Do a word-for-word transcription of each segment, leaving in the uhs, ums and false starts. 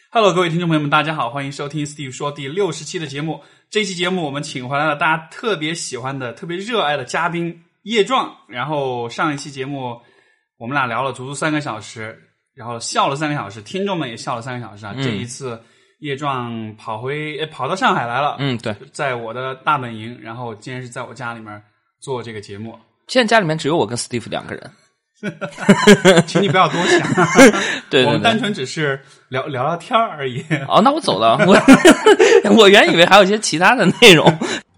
Hello， 各位听众朋友们，大家好，欢迎收听 Steve 说第六十期的节目。这期节目我们请回来了大家特别喜欢的、特别热爱的嘉宾叶壮。然后上一期节目我们俩聊了足足三个小时，然后笑了三个小时，听众们也笑了三个小时啊。嗯、这一次叶壮跑回跑到上海来了， 嗯，对，在我的大本营，然后今天是在我家里面做这个节目。 现在家里面只有我跟 Steve 两个人。 请你不要多想， 对对对， 我们单纯只是聊聊聊天而已。 哦，那我走了，我我原以为还有一些其他的内容。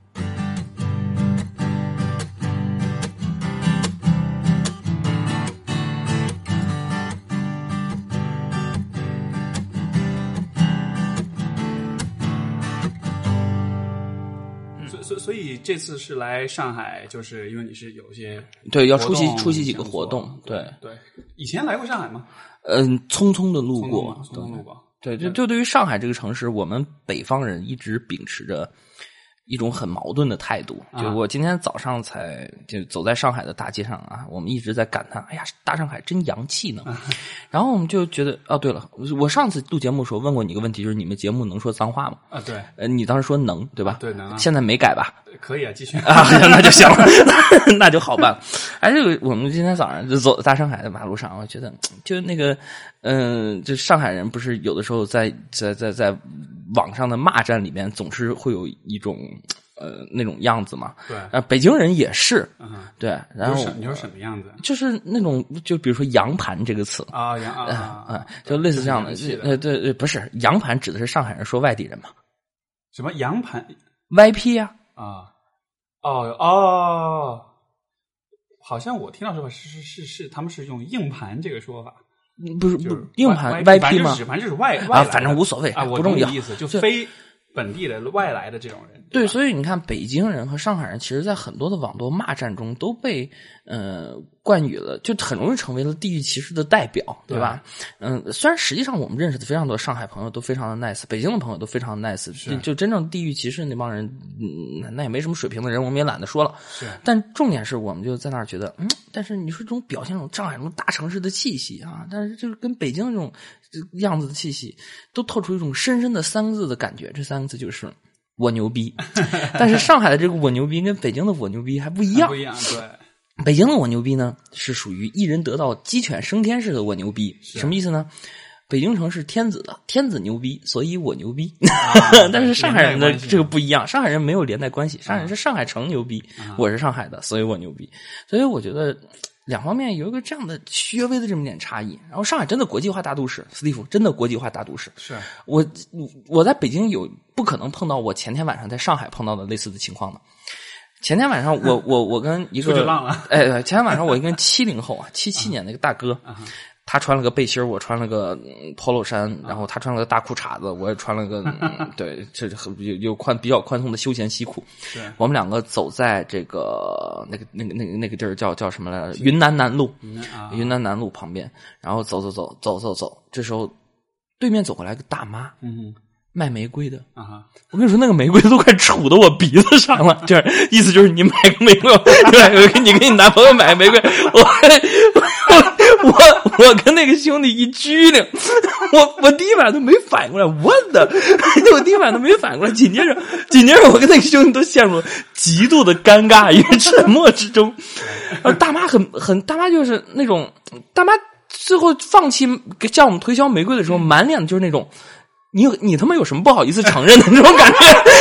所以这次是来上海，就是因为你是有些对要出席出席几个活动，对对。以前来过上海吗？ 嗯，匆匆的路过， 匆匆路过。 对，就就对于上海这个城市，我们北方人一直秉持着一种很矛盾的态度。就我今天早上才就走在上海的大街上啊，我们一直在感叹，哎呀，大上海真洋气呢。然后我们就觉得，哦，对了，我上次录节目的时候问过你一个问题，就是你们节目能说脏话吗？ 啊，对， 呃，你当时说能，对吧？ 对，能、啊。 现在没改吧？ 可以啊，继续啊，那就行了，那就好办了。哎，这个我们今天早上就走大上海的马路上，我觉得就那个，嗯、呃，就上海人不是有的时候在在在在网上的骂战里面，总是会有一种。呃，那种样子嘛， 对， 呃，北京人也是， 嗯、 对，然后你说什么样子？ 就是那种，就比如说洋盘这个词啊，洋啊啊、呃，就类似这样的，呃，对对，不是洋盘指的是上海人说外地人嘛？ 什么洋盘 ？Y P 呀、 啊？啊，哦哦，好像我听到说法是是是是，他们是用硬盘这个说法， 不是就是硬盘 Y P 吗？ 反正就是外啊，反正无所谓啊， 不重要， 意思就非。本地的外来的这种人， 对，所以你看，北京人和上海人，其实在很多的网络骂战中都被呃冠以了，就很容易成为了地域歧视的代表，对吧？嗯，虽然实际上我们认识的非常多上海朋友都非常的 nice， 北京的朋友都非常的 nice， 就, 就真正地域歧视那帮人，嗯，那也没什么水平的人，我们也懒得说了。 是， 但重点是我们就在那儿觉得，嗯，但是你说这种表现这种上海这种大城市的气息啊，但是就是跟北京这种样子的气息，都透出一种深深的三个字的感觉，这三个字就是。我牛逼，但是上海的这个我牛逼跟北京的我牛逼还不一样， 不一样，对。 北京的我牛逼呢，是属于一人得道鸡犬升天式的我牛逼，什么意思呢？北京城是天子的，天子牛逼，所以我牛逼。啊、但是上海人的这个不一样，上海人没有连带关系，上海人是上海城牛逼，啊、我是上海的，所以我牛逼。所以我觉得。两方面有一个这样的略微的这么点差异，然后上海真的国际化大都市，斯蒂夫真的国际化大都市。 是我我在北京有不可能碰到我前天晚上在上海碰到的类似的情况的。前天晚上我我我跟一个哎，前天晚上我跟七零后啊，七七年的一个大哥。 啊他穿了个背心，我穿了个 polo 衫，然后他穿了个大裤衩子，我也穿了个嗯、对，这有有宽比较宽松的休闲西裤。我们两个走在这个那个那个那个那个地儿叫叫什么来着？云南南路， 啊、 云南南路旁边，然后走走走走走走，这时候对面走过来个大妈， 嗯。 卖玫瑰的啊！ 我跟你说，那个玫瑰都快杵到我鼻子上了，就是意思就是你买个玫瑰，对，你跟你男朋友买个玫瑰，我我我我跟那个兄弟一拘灵，我我第一晚都没反应过来，我的，我第一晚都没反应过来，紧接着紧接着我跟那个兄弟都陷入了极度的尴尬与沉默之中。而大妈很很大妈就是那种大妈最后放弃向我们推销玫瑰的时候，满脸的就是那种。你你他妈有什么不好意思承认的那种感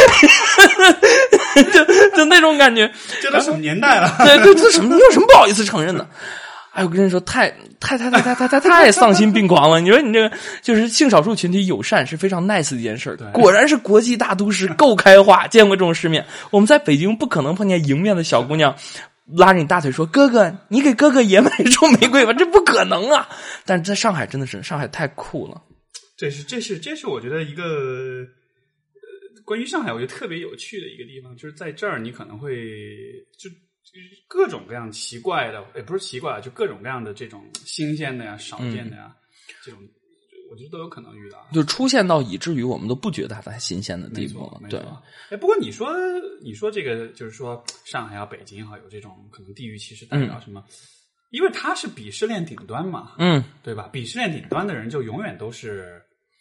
觉？就就那种感觉， 这都什么年代了？ 对对，这什么？你有什么不好意思承认的？哎，我跟你说，太太太太太太太太丧心病狂了！你说你这个就是性少数群体友善是非常 nice 的一件事，果然是国际大都市，够开化，见过这种世面。我们在北京不可能碰见迎面的小姑娘拉着你大腿说：“哥哥，你给哥哥也买一束玫瑰吧。”这不可能啊！但是在上海真的是，上海太酷了。 这是这是这是我觉得一个呃，关于上海我觉得特别有趣的一个地方，就是在这儿你可能会就各种各样奇怪的，也不是奇怪，就各种各样的这种新鲜的呀、少见的呀，嗯、这种我觉得都有可能遇到， 就出现到以至于我们都不觉得它新鲜的地步了。对， 哎，不过你说你说这个就是说上海啊、北京啊有这种可能地域歧视代表什么？嗯因为他是鄙视链顶端嘛， 嗯， 对吧？鄙视链顶端的人就永远都是就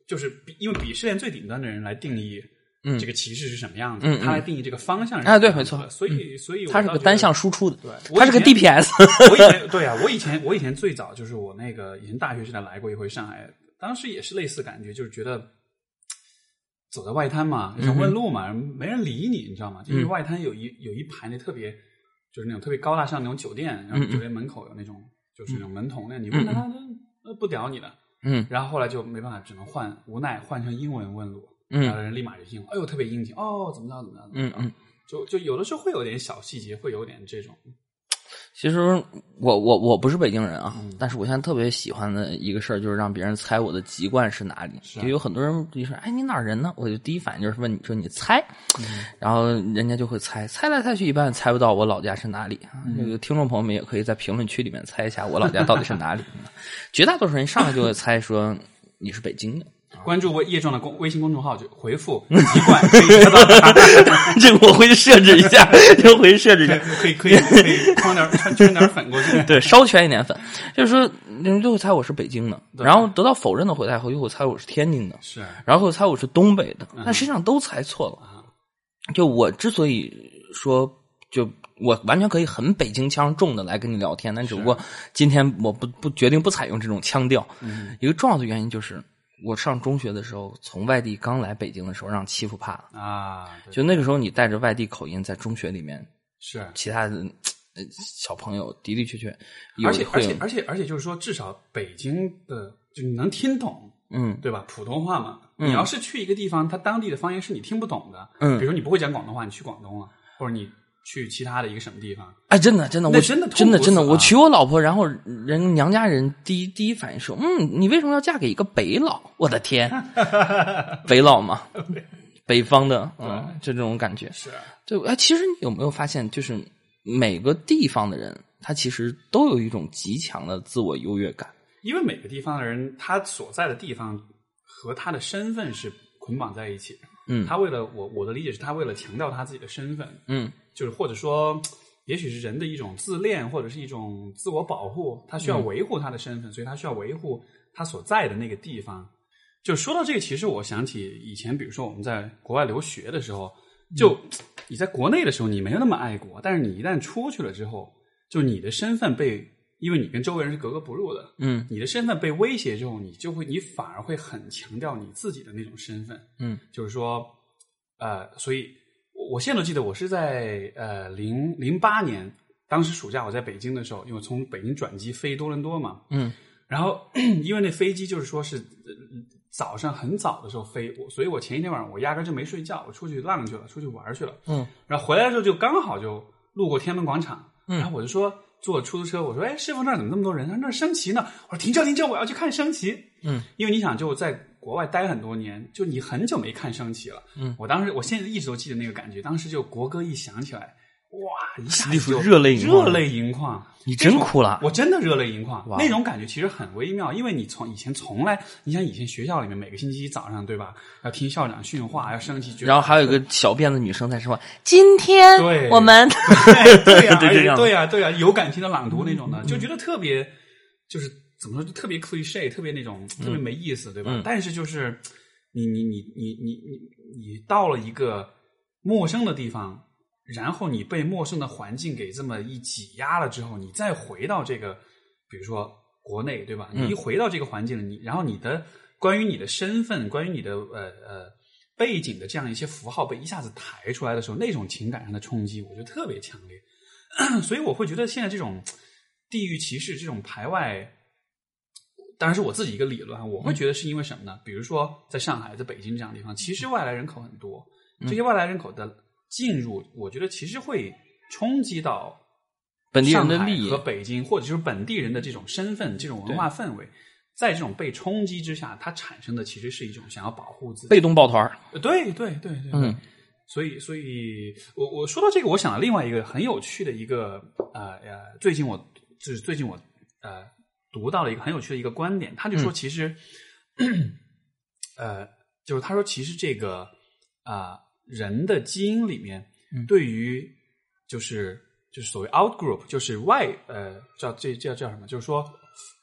就是比因为鄙视链最顶端的人来定义。 嗯， 这个歧视是什么样子？ 嗯， 他来定义这个方向是啊，对，没错。 所以，所以它是个单向输出的， 对， 它是个 D P S。 我以前对啊，我以前我以前最早就是我那个以前大学时代来过一回上海，当时也是类似感觉，就是觉得走在外滩嘛，想问路嘛，嗯、没人理你，你知道吗？就是外滩有一有一排那特别就是那种特别高大上那种酒店，然后酒店门口有那种、嗯、就是那种门童，那你问他，他、嗯、不屌你的。嗯，然后后来就没办法，只能换，无奈换成英文问路。嗯，然后人立马就听，哎呦，特别殷勤，哦，怎么着怎么着，怎么着，嗯嗯，就就有的时候会有点小细节，会有点这种。 其实我我我不是北京人啊、嗯，但是我现在特别喜欢的一个事儿就是让别人猜我的籍贯是哪里。就有很多人就说，哎，你哪儿人呢？我就第一反应就是问你说你猜、嗯，然后人家就会猜，猜来猜去一般也猜不到我老家是哪里。嗯、这个听众朋友们也可以在评论区里面猜一下我老家到底是哪里。绝大多数人上来就会猜说你是北京的。 关注我叶壮的公微信公众号，就回复籍贯可以得到它。 这个我回去设置一下，这个回去设置一下， 可以可以可以放点圈圈点粉过去， 对，稍圈一点粉。就是说，人就会猜我是北京的，然后得到否认的回答后，又会猜我是天津的， 是， 然后猜我是东北的，但实际上都猜错了。嗯、就我之所以说，就我完全可以很北京腔重的来跟你聊天，但只不过今天我不不决定不采用这种腔调。嗯、一个重要的原因就是。我上中学的时候，从外地刚来北京的时候，让欺负怕了啊！ 就那个时候，你带着外地口音在中学里面， 是其他的呃小朋友的的确确， 而且而且而且而且就是说，至少北京的就你能听懂，嗯，对吧？普通话嘛，嗯、你要是去一个地方，它当地的方言是你听不懂的，嗯，比如说你不会讲广东话，你去广东了，或者你。去其他的一个什么地方？ 哎，真的，真的，我真的真的真的，我娶我老婆，然后人娘家人第一第一反应说：“嗯，你为什么要嫁给一个北佬？”我的天，北佬嘛，北方的，嗯，就这种感觉。 是， 就哎，其实你有没有发现，就是每个地方的人，他其实都有一种极强的自我优越感， 因为每个地方的人，他所在的地方和他的身份是捆绑在一起的。嗯，他为了我我的理解是他为了强调他自己的身份，嗯，就是或者说，也许是人的一种自恋或者是一种自我保护，他需要维护他的身份，嗯、所以他需要维护他所在的那个地方。就说到这个，其实我想起以前，比如说我们在国外留学的时候，就你在国内的时候你没有那么爱国，但是你一旦出去了之后，就你的身份被。因为你跟周围人是格格不入的，嗯，你的身份被威胁之后，你就会，你反而会很强调你自己的那种身份，嗯，就是说，呃，所以我现在都记得，我是在呃零零八年，当时暑假我在北京的时候，因为从北京转机飞多伦多嘛，嗯，然后因为那飞机就是说是、呃、早上很早的时候飞，我所以我前一天晚上我压根就没睡觉，我出去浪去了，出去玩去了，嗯，然后回来的时候就刚好就路过天安门广场，嗯，然后我就说。坐出租车，我说：“哎，师傅那儿怎么那么多人？他那儿升旗呢。”我说：“停车，停车，我要去看升旗。”嗯，因为你想，就在国外待很多年，就你很久没看升旗了。嗯，我当时，我现在一直都记得那个感觉。当时就国歌一响起来，哇，一下子就热泪热泪盈眶。 你真哭了， 我真的热泪盈眶。那种感觉其实很微妙，因为你从以前从来，你想以前学校里面每个星期早上对吧，要听校长训话，要升旗， 然后还有一个小辫子女生在说：“今天对我们对呀对呀对呀对呀有感情的朗读那种的，就觉得特别就是怎么说，就特别 cliché， 特别那种特别没意思，对吧？嗯、但是就是你你你你你你你到了一个陌生的地方。”然后你被陌生的环境给这么一挤压了之后，你再回到这个，比如说国内，对吧？你一回到这个环境了，你然后你的关于你的身份，关于你的呃呃背景的这样一些符号被一下子抬出来的时候，那种情感上的冲击，我觉得特别强烈。所以我会觉得现在这种地域歧视、这种排外，当然是我自己一个理论，我会觉得是因为什么呢？比如说在上海、在北京这样的地方，其实外来人口很多，这些外来人口的。进入，我觉得其实会冲击到本地人的利益和北京，或者就是本地人的这种身份、这种文化氛围，在这种被冲击之下，它产生的其实是一种想要保护自己、 被动抱团。 对对对对，嗯，所以所以我我说到这个，我想到另外一个很有趣的一个呃呃，最近我就是最近我呃读到了一个很有趣的一个观点，他就说其实，嗯、呃，就是他说其实这个啊。呃人的基因里面，对于就是就是所谓 out group，就是外呃叫这叫叫什么？就是说呃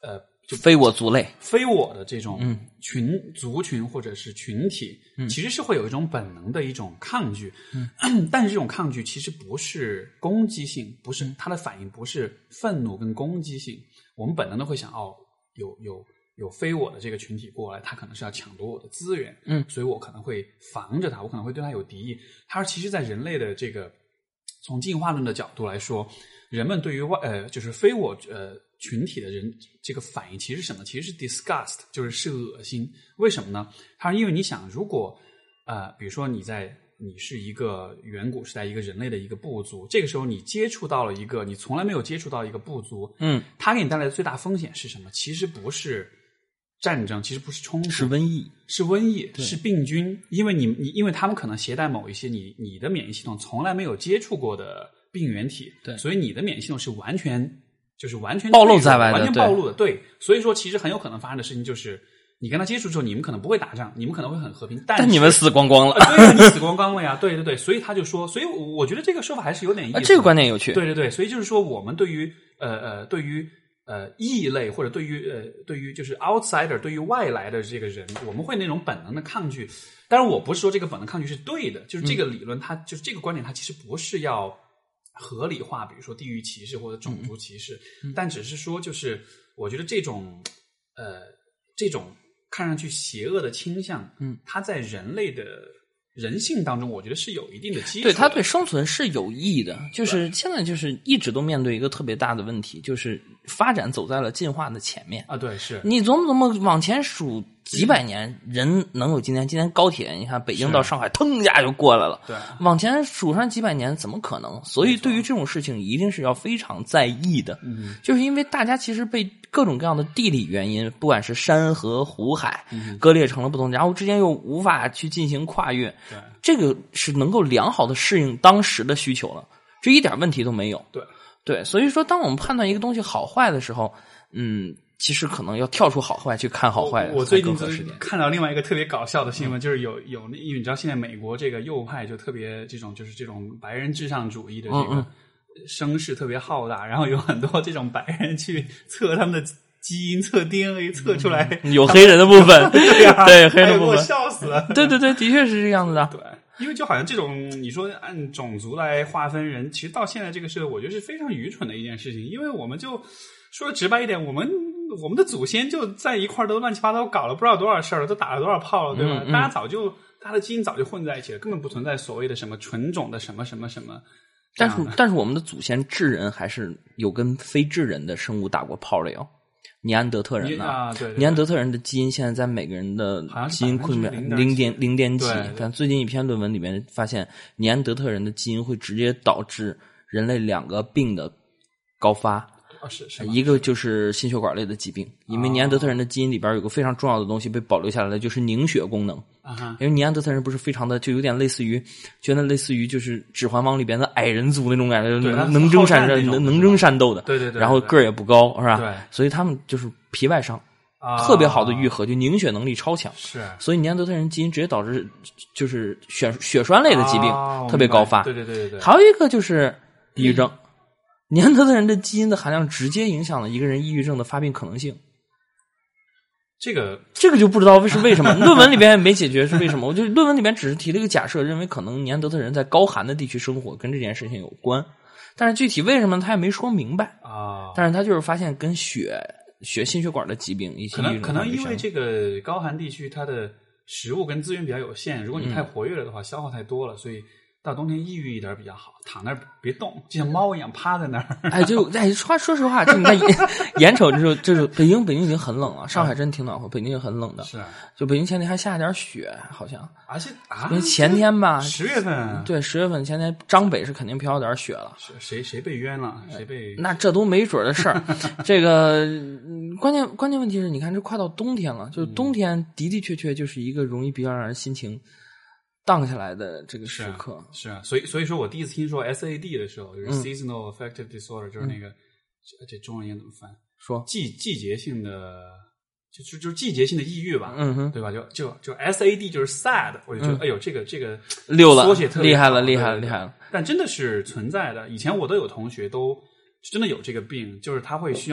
就非我族类、 非我的这种群、嗯、族群或者是群体，嗯、其实是会有一种本能的一种抗拒。嗯、但是这种抗拒其实不是攻击性，不是它的反应不是愤怒跟攻击性。我们本能的会想，哦，有有有非我的这个群体过来，他可能是要抢夺我的资源，嗯，所以我可能会防着他，我可能会对他有敌意。他其实，在人类的这个从进化论的角度来说，人们对于外呃就是非我呃。群体的人这个反应其实是什么？其实是 disgust， 就是是恶心。为什么呢？他说，因为你想，如果呃，比如说你在你是一个远古时代一个人类的一个部族，这个时候你接触到了一个你从来没有接触到一个部族，嗯，它给你带来的最大风险是什么？其实不是战争，其实不是冲突， 是瘟疫， 是瘟疫，是病菌，因为你你因为他们可能携带某一些你你的免疫系统从来没有接触过的病原体，对，所以你的免疫系统是完全。就是完全暴露在外的， 完全暴露的，对。所以说，其实很有可能发生的事情就是，你跟他接触之后，你们可能不会打仗，你们可能会很和平，但是但你们死光光了， 对啊，你死光光了呀，对对对。所以他就说，所以我觉得这个说法还是有点意思的， 啊，这个观点有趣。 对对对，所以就是说，我们对于呃呃，对于呃异类或者对于呃对于就是 outsider， 对于外来的这个人，我们会那种本能的抗拒。当然，我不是说这个本能抗拒是对的，就是这个理论它，它、嗯、就是这个观点，它其实不是要。合理化，比如说地域歧视或者种族歧视，嗯、但只是说，就是我觉得这种呃这种看上去邪恶的倾向，嗯，它在人类的人性当中，我觉得是有一定的基础的。 对，它对生存是有益的。就是现在就是一直都面对一个特别大的问题，就是发展走在了进化的前面啊。对，是你琢磨琢磨往前数几百年，人能有今天？今天高铁，你看北京到上海，腾一下就过来了。 对， 往前数上几百年，怎么可能？所以对于这种事情，一定是要非常在意的。嗯，就是因为大家其实被各种各样的地理原因，不管是山河湖海，嗯、割裂成了不同，然后之间又无法去进行跨越。 对， 这个是能够良好的适应当时的需求了，这一点问题都没有。 对， 对，所以说，当我们判断一个东西好坏的时候，嗯。其实可能要跳出好坏去看好坏。 我, 我最近看到另外一个特别搞笑的新闻，嗯、就是有有，因为你知道现在美国这个右派就特别这种就是这种白人至上主义的这个声势特别浩大，嗯嗯然后有很多这种白人去测他们的基因，测 D N A， 测出来、 嗯、有黑人的部分， 对啊， 对黑人的部分， 我笑死了。 对对对，的确是这样子的。 对，因为就好像这种你说按种族来划分人，其实到现在这个社会，我觉得是非常愚蠢的一件事情，因为我们就说的直白一点，我们。我们的祖先就在一块儿都乱七八糟搞了不知道多少事儿了，都打了多少炮了，对吧？嗯嗯大家早就大家的基因早就混在一起了，根本不存在所谓的什么纯种的什么什么什么。 但是但是我们的祖先智人还是有跟非智人的生物打过炮的哟。尼安德特人呢、 啊？对对对尼安德特人的基因现在在每个人的基因库里面零点零点几。但最近一篇论文里面发现，尼安德特人的基因会直接导致人类两个病的高发。 哦、是是一个就是心血管类的疾病，因为尼安德特人的基因里边有个非常重要的东西被保留下来的，就是凝血功能。 啊、 因为尼安德特人不是非常的，就有点类似于，觉得类似于就是《指环王》里边的矮人族那种感觉，能能征善能能征善斗的， 对对对， 然后个儿也不高，是吧？ 对， 所以他们就是皮外伤。啊、特别好的愈合，就凝血能力超强， 是， 所以尼安德特人基因直接导致就是血血栓类的疾病、啊、特别高发。 对对对对对。 还有一个就是抑郁症。嗯尼安德特人的基因的含量直接影响了一个人抑郁症的发病可能性。 这个这个就不知道是为什么，论文里边也没解决是为什么。我就论文里边只是提了一个假设，认为可能尼安德特人在高寒的地区生活跟这件事情有关，但是具体为什么他也没说明白啊。 但是他就是发现跟血血心血管的疾病一些可能可能因为这个高寒地区它的食物跟资源比较有限，如果你太活跃了的话，嗯、消耗太多了，所以。到冬天抑郁一点比较好，躺那儿别动，就像猫一样趴在那儿。 哎，就哎，说说实话，就你看眼瞅着就是北京，北京已经很冷了，上海真挺暖和，北京也很冷的。 是， 就北京前天还下点雪，好像。 而且啊， 因为前天吧， 十月份、啊， 对，十月份前天，张北是肯定飘点雪了。 谁谁被冤了？谁被？ 那这都没准的事儿。这个关键关键问题是，你看这快到冬天了，就是冬天的的确确就是一个容易比较让人心情。荡下来的这个时刻是啊，所以所以说我第一次听说 S A D 的时候，就是 Seasonal Affective Disorder，、嗯、就是那个这这中文应该怎么翻？ 说季季节性的，就就就是季节性的抑郁吧， 嗯哼， 对吧？就就就 S A D 就是 sad， 我就觉得、嗯、哎呦，这个这个溜了， 缩写特别厉害了，厉害了，厉害了。 但真的是存在的，以前我都有同学都真的有这个病，就是他会需要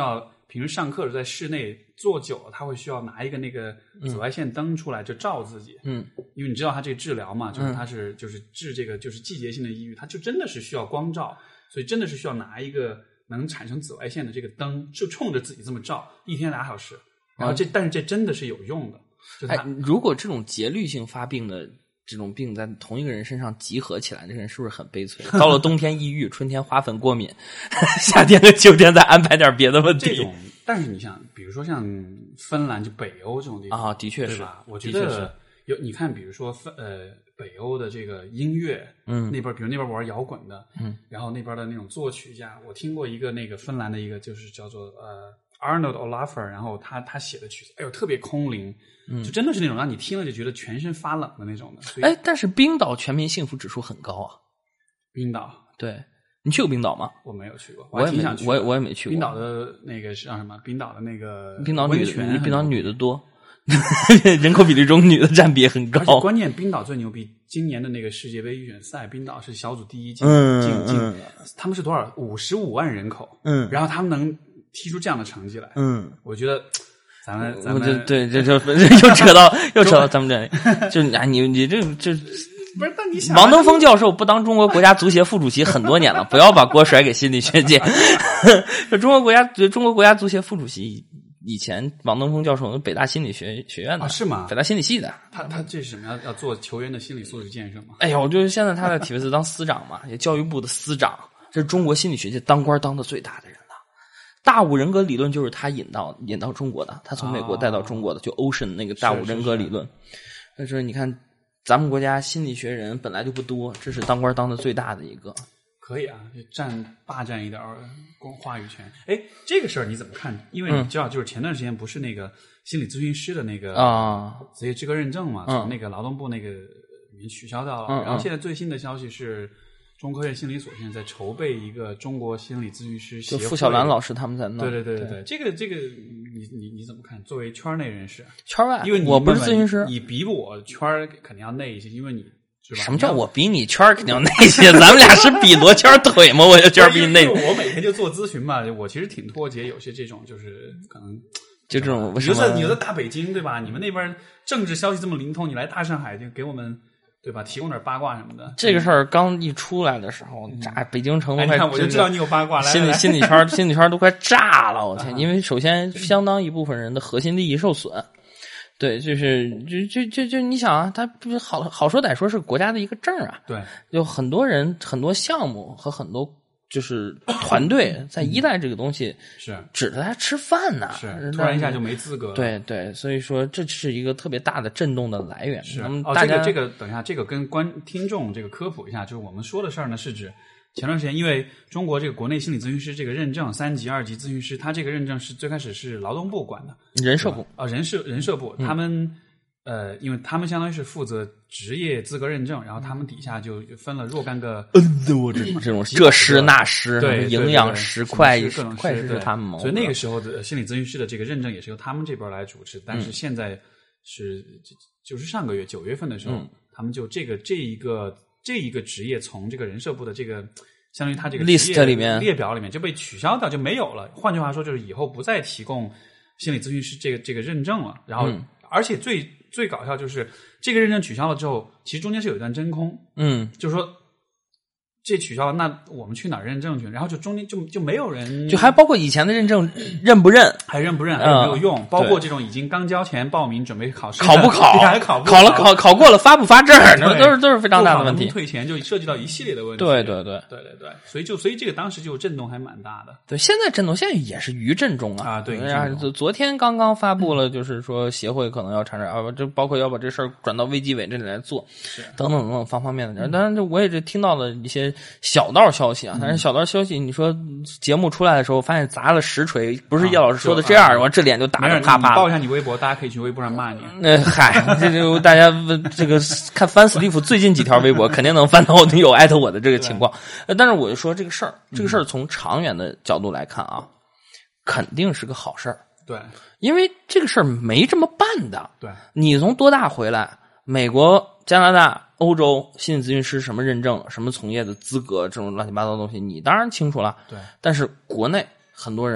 平时上课的时候在室内坐久了，他会需要拿一个那个紫外线灯出来就照自己。 嗯， 因为你知道他这个治疗嘛，就是他是就是治这个就是季节性的抑郁，他就真的是需要光照，所以真的是需要拿一个能产生紫外线的这个灯，就冲着自己这么照，一天俩小时。然后这、嗯、但是这真的是有用的。就哎，如果这种节律性发病的这种病在同一个人身上集合起来，这个人是不是很悲催？到了冬天抑郁，春天花粉过敏，夏天和秋天再安排点别的问题。 这种，但是你想，比如说像芬兰就北欧这种地方啊，的确是吧？我觉得有你看，比如说芬呃北欧的这个音乐，嗯，那边比如那边玩摇滚的，嗯，然后那边的那种作曲家，我听过一个那个芬兰的一个就是叫做呃 Arnold Olafur， 然后他他写的曲子，哎呦特别空灵。嗯，就真的是那种让你听了就觉得全身发冷的那种的。 哎，但是冰岛全民幸福指数很高啊。 冰岛， 对，你去过冰岛吗？ 我没有去过， 我也挺想去。 我也我也没去过。 冰岛的那个是叫什么？冰岛的那个冰岛女的， 冰岛女的多，人口比例中女的占比很高。 而且关键，冰岛最牛逼，今年的那个世界杯预选赛，冰岛是小组第一进嗯进进、 嗯， 他们是多少？五十五万人口， 嗯， 然后他们能踢出这样的成绩来， 嗯， 我觉得。咱们咱们就对，这就又扯到又扯到咱们这里，就是啊，你你这这不是？但你想， 王登峰教授不当中国国家足协副主席很多年了，不要把锅甩给心理学界。中国国家中国国家足协副主席以前王登峰教授北大心理学学院的、 啊、是吗？ 北大心理系的。 他他这是什么？要要做球员的心理素质建设吗？ 哎呀，我就是现在他在体育司当司长嘛，也教育部的司长，这是中国心理学界当官当的最大的人。大五人格理论就是他引到引到中国的，他从美国带到中国的，哦、就 Ocean 那个大五人格理论。他说：“你看，咱们国家心理学人本来就不多，这是当官当的最大的一个。” 可以啊，占霸占一点公话语权。哎，这个事儿你怎么看？因为你知道，就是前段时间不是那个心理咨询师的那个啊职业资格认证嘛， 嗯、 从那个劳动部那个里面取消掉了。 嗯、 然后现在最新的消息是。中科院心理所现在在筹备一个中国心理咨询师协会， 就付小兰老师他们在弄。 对对对对对，这个这个你你你怎么看？作为圈内人士， 圈外， 因为你我不是咨询师， 你比我圈肯定要内一些，因为你是吧？ 什么叫我比你圈肯定要内一些？咱们俩是比罗圈腿吗？我就圈比你内。 我每天就做咨询嘛，我其实挺脱节，有些这种就是可能就这种， 你就在你就在大北京对吧？你们那边政治消息这么灵通，你来大上海就给我们。对吧？提供点八卦什么的。 这个事儿刚一出来的时候，炸北京城都快， 我就知道你有八卦。来心理心理圈心理圈都快炸了，我天！因为首先相当一部分人的核心利益受损。对，就是就就就就你想啊，他不是好好说歹说是国家的一个证啊。 对， 有很多人、很多项目和很多。就是团队在依赖这个东西， 是指着他吃饭呢， 是突然一下就没资格了。 对对，所以说这是一个特别大的震动的来源。 是哦， 这个这个，等一下，这个跟观听众这个科普一下，就是我们说的事儿呢，是指前段时间因为中国这个国内心理咨询师这个认证三级、二级咨询师，他这个认证是最开始是劳动部管的， 人社部啊，人社人社部他们。 嗯呃，因为他们相当于是负责职业资格认证，然后他们底下就分了若干个， 嗯，我这这种这师那师， 对， 营养师、会计师、 会计师是他们嘛。 所以那个时候的心理咨询师的这个认证也是由他们这边来主持，但是现在是就是上个月九月份的时候， 嗯、 他们就这个这一个这一个职业从这个人社部的这个相当于他这个 list 里面列表里面就被取消掉，就没有了。换句话说，就是以后不再提供心理咨询师这个这个认证了。然后， 嗯、 而且最最搞笑就是这个认证取消了之后，其实中间是有一段真空， 嗯， 就是说这取消了，那我们去哪儿认证去？然后就中间就就没有人， 就还包括以前的认证认不认， 还认不认，还有没有用？嗯、包括这种已经刚交钱报名准备考试， 考不考？ 还考不考了考考过了发不发证？都是都是非常大的问题。 退钱就涉及到一系列的问题。 对对对对对对，所以就所以这个当时就震动还蛮大的。 对，现在震动现在也是余震中啊啊！对， 昨昨天刚刚发布了，就是说协会可能要产生啊，这包括要把这事儿转到卫计委这里来做，等等等等方方面面的。当然，这我也是听到了一些小道消息啊，但是小道消息，你说节目出来的时候，发现砸了实锤，不是叶老师说的这样，我这脸就打得啪啪。 报一下你微博，大家可以去微博上骂你。 那嗨，这就大家这个看翻史蒂夫最近几条微博，肯定能翻到有艾特我的这个情况。但是我就说这个事儿，这个事儿从长远的角度来看啊，肯定是个好事儿。 对， 因为这个事儿没这么办的。 对， 你从多大回来，美国、加拿大、欧洲心理咨询师什么认证、什么从业的资格，这种乱七八糟的东西，你当然清楚了。 对， 但是国内很多人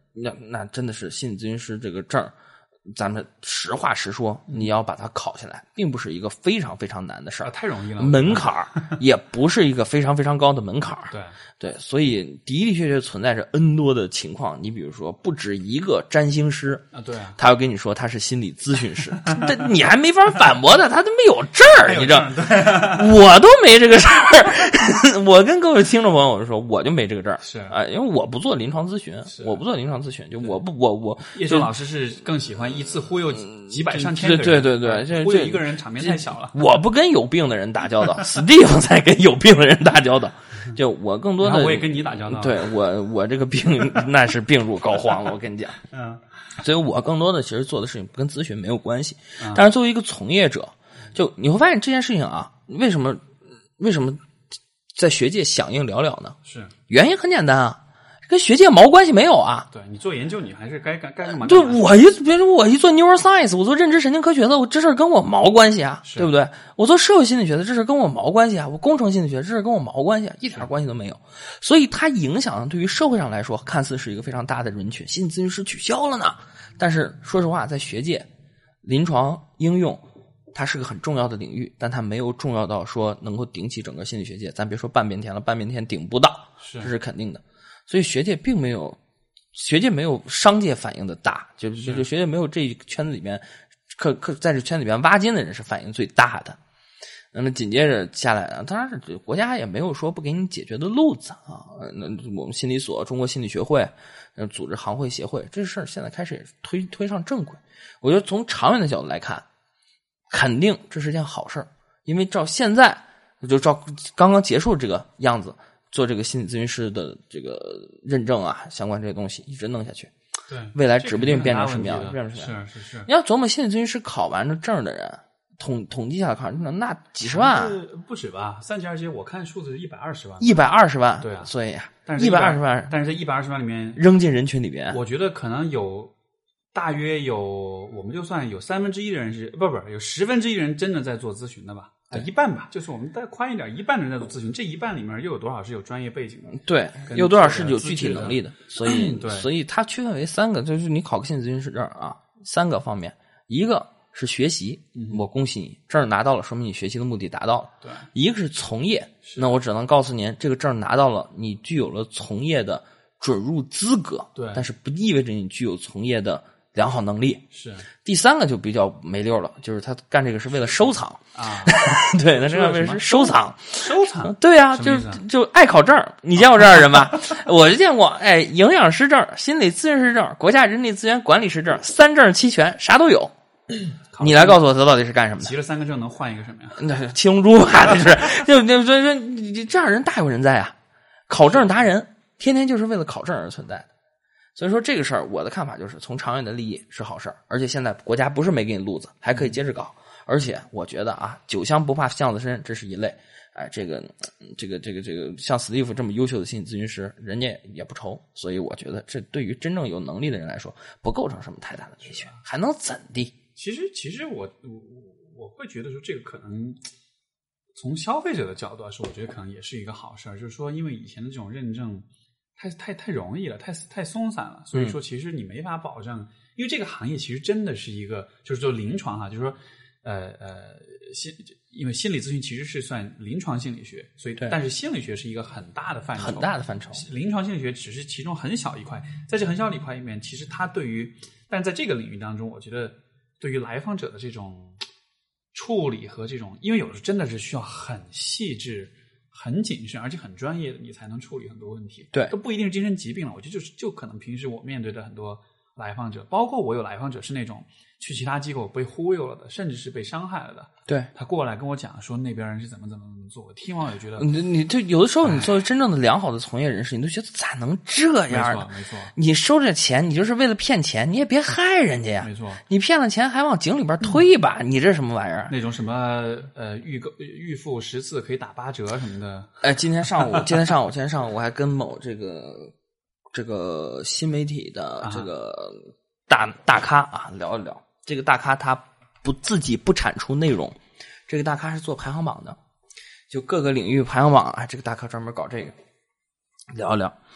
那那真的是心理咨询师这个证儿，咱们实话实说，你要把它考下来，并不是一个非常非常难的事儿、 啊，太容易了。 门槛儿也不是一个非常非常高的门槛儿。 对对，所以的的确确存在着 N 多的情况。你比如说，不止一个占星师啊，对啊， 他要跟你说他是心理咨询师，但你还没法反驳他，他都没有证儿，你知道？我都没这个事儿。我跟各位听众朋友我说，我就没这个证儿， 是啊、因为我不做临床咨询，我不做临床咨询，就我不我我叶正老师是更喜欢一次忽悠几百上千个人， 对对对对， 忽悠一个人场面太小了。 我不跟有病的人打交道，Steve 才跟有病的人打交道。就我更多的， 我也跟你打交道。 对我我这个病那是病入膏肓了，我跟你讲。 嗯， 所以我更多的其实做的事情跟咨询没有关系，但是作为一个从业者，就你会发现这件事情啊，为什么为什么在学界响应寥寥呢？是原因很简单啊。跟学界毛关系没有啊！ 对你做研究，你还是该该该干嘛？ 对我一，比如说我一做 neuroscience， 我做认知神经科学的，我这事儿跟我毛关系啊，对不对？我做社会心理学的，这事儿跟我毛关系啊！我工程心理学，这事儿跟我毛关系啊，一点关系都没有。所以它影响对于社会上来说，看似是一个非常大的人群，心理咨询师取消了呢。但是说实话，在学界，临床应用它是个很重要的领域，但它没有重要到说能够顶起整个心理学界。咱别说半边天了，半边天顶不到，这是肯定的。所以学界并没有，学界没有商界反应的大，就就学界没有这一圈子里面，可可在这圈子里面挖金的人是反应最大的。那么紧接着下来呢，当然是国家也没有说不给你解决的路子啊。那我们心理所、中国心理学会、组织行会协会，这事儿现在开始也推推上正轨。我觉得从长远的角度来看，肯定这是件好事儿，因为照现在就照刚刚结束这个样子。做这个心理咨询师的这个认证啊，相关这些东西一直弄下去， 对， 未来指不定变成什么样，变成什么样。 是是是。 你要琢磨心理咨询师考完了证的人，统统计下来考完证，那几十万不止吧？三级二级我看数字是一百二十万， 一百二十万， 对啊。 所以但是一百二十万， 但是这一百二十万里面扔进人群里边， 我觉得可能有大约有，我们就算有三分之一的人是不不有十分之一人真的在做咨询的吧。啊，一半吧，就是我们再宽一点，一半的人在做咨询，这一半里面又有多少是有专业背景的？ 对，有多少是有具体能力的？所以， 对， 所以它区分为三个，就是你考个心理咨询师证啊，三个方面，一个是学习， 嗯、 我恭喜你，证拿到了，说明你学习的目的达到了。 对， 一个是从业，那我只能告诉您，这个证拿到了，你具有了从业的准入资格， 对， 但是不意味着你具有从业的良好能力。 是。 第三个就比较没溜了，就是他干这个是为了收藏啊， 对，那这个是收藏， 收藏， 对啊，就就爱考证。你见过这样的人吧？我就见过，哎，营养师证、心理咨询师证、国家人力资源管理师证，三证齐全，啥都有。你来告诉我，他到底是干什么的？ 集了三个证能换一个什么呀？ 那是七龙珠吧？就是就就所以说，你这样人大有人在啊！考证达人，天天就是为了考证而存在的。所以说这个事儿，我的看法就是从长远的利益是好事儿，而且现在国家不是没给你路子，还可以接着搞。而且我觉得啊，酒香不怕巷子深，这是一类。哎，这个这个这个这个像史蒂夫这么优秀的心理咨询师，人家也不愁。所以我觉得这对于真正有能力的人来说，不构成什么太大的威胁，还能怎地？ 其实其实我我我会觉得说这个可能从消费者的角度来说，我觉得可能也是一个好事儿，就是说因为以前的这种认证。太太太容易了，太太松散了，所以说其实你没法保证，嗯、因为这个行业其实真的是一个，就是做临床哈，就是说，呃呃，心，因为心理咨询其实是算临床心理学，所以但是心理学是一个很大的范畴， 很大的范畴， 临床心理学只是其中很小一块，在这很小的一块里面，其实它对于，但在这个领域当中，我觉得对于来访者的这种处理和这种，因为有的时候真的是需要很细致。很谨慎，而且很专业的，你才能处理很多问题。 对， 都不一定是精神疾病了。我觉得就是就可能平时我面对的很多来访者，包括我有来访者是那种去其他机构被忽悠了的，甚至是被伤害了的。 对， 他过来跟我讲说那边人是怎么怎么怎么做，我听完也觉得你你就有的时候你作为真正的良好的从业人士，你都觉得咋能这样呢？没错，没错。 你收这钱，你就是为了骗钱，你也别害人家呀。 没错， 你骗了钱还往井里边推吧，嗯、你这什么玩意儿？ 那种什么呃预购预付十次可以打八折什么的。 哎，今天上午，今天上午，今天上午我还跟某这个这个新媒体的这个大、啊、大咖啊聊一聊。这个大咖他不自己不产出内容，这个大咖是做排行榜的，就各个领域排行榜啊，这个大咖专门搞这个，聊一聊。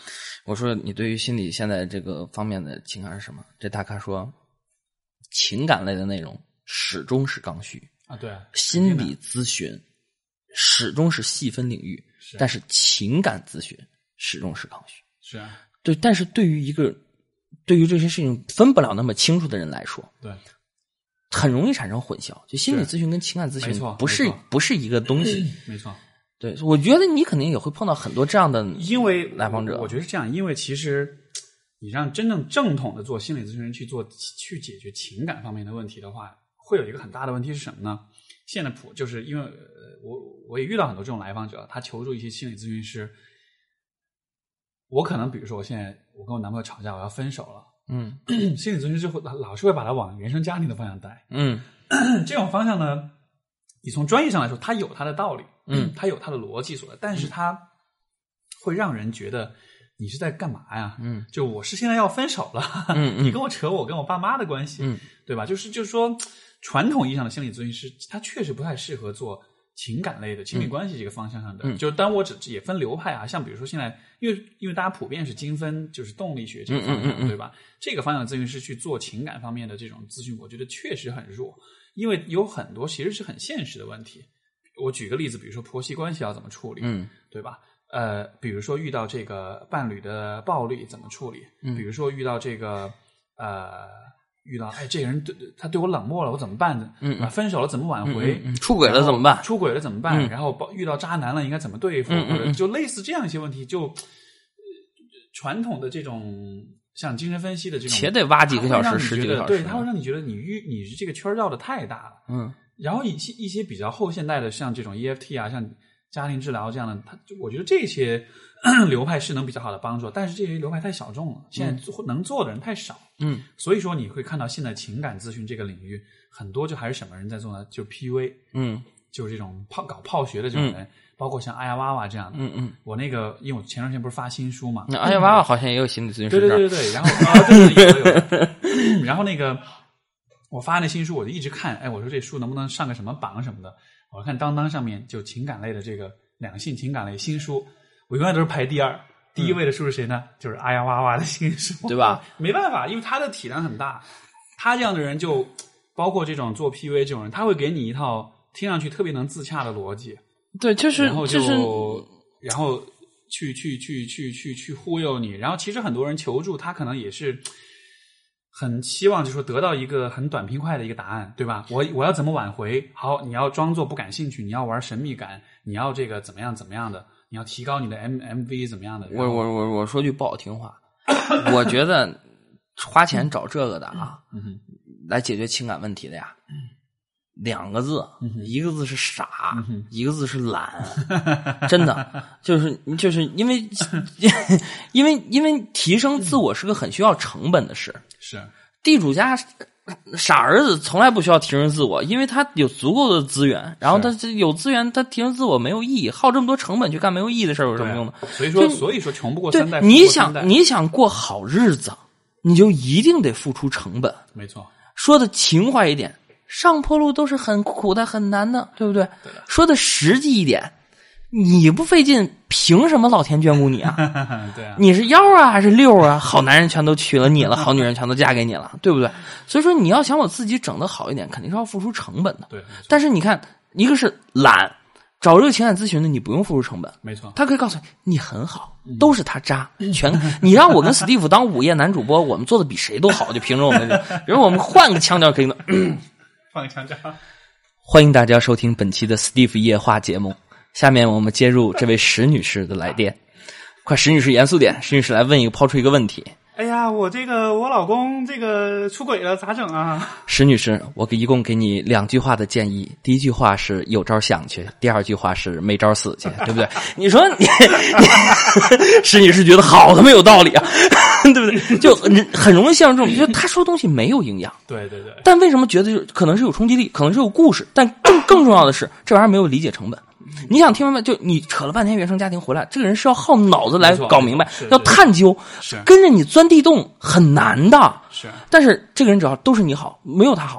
我说你对于心理现在这个方面的情感是什么？这大咖说，情感类的内容始终是刚需啊，对， 心理咨询始终是细分领域， 是但是情感咨询始终是刚需。 是啊， 对，但是对于一个对于这些事情分不了那么清楚的人来说， 对， 很容易产生混淆。就心理咨询跟情感咨询不是不是一个东西， 没错。 对，我觉得你肯定也会碰到很多这样的， 因为来访者， 我觉得是这样，因为其实你让真正正统的做心理咨询人去做去解决情感方面的问题的话，会有一个很大的问题是什么呢？现在普就是因为我我也遇到很多这种来访者，他求助一些心理咨询师。我可能比如说我现在我跟我男朋友吵架，我要分手了， 嗯， 心理咨询师会老是会把他往原生家庭的方向带， 嗯， 这种方向呢，你从专业上来说，它有它的道理， 嗯， 它有它的逻辑所在，但是它会让人觉得你是在干嘛呀？ 嗯， 就我是现在要分手了， 嗯嗯， 你跟我扯我跟我爸妈的关系， 嗯， 对吧？就是就是说，传统意义上的心理咨询师，他确实不太适合做情感类的亲密关系这个方向上的。 嗯， 就当我只也分流派啊，像比如说现在，因为因为大家普遍是精分，就是动力学这个方向， 嗯嗯嗯嗯对吧？这个方向的咨询师去做情感方面的这种咨询，我觉得确实很弱。因为有很多其实是很现实的问题，我举个例子，比如说婆媳关系要怎么处理， 嗯， 对吧？呃，比如说遇到这个伴侣的暴力怎么处理？ 嗯， 比如说遇到这个呃，遇到哎这个人对他对我冷漠了，我怎么办呢？ 嗯， 啊，分手了怎么挽回？ 嗯嗯嗯、出轨了怎么办？ 出轨了怎么办？ 嗯、 然后遇到渣男了应该怎么对付？ 嗯嗯嗯、 就类似这样一些问题，就、呃、传统的这种。像精神分析的这种， 且得挖几个小时、十几个小时， 对，它会让你觉得你你这个圈绕的太大了。 嗯， 然后一些一些比较后现代的，像这种 E F T 啊，像家庭治疗这样的，它我觉得这些流派是能比较好的帮助，但是这些流派太小众了，现在能做的人太少。 嗯， 所以说你会看到现在情感咨询这个领域，很多就还是什么人在做呢？就 P U A， 嗯，就是这种泡搞泡学的这种人。嗯，包括像阿呀娃娃这样的， 嗯嗯， 我那个因为我前段时间不是发新书嘛， 那阿呀娃娃好像也有心理咨询师， 对对对对，然后啊，对对有有有，然后那个我发那新书，我就一直看，哎，我说这书能不能上个什么榜什么的？我看当当上面就情感类的这个两性情感类新书，我永远都是排第二，第一位的书是谁呢？嗯、就是阿呀娃娃的新书， 对吧？ 没办法，因为他的体量很大，他这样的人就包括这种做 P U A 这种人，他会给你一套听上去特别能自洽的逻辑。 对，就是然后就、 就是、 然后去去去去去去忽悠你，然后其实很多人求助，他可能也是很希望，就是说得到一个很短平快的一个答案，对吧？我我要怎么挽回？好，你要装作不感兴趣，你要玩神秘感，你要这个怎么样怎么样的，你要提高你的 M M V 怎么样的？ 我我我我说句不好听话，我觉得花钱找这个的啊， 嗯哼， 来解决情感问题的呀。两个字， 嗯、 一个字是傻， 嗯、 一个字是懒，真的就是就是因为因为因为提升自我是个很需要成本的事。 是地主家傻儿子从来不需要提升自我，因为他有足够的资源，然后他有资源，他提升自我没有意义，耗这么多成本去干没有意义的事儿有什么用呢？ 所以说，所以说穷不过三代。 对，你想你想过好日子，你就一定得付出成本。 没错， 说的情怀一点。上坡路都是很苦的很难的，对不对？ 对的。 说的实际一点，你不费劲，凭什么老天眷顾你啊？ 对啊。 你是幺啊还是六啊？好男人全都娶了你了，好女人全都嫁给你了，对不对？所以说你要想我自己整得好一点，肯定是要付出成本的。 对。 但是你看，一个是懒，找这个情感咨询的你不用付出成本， 没错。 他可以告诉你你很好，都是他渣，全你让我跟史蒂夫当午夜男主播，我们做的比谁都好，就凭着我们这，比如我们换个腔调可以呢。 放强调， 欢迎大家收听本期的 Steve 夜话节目。下面我们接入这位石女士的来电。快，石女士严肃点，石女士来问一个，抛出一个问题。 哎呀，我这个我老公这个出轨了，咋整啊？ 石女士，我一共给你两句话的建议。第一句话是有招想去，第二句话是没招死去，对不对？你说你，你石女士觉得好他妈有道理啊，对不对？就很容易陷入这种，就他说东西没有营养。 对对对。 但为什么觉得就可能是有冲击力，可能是有故事，但更更重要的是，这玩意儿没有理解成本。你想听明白，就你扯了半天原生家庭回来，这个人是要耗脑子来搞明白，要探究， 是跟着你钻地洞很难的。 是， 但是这个人只要都是你好，没有他好，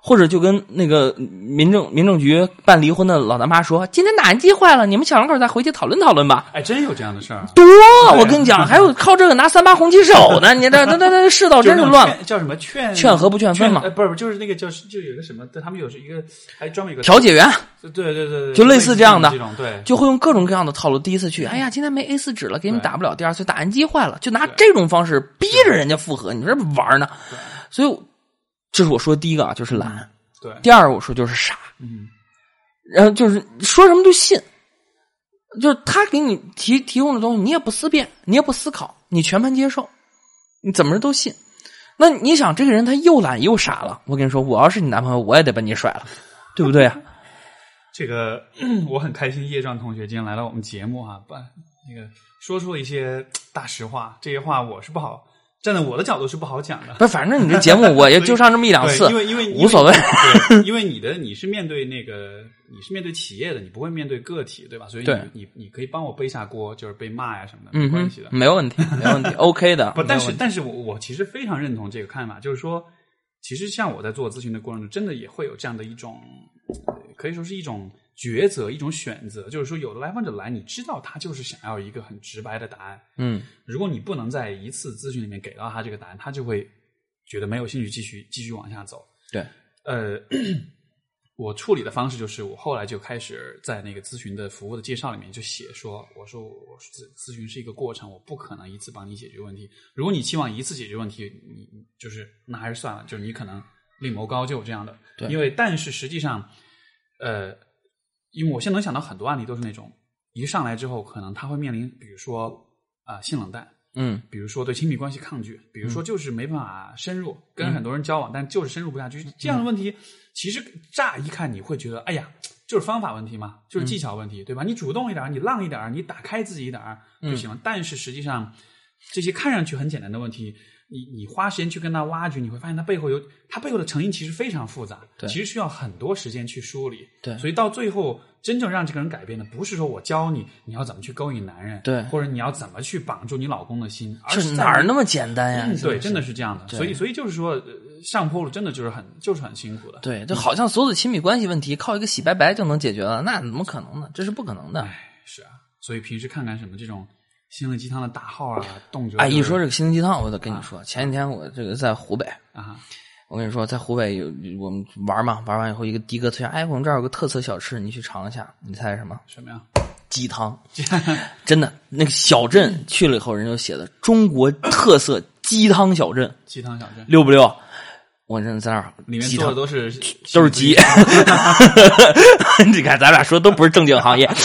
或者就跟那个民政民政局办离婚的老大妈说，今天打印机坏了，你们小两口再回去讨论讨论吧。 哎，真有这样的事儿， 多！我跟你讲，还有靠这个拿三八红旗手呢，你这这这这世道真是乱了。 叫什么劝劝和不劝分嘛？ 呃，不是不是，就是那个叫就有一个什么，他们有一个还专门有个调解员， 对对对对， 就类似这样的， 这种对， 就会用各种各样的套路。第一次去，哎呀，今天没 A 四 纸了，给你们打不了。第二次打印机坏了，就拿这种方式逼着人家复合，你这玩呢？所以这是我说的第一个啊，就是懒。 对， 第二我说就是傻， 嗯， 然后就是说什么都信，就是他给你提提供的东西，你也不思辨，你也不思考，你全盘接受，你怎么着都信。那你想，这个人他又懒又傻了，我跟你说，我要是你男朋友，我也得把你甩了，对不对啊？ 这个我很开心，叶壮同学今天来到我们节目啊，把那个说出了一些大实话，这些话我是不好。站在我的角度是不好讲的， 不，反正你这节目我也就上这么一两次， 因为因为无所谓， 因为你的你是面对那个你是面对企业的，你不会面对个体，对吧？所以你你你可以帮我背下锅，就是被骂呀什么的，没关系的， 嗯、没问题，没问题，OK 的。 不，但是但是我我其实非常认同这个看法，就是说，其实像我在做咨询的过程中，真的也会有这样的一种，可以说是一种抉择，一种选择，就是说有的来访者来，你知道他就是想要一个很直白的答案， 嗯， 如果你不能在一次咨询里面给到他这个答案，他就会觉得没有兴趣继续继续往下走。 对， 呃，我处理的方式就是，我后来就开始在那个咨询的服务的介绍里面就写说，我说我咨咨询是一个过程，我不可能一次帮你解决问题。如果你期望一次解决问题，你就是那还是算了，就是你可能另谋高就这样的。 对， 因为但是实际上，呃。因为我现在能想到很多案例都是那种一上来之后，可能他会面临，比如说啊、呃、性冷淡， 嗯， 比如说对亲密关系抗拒，比如说就是没办法深入、嗯、跟很多人交往，但就是深入不下去，这样的问题，其实乍一看你会觉得，哎呀，就是方法问题嘛，就是技巧问题，嗯、对吧？你主动一点，你浪一点，你打开自己一点就行了。嗯、但是实际上，这些看上去很简单的问题。你你花时间去跟他挖掘，你会发现他背后有他背后的成因其实非常复杂， 对， 其实需要很多时间去梳理， 对， 所以到最后真正让这个人改变的，不是说我教你你要怎么去勾引男人， 对， 或者你要怎么去绑住你老公的心，而是哪儿那么简单呀？ 嗯、对，真的是这样的，所以所以就是说上坡路真的就是很就是很辛苦的， 对，就好像所有的亲密关系问题靠一个洗白白就能解决了，那怎么可能呢？这是不可能的。 哎，是啊，所以平时看看什么这种。心灵鸡汤的大号啊，动辄哎，一说这个心灵鸡汤，我得跟你说，啊、前几天我这个在湖北啊， 我跟你说，在湖北有我们玩嘛，玩完以后一个的哥推荐，哎，我们这儿有个特色小吃，你去尝一下，你猜什么？ 什么呀？ 鸡汤，真的，那个小镇去了以后，人就写的中国特色鸡汤小镇， 鸡汤小镇溜不溜？我真的在那儿， 里面做的都是都是鸡。你看，咱俩说都不是正经行业。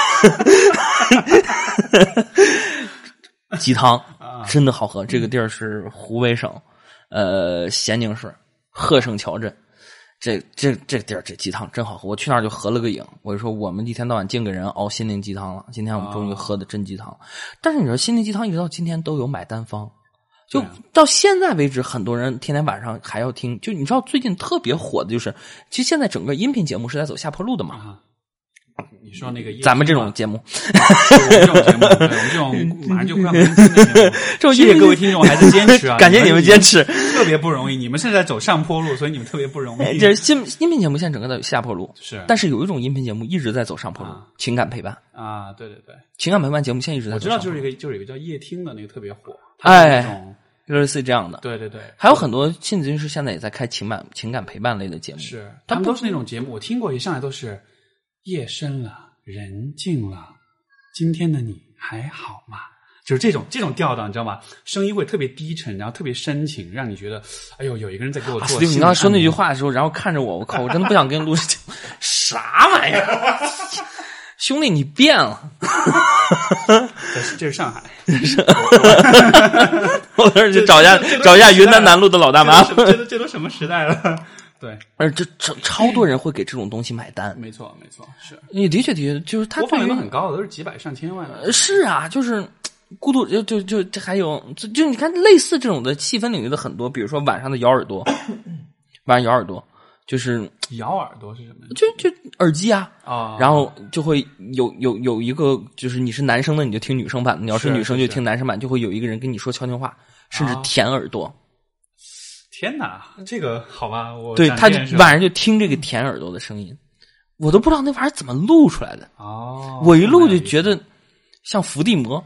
鸡汤真的好喝，这个地儿是湖北省，呃，咸宁市鹤盛桥镇。这这这地儿这鸡汤真好喝，我去那儿就合了个影。我就说我们一天到晚净给人熬心灵鸡汤了，今天我们终于喝的真鸡汤。但是你说心灵鸡汤一直到今天都有买单方。就到现在为止，很多人天天晚上还要听。就你知道最近特别火的就是，其实现在整个音频节目是在走下坡路的嘛。 啊、你说那个咱们这种节目， 我们这种节目，对我们这种马上就快要更新的节目，这谢谢各位听众还在坚持啊， 感谢你们坚持， 特别不容易。你们是在走上坡路，所以你们特别不容易。 这音音频节目现在整个在下坡路， 是， 但是有一种音频节目一直在走上坡路， 啊、 情感陪伴啊，对对对， 情感陪伴节目现在一直在走上坡路。 我知道，就是一个就是有一个叫夜听的那个特别火， 哎。类似这样的， 对对对， 还有很多心理咨询师现在也在开情感情感陪伴类的节目， 是，他们都是那种节目，我听过，一上来都是夜深了，人静了，今天的你还好吗？就是这种这种调调，你知道吗？声音会特别低沉，然后特别深情，让你觉得，哎呦，有一个人在给我做。啊、 你刚才说那句话的时候，然后看着我，我靠，我真的不想跟你录啥玩意儿。兄弟，你变了。 这是这是上海， 我这去找一下找一下云南南路的老大妈。 这都这都什么时代了？对， 而这超超多人会给这种东西买单。 没错，没错，是。 你的确的确就是他播放量都很高的，都是几百上千万的。 是啊，就是孤独，就就就这还有就就你看类似这种的细分领域的很多，比如说晚上的咬耳朵，晚上咬耳朵。就是咬耳朵是什么？ 就就耳机啊， 啊， 然后就会有有有一个，就是你是男生的你就听女生版，你要是女生就听男生版，就会有一个人跟你说悄悄话，甚至舔耳朵。 天哪，这个好吧，我对，他就晚上就听这个舔耳朵的声音，我都不知道那玩意儿怎么录出来的。 哦， 我一录就觉得像伏地魔。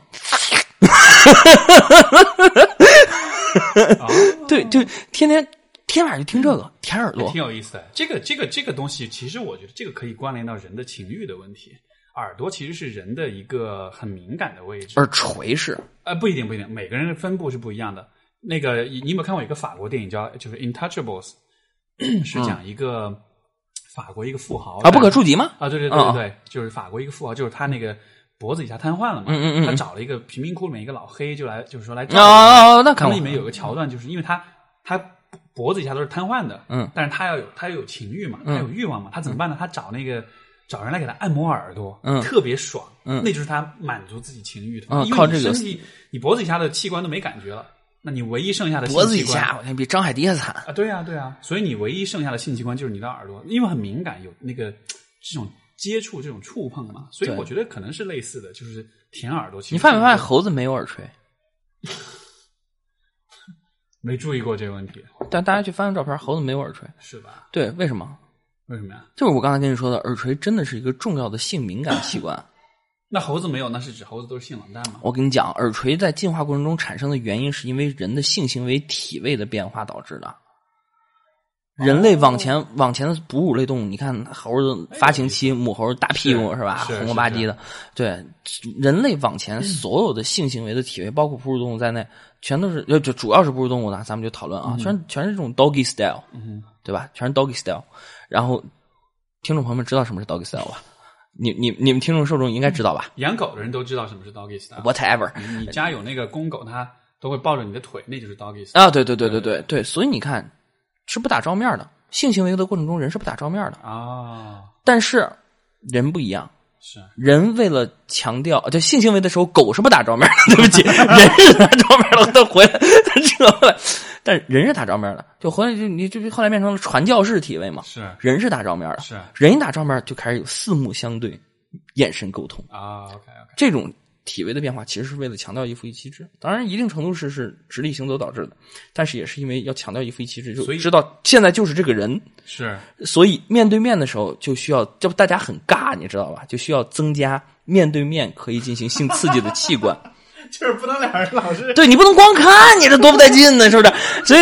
哦、 对，就天天天晚上就听这个舔耳朵， 挺有意思的。这个这个这个东西，其实我觉得这个可以关联到人的情欲的问题。耳朵其实是人的一个很敏感的位置， 耳垂是呃不一定不一定，每个人的分布是不一样的。那个你有没有看过一个法国电影叫就是 Intouchables， 是讲一个法国一个富豪、 嗯、啊不可触及吗？ 啊对对对对对、嗯，就是法国一个富豪，就是他那个脖子以下瘫贫了嘛， 嗯嗯嗯， 他找了一个贫民窟里面一个老黑，就来就是说来照哦，那看他们里面有个桥段，就是因为他他脖子以下都是瘫痪的， 嗯， 但是他要有他要有情欲嘛，他有欲望嘛，他怎么办呢？他找那个。找人来给他按摩耳朵， 嗯， 特别爽， 嗯， 那就是他满足自己情欲的， 嗯， 因为你身体、你脖子以下的器官都没感觉了，那你唯一剩下的性器官脖子以下，我看比张海迪还惨啊！对啊，对啊，所以你唯一剩下的性器官就是你的耳朵，因为很敏感，有那个这种接触、这种触碰嘛，所以我觉得可能是类似的，就是舔耳朵。其实你发没发现猴子没有耳垂？ 没注意过这个问题， 但大家去翻翻照片，猴子没有耳垂， 是吧？ 对，为什么？ 为什么呀？ 就是我刚才跟你说的，耳垂真的是一个重要的性敏感器官。 那猴子没有，那是指猴子都是性冷淡吗？ 我跟你讲，耳垂在进化过程中产生的原因，是因为人的性行为体位的变化导致的。人类往前、哦、往前的哺乳类动物，你看猴子发情期，母猴大屁股 是, 是吧，红了吧唧的。对，人类往前所有的性行为的体位，包括哺乳动物在内，全都是就主要是哺乳动物的，咱们就讨论啊， 嗯、 全全是这种 doggy style， 嗯， 对吧？全是 doggy style。然后，听众朋友们知道什么是 doggy style 吧？你你你们听众受众应该知道吧？ 养狗的人都知道什么是 doggy style。 Whatever， 你, 你家有那个公狗，它都会抱着你的腿，那就是 doggy style 啊！对对对对对对，所以你看是不打照面的，性行为的过程中人是不打照面的啊、哦。但是人不一样， 是人为了强调，就性行为的时候狗是不打照面的，对不起，人是打照面的，他回来他撤回来。但人是打照面的，就回来就你这后来变成了传教士体位嘛？ 是人是打照面的， 是人一打照面就开始有四目相对、眼神沟通啊。OK OK， 这种体位的变化其实是为了强调一夫一妻制，当然一定程度是是直立行走导致的，但是也是因为要强调一夫一妻制，就知道现在就是这个人是， 所以面对面的时候就需要，这不大家很尬，你知道吧？就需要增加面对面可以进行性刺激的器官。 就是不能俩人老是对你不能光看，你这多不带劲呢，是不是？所以，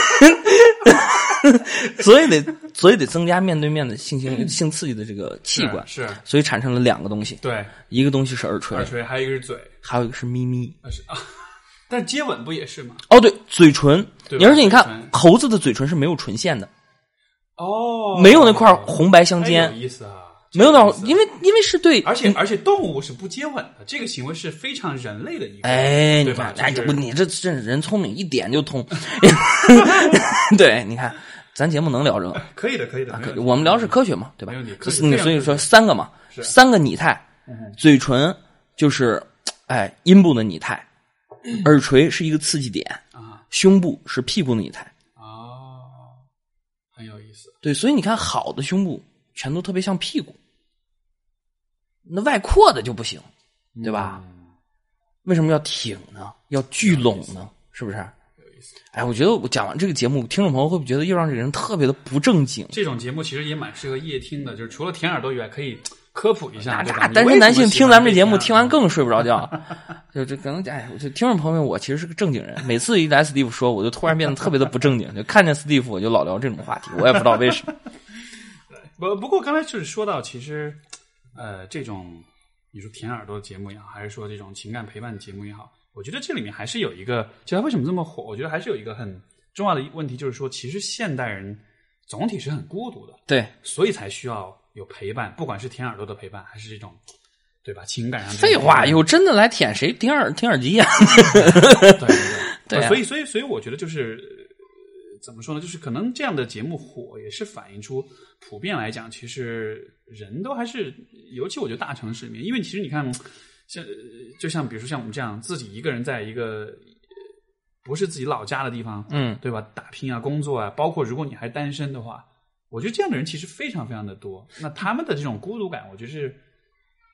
所以得，所以得增加面对面的性性性刺激的这个器官， 是，是所以产生了两个东西， 对， 一个东西是耳垂， 耳垂，还有一个是嘴， 还有一个是咪咪， 啊是啊，但是接吻不也是吗？ 哦，对，嘴唇， 对， 而且你看猴子的嘴唇是没有唇线的， 哦， 没有那块红白相间， 有意思啊。 没有那种，因为因为是对， 而且而且动物是不接吻的，这个行为是非常人类的一个， 哎， 对吧？ 哎， 就是、 你这真是人聪明一点就通。对，你看，咱节目能聊这个， 可以的，可以的。 啊、可我们聊是科学嘛，对吧？ 你所以说三个嘛，三个拟态， 嗯、 嘴唇就是哎阴部的拟态，嗯、耳垂是一个刺激点啊， 胸部是屁股的拟态。 哦，很有意思。 对，所以你看，好的胸部全都特别像屁股。那外扩的就不行，对吧？ 嗯、 为什么要挺呢？要聚拢呢？是不是？ 有意思。 哎，我觉得我讲完这个节目，听众朋友会不会觉得又让这个人特别的不正经？ 这种节目其实也蛮适合夜听的，就是除了舔耳朵以外，可以科普一下。 那单身男性听咱们这节目，听完更睡不着觉。就这可能，哎，就听众朋友们，我其实是个正经人。每次一来 Steve 说，我就突然变得特别的不正经。就看见 Steve 我就老聊这种话题，我也不知道为什么。 不不过刚才就是说到，其实。呃，这种你说舔耳朵的节目也好，还是说这种情感陪伴的节目也好，我觉得这里面还是有一个，就它为什么这么火？我觉得还是有一个很重要的问题，就是说，其实现代人总体是很孤独的， 对， 所以才需要有陪伴，不管是舔耳朵的陪伴，还是这种，对吧？情感上。 废话，有真的来舔谁听耳听耳机呀、啊？ 对对对， 对、啊， 所以所以所以我觉得就是。怎么说呢？就是可能这样的节目火，也是反映出普遍来讲，其实人都还是，尤其我觉得大城市里面，因为其实你看，像就像比如说像我们这样自己一个人在一个不是自己老家的地方， 嗯， 对吧？打拼啊，工作啊，包括如果你还单身的话，我觉得这样的人其实非常非常的多。那他们的这种孤独感，我觉得是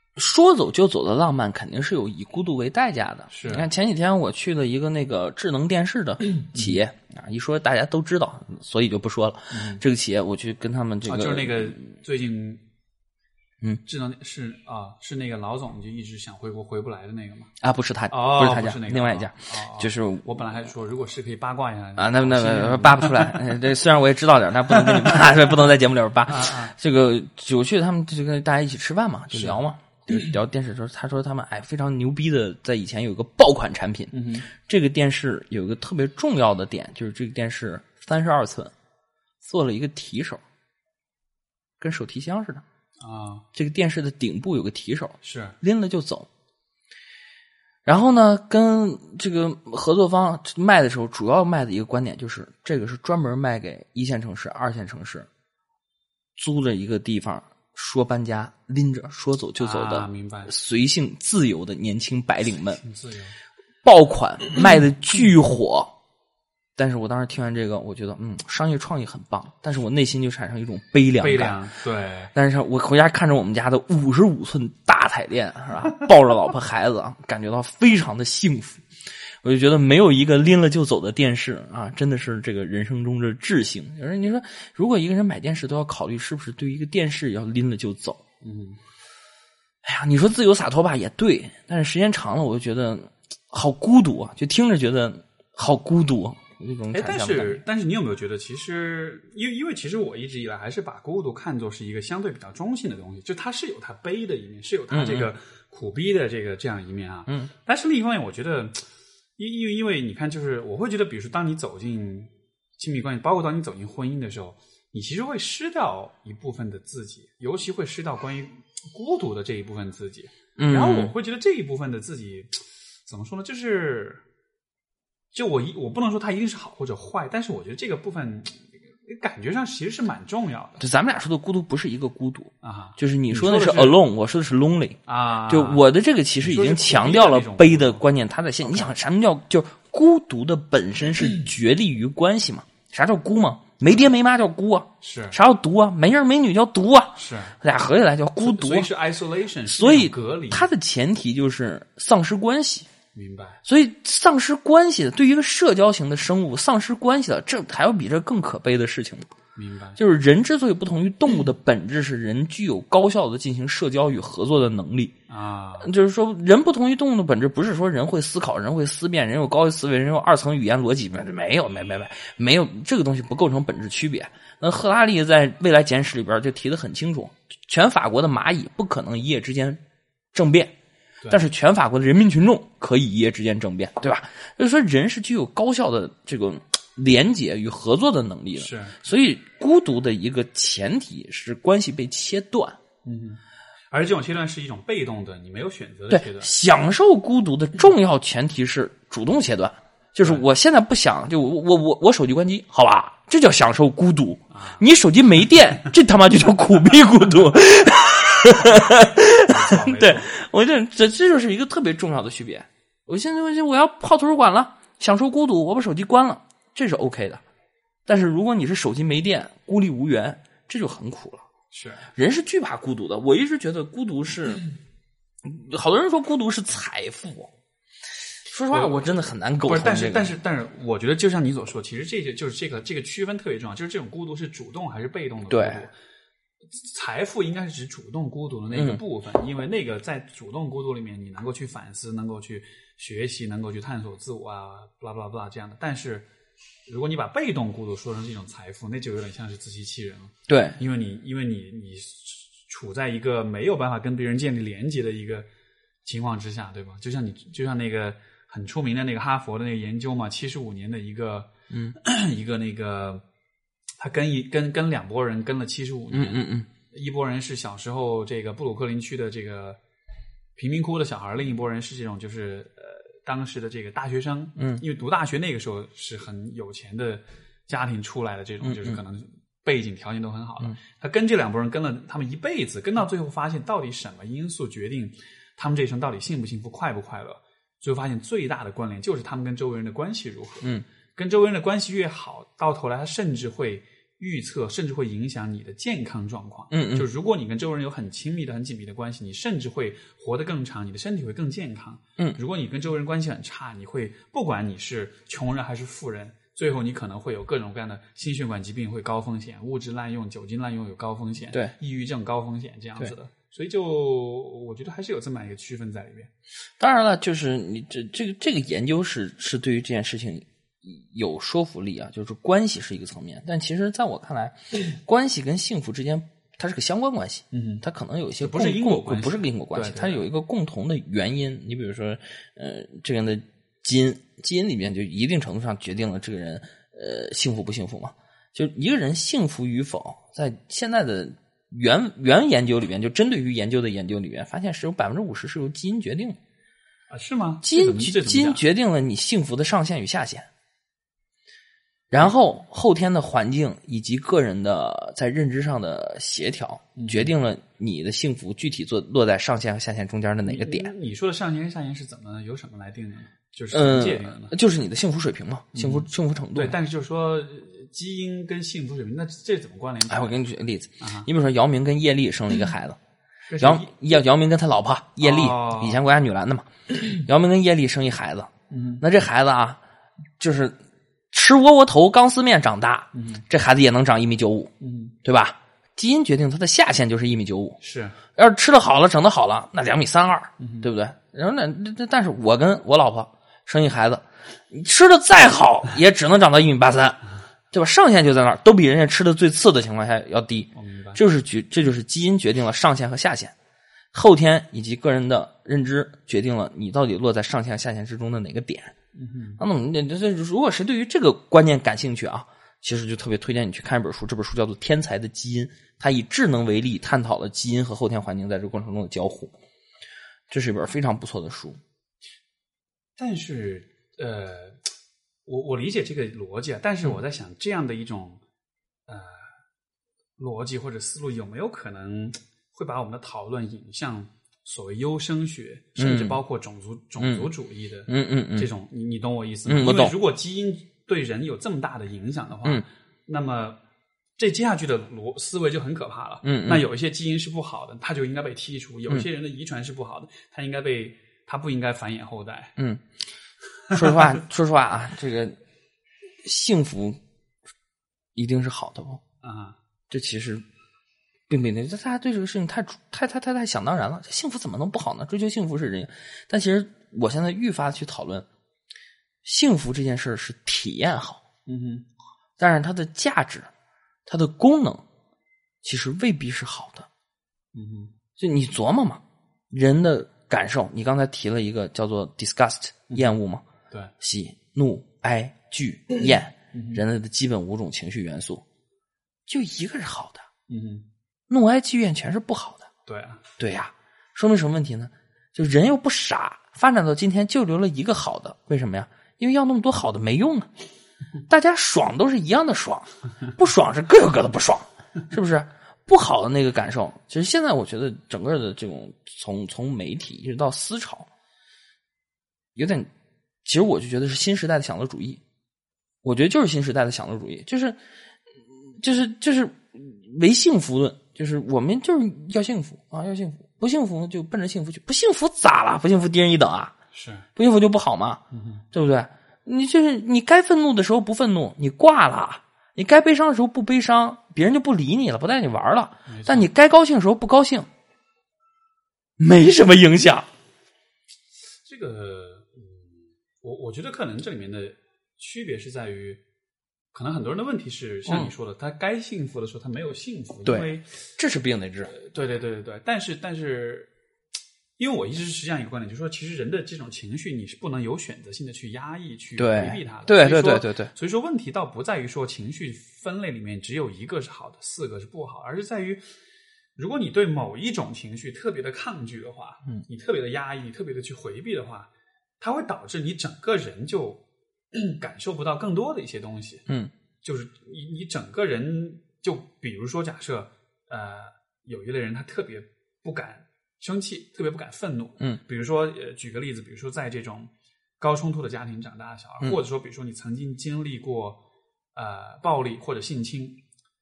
说走就走的浪漫肯定是有以孤独为代价的。 是， 你看前几天我去了一个那个智能电视的企业、嗯、啊，一说大家都知道，所以就不说了。嗯、这个企业我去跟他们这个、 啊、就是那个最近， 嗯， 智能是啊，是那个老总就一直想回国回不来的那个吗？ 啊，不是他， 哦、 不是他家， 不是那个另外一家， 哦、 就是我本来还说如果是可以八卦一下啊，那那扒不出来。这虽然我也知道点，但不能跟你扒，不能在节目里边扒。 啊啊、 这个我去他们就跟大家一起吃饭嘛，就聊嘛。聊电视的时候，他说他们哎非常牛逼的，在以前有一个爆款产品。 嗯哼， 这个电视有一个特别重要的点，就是这个电视三十二寸，做了一个提手，跟手提箱似的啊。 这个电视的顶部有个提手， 是拎了就走。然后呢，跟这个合作方卖的时候，主要卖的一个观点就是，这个是专门卖给一线城市、二线城市租的一个地方。说搬家拎着说走就走的、 啊、明白随性自由的年轻白领们， 自由爆款卖的巨火。但是我当时听完这个，我觉得嗯，商业创意很棒，但是我内心就产生一种悲凉感。 悲凉，对。 但是我回家看着我们家的五十五寸大彩电，是吧？抱着老婆孩子，感觉到非常的幸福。我就觉得没有一个拎了就走的电视啊，真的是这个人生中的智性。就是你说，如果一个人买电视都要考虑是不是对于一个电视要拎了就走， 嗯， 哎呀，你说自由洒脱吧也对，但是时间长了我就觉得好孤独啊，就听着觉得好孤独啊。这种哎，但是但是你有没有觉得，其实因为因为其实我一直以来还是把孤独看作是一个相对比较中性的东西，就它是有它悲的一面，是有它这个苦逼的这个这样一面啊。 嗯， 但是另一方面，我觉得。因因为因为你看，就是我会觉得，比如说，当你走进亲密关系，包括当你走进婚姻的时候，你其实会失掉一部分的自己，尤其会失掉关于孤独的这一部分自己。 嗯， 然后我会觉得这一部分的自己怎么说呢？就是就我一我不能说它一定是好或者坏，但是我觉得这个部分感觉上其实是蛮重要的。 就咱们俩说的孤独不是一个孤独啊， 就是你说的是 alone， 我说的是 lonely 啊。 就我的这个其实已经强调了悲的观念，它在现。你想什么叫就孤独的本身是决力于关系嘛？啥叫孤嘛？没爹没妈叫孤啊， 是啥叫独啊？没人没女叫独啊， 是俩合起来叫孤独， 所以是 isolation， 所以隔离。 它的前提就是丧失关系。 明白。 所以丧失关系的，对于一个社交型的生物，丧失关系的，这还有比这更可悲的事情吗？ 明白。 就是人之所以不同于动物的本质是人具有高效的进行社交与合作的能力啊。 就是说，人不同于动物的本质不是说人会思考，人会思辨，人有高级思维，人有二层语言逻辑，没有，没没没没有这个东西不构成本质区别。那赫拉利在《未来简史》里边就提得很清楚，全法国的蚂蚁不可能一夜之间政变。但是全法国的人民群众可以一夜之间政变，对吧？就是说人是具有高效的这个连结与合作的能力的， 是。 所以孤独的一个前提是关系被切断， 嗯，而这种切断是一种被动的，你没有选择的切断。 对，享受孤独的重要前提是主动切断，就是我现在不想，就我我我我手机关机，好吧，这叫享受孤独。 啊、 你手机没电，这他妈就叫苦逼孤独。对，我这这这就是一个特别重要的区别。我现在我要泡图书馆了，享受孤独，我把手机关了，这是 OK 的。但是如果你是手机没电，孤立无援，这就很苦了。 是， 人是惧怕孤独的。我一直觉得孤独是，好多人说孤独是财富。说实话，我真的很难沟通、这个。 但是但是但是，我觉得就像你所说，其实这个就是这个这个区分特别重要，就是这种孤独是主动还是被动的孤独。 对。 财富应该是指主动孤独的那个部分、嗯、因为那个在主动孤独里面你能够去反思，能够去学习，能够去探索自我啊 blah blah blah 这样的。但是如果你把被动孤独说成这种财富，那就有点像是自欺欺人了。 对， 因为你因为你你处在一个没有办法跟别人建立连接的一个情况之下，对吧？就像你就像那个很出名的那个哈佛的那个研究嘛，七十五年的一个嗯一个那个他跟一跟跟两拨人跟了七十五年， 嗯嗯嗯， 一拨人是小时候这个布鲁克林区的这个贫民窟的小孩，另一拨人是这种就是呃当时的这个大学生， 嗯， 因为读大学那个时候是很有钱的家庭出来的这种，就是可能背景条件都很好的。 嗯、 他跟这两拨人跟了他们一辈子，跟到最后发现到底什么因素决定他们这一生到底幸不幸福、快不快乐？最后发现最大的关联就是他们跟周围人的关系如何。 嗯。 跟周围人的关系越好，到头来他甚至会预测，甚至会影响你的健康状况。 嗯嗯， 就如果你跟周围人有很亲密的、很紧密的关系，你甚至会活得更长，你的身体会更健康。 嗯， 如果你跟周围人关系很差，你会不管你是穷人还是富人，最后你可能会有各种各样的心血管疾病会高风险，物质滥用、酒精滥用有高风险， 对， 抑郁症高风险这样子的。所以就我觉得还是有这么一个区分在里面。 当然了，就是你这这个这个研究是是对于这件事情有说服力啊，就是关系是一个层面，但其实在我看来，关系跟幸福之间它是个相关关系， 嗯， 它可能有一些不是因果关系， 不是因果关系， 对对对， 它有一个共同的原因。你比如说，呃，这个人的基因，基因里面就一定程度上决定了这个人呃幸福不幸福嘛。就一个人幸福与否，在现在的原原研究里面，就针对于研究的研究里面，发现是有百分之五十是由基因决定的啊？是吗？ 基因基因决定了你幸福的上限与下限。然后后天的环境以及个人的在认知上的协调，决定了你的幸福具体做落在上限和下限中间的哪个点。 你, 你说的上限跟下限是怎么由什么来定的呢？就是怎么界定的呢？ 呃、就是你的幸福水平嘛，幸福、嗯、幸福程度。 对，但是就是说基因跟幸福水平，那这怎么关联？ 哎，我给你举个例子， 啊、 你比如说姚明跟叶丽生了一个孩子，嗯、姚姚姚明跟他老婆叶丽、哦，以前国家女篮的嘛，姚明跟叶丽生一孩子， 嗯， 那这孩子啊，就是吃窝窝头钢丝面长大， 嗯， 这孩子也能长一米九五， 嗯， 对吧？基因决定他的下限就是一米九五， 是， 要是吃的好了，整的好了，那两米三二， 嗯， 对不对？然后那但是我跟我老婆生一孩子，你吃的再好，也只能长到一米八三，对吧？上限就在那儿，都比人家吃的最次的情况下要低。 我明白， 就是决，这就是基因决定了上限和下限，后天以及个人的认知决定了你到底落在上限和下限之中的哪个点。 嗯哼， 那么这这如果谁对于这个观念感兴趣啊，其实就特别推荐你去看一本书，这本书叫做《天才的基因》，它以智能为例，探讨了基因和后天环境在这个过程中的交互。这是一本非常不错的书。 但是，呃，我我理解这个逻辑啊，但是我在想，这样的一种呃逻辑或者思路，有没有可能会把我们的讨论引向所谓优生学，甚至包括种族、嗯、种族主义的， 嗯嗯嗯， 这种你你懂我意思吗？ 嗯，我懂。 因为如果基因对人有这么大的影响的话， 嗯， 那么这接下去的逻思维就很可怕了。 嗯， 那有一些基因是不好的，它就应该被剔除；有一些人的遗传是不好的，他应该被他不应该繁衍后代。 嗯，说实话，说实话啊，这个幸福一定是好的不？ 啊， 这其实。并不一定，大家对这个事情太太太太太想当然了。幸福怎么能不好呢？追求幸福是人，但其实我现在愈发的去讨论，幸福这件事是体验好， 嗯哼， 但是它的价值、它的功能，其实未必是好的， 嗯哼。 就你琢磨嘛，人的感受，你刚才提了一个叫做 disgust 厌恶嘛， 对， 喜、怒、哀、惧、厌， 嗯、 人类的基本五种情绪元素，就一个是好的， 嗯哼。 怒哀忌怨全是不好的。 对啊， 对呀、啊，说明什么问题呢？就人又不傻，发展到今天就留了一个好的，为什么呀？因为要那么多好的没用啊，大家爽都是一样的爽，不爽是各有各的不爽，是不是？不好的那个感受，其实现在我觉得整个的这种从从媒体一直到思潮，有点，其实我就觉得是新时代的享乐主义，我觉得就是新时代的享乐主义，就是就是就是唯幸福论。就是我们就是要幸福啊，要幸福，不幸福就奔着幸福去，不幸福咋了？不幸福低人一等啊？ 是不幸福就不好吗？ 嗯， 对不对？你就是你该愤怒的时候不愤怒，你挂了；你该悲伤的时候不悲伤，别人就不理你了，不带你玩了。但你该高兴的时候不高兴，没什么影响。 这个，嗯，我我觉得可能这里面的区别是在于。可能很多人的问题是像你说的，嗯、他该幸福的时候他没有幸福， 对， 因为这是病得治。 对对对对对，但是但是，因为我一直是这样一个观点，就是说，其实人的这种情绪你是不能有选择性的去压抑、去回避它的。 对对对对对。 所以说，问题倒不在于说情绪分类里面只有一个是好的，四个是不好，而是在于，如果你对某一种情绪特别的抗拒的话， 嗯， 你特别的压抑、特别的去回避的话，它会导致你整个人就。感受不到更多的一些东西， 嗯， 就是你你整个人就比如说假设呃有一类人他特别不敢生气，特别不敢愤怒， 嗯， 比如说呃举个例子，比如说在这种高冲突的家庭长大的小孩， 嗯、 或者说比如说你曾经经历过呃暴力或者性侵，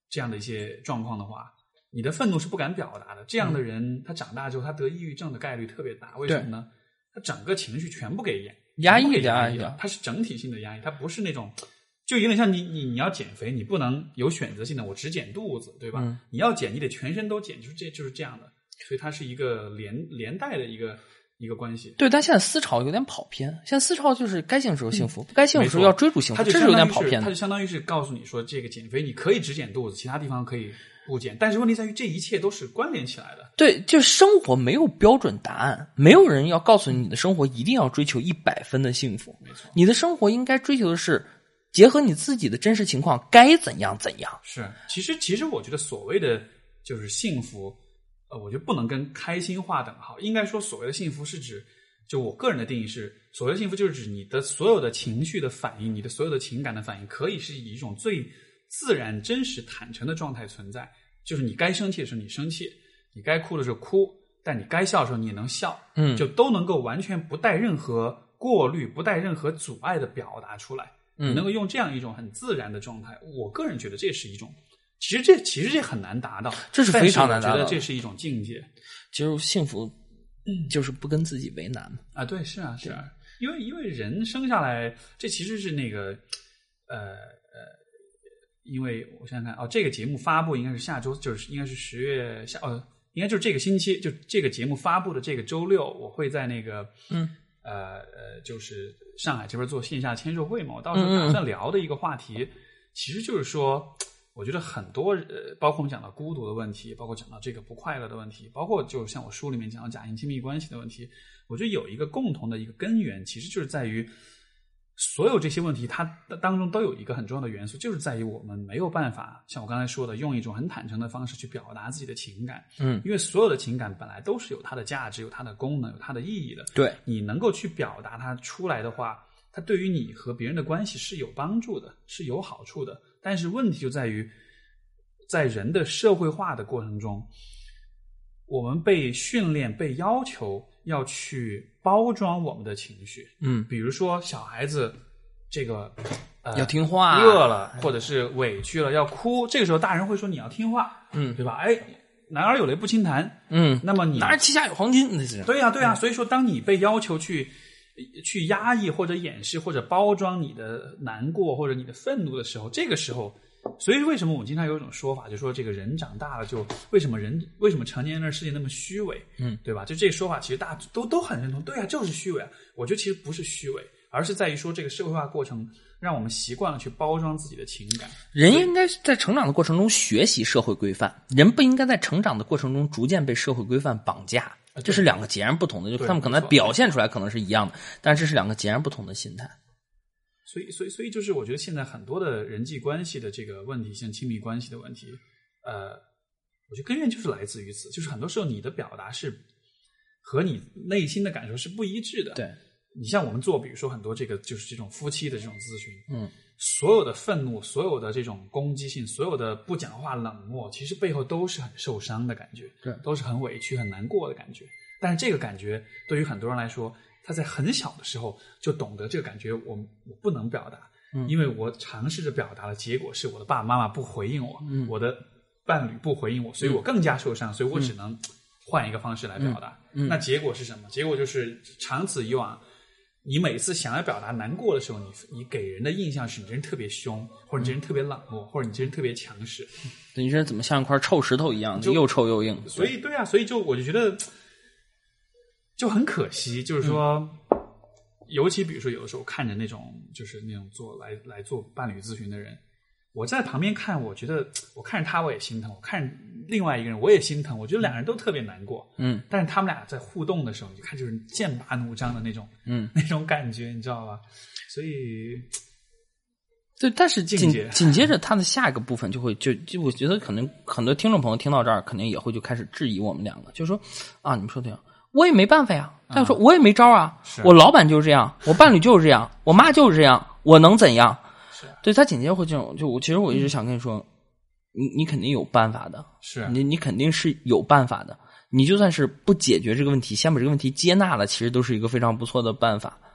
这样的一些状况的话，你的愤怒是不敢表达的。这样的人，他长大之后，他得抑郁症的概率特别大。为什么呢？他整个情绪全部给压压抑压抑的， 他是整体性的压抑，他不是那种，就有点像你你你要减肥，你不能有选择性的，我只减肚子，对吧？ 嗯、 你要减，你得全身都减，就是这就是这样的。所以它是一个连连带的一个一个关系。 对，但现在思潮有点跑偏。现在思潮就是该幸福时候幸福，不该幸福的时候要追逐幸福，这是有点跑偏的。 它就相当于是告诉你说，这个减肥你可以只减肚子，其他地方可以不减。但是问题在于，这一切都是关联起来的。 对，就生活没有标准答案，没有人要告诉你，你的生活一定要追求一百分的幸福。 没错， 你的生活应该追求的是结合你自己的真实情况，该怎样怎样。 是，其实其实我觉得所谓的就是幸福。呃，我觉得不能跟开心划等号，应该说所谓的幸福是指，就我个人的定义是，所谓的幸福就是指你的所有的情绪的反应，你的所有的情感的反应，可以是以一种最自然、真实、坦诚的状态存在。就是你该生气的时候你生气，你该哭的时候哭，但你该笑的时候你也能笑， 嗯， 就都能够完全不带任何过滤、不带任何阻碍的表达出来。 嗯， 你能够用这样一种很自然的状态，我个人觉得这是一种。其实这其实这很难达到， 这是非常难达到的。 我觉得这是一种境界。 其实幸福就是不跟自己为难啊，对，是啊，是啊，因为因为人生下来，这其实是那个呃呃，因为我想想看，哦，这个节目发布应该是下周，就是应该是十月下，呃，应该就是这个星期，就这个节目发布的这个周六，我会在那个嗯呃呃，就是上海这边做线下签售会嘛，我到时候打算聊的一个话题，嗯、其实就是说。我觉得很多呃，包括我们讲到孤独的问题，包括讲到这个不快乐的问题，包括就像我书里面讲到假性亲密关系的问题，我觉得有一个共同的一个根源，其实就是在于所有这些问题它当中都有一个很重要的元素，就是在于我们没有办法像我刚才说的，用一种很坦诚的方式去表达自己的情感。 嗯， 因为所有的情感本来都是有它的价值、有它的功能、有它的意义的。 对， 你能够去表达它出来的话，它对于你和别人的关系是有帮助的，是有好处的。但是问题就在于，在人的社会化的过程中，我们被训练、被要求要去包装我们的情绪。 嗯， 比如说小孩子这个呃要听话， 饿了或者是委屈了要哭，这个时候大人会说你要听话， 嗯， 对吧？哎，男儿有泪不轻弹， 嗯， 那么你男儿膝下有黄金，那是对呀、啊、对呀、啊。所以说，当你被要求去去压抑或者掩饰或者包装你的难过或者你的愤怒的时候，这个时候，所以为什么我们经常有一种说法，就说这个人长大了就为什么人为什么成年人的世界那么虚伪， 嗯， 对吧？就这个说法，其实大家都都很认同，对啊，就是虚伪啊。我觉得其实不是虚伪，而是在于说这个社会化过程让我们习惯了去包装自己的情感。 人应该在成长的过程中学习社会规范，人不应该在成长的过程中逐渐被社会规范绑架。这是两个截然不同的，就他们可能表现出来可能是一样的，但是这是两个截然不同的心态。 所以，所以，所以就是我觉得现在很多的人际关系的这个问题，像亲密关系的问题，呃，我觉得根源就是来自于此，就是很多时候你的表达是和你内心的感受是不一致的。 对， 你像我们做，比如说很多这个就是这种夫妻的这种咨询， 嗯， 所有的愤怒，所有的这种攻击性，所有的不讲话、冷漠，其实背后都是很受伤的感觉， 对， 都是很委屈、很难过的感觉。但是这个感觉对于很多人来说，他在很小的时候就懂得这个感觉我，我我不能表达， 嗯， 因为我尝试着表达的结果是我的爸爸妈妈不回应我， 嗯， 我的伴侣不回应我，所以我更加受伤，嗯，所以我只能换一个方式来表达。 嗯嗯， 那结果是什么？结果就是长此以往，你每次想要表达难过的时候，你你给人的印象是你这人特别凶，或者你这人特别冷漠，或者你这人特别强势。 你这人怎么像一块臭石头一样，又臭又硬？ 所以对啊，所以就我就觉得就很可惜，就是说，嗯，尤其比如说有的时候看着那种就是那种做来来做伴侣咨询的人，我在旁边看，我觉得我看着他我也心疼，我看着另外一个人我也心疼，我觉得两个人都特别难过， 嗯，但是他们俩在互动的时候，你看就是剑拔弩张的那种， 嗯， 那种感觉，你知道吧？所以， 对，但是紧紧接着他的下一个部分就会就就我觉得可能很多听众朋友听到这儿，肯定也会就开始质疑我们两个，就是说啊，你们说对啊。我也没办法呀，但是说我也没招啊， 嗯， 我老板就是这样，我伴侣就是这样，我妈就是这样，我能怎样？ 是， 对，他紧接着会这种，就我其实我一直想跟你说，嗯，你你肯定有办法的， 是你你肯定是有办法的，你就算是不解决这个问题，先把这个问题接纳了，其实都是一个非常不错的办法。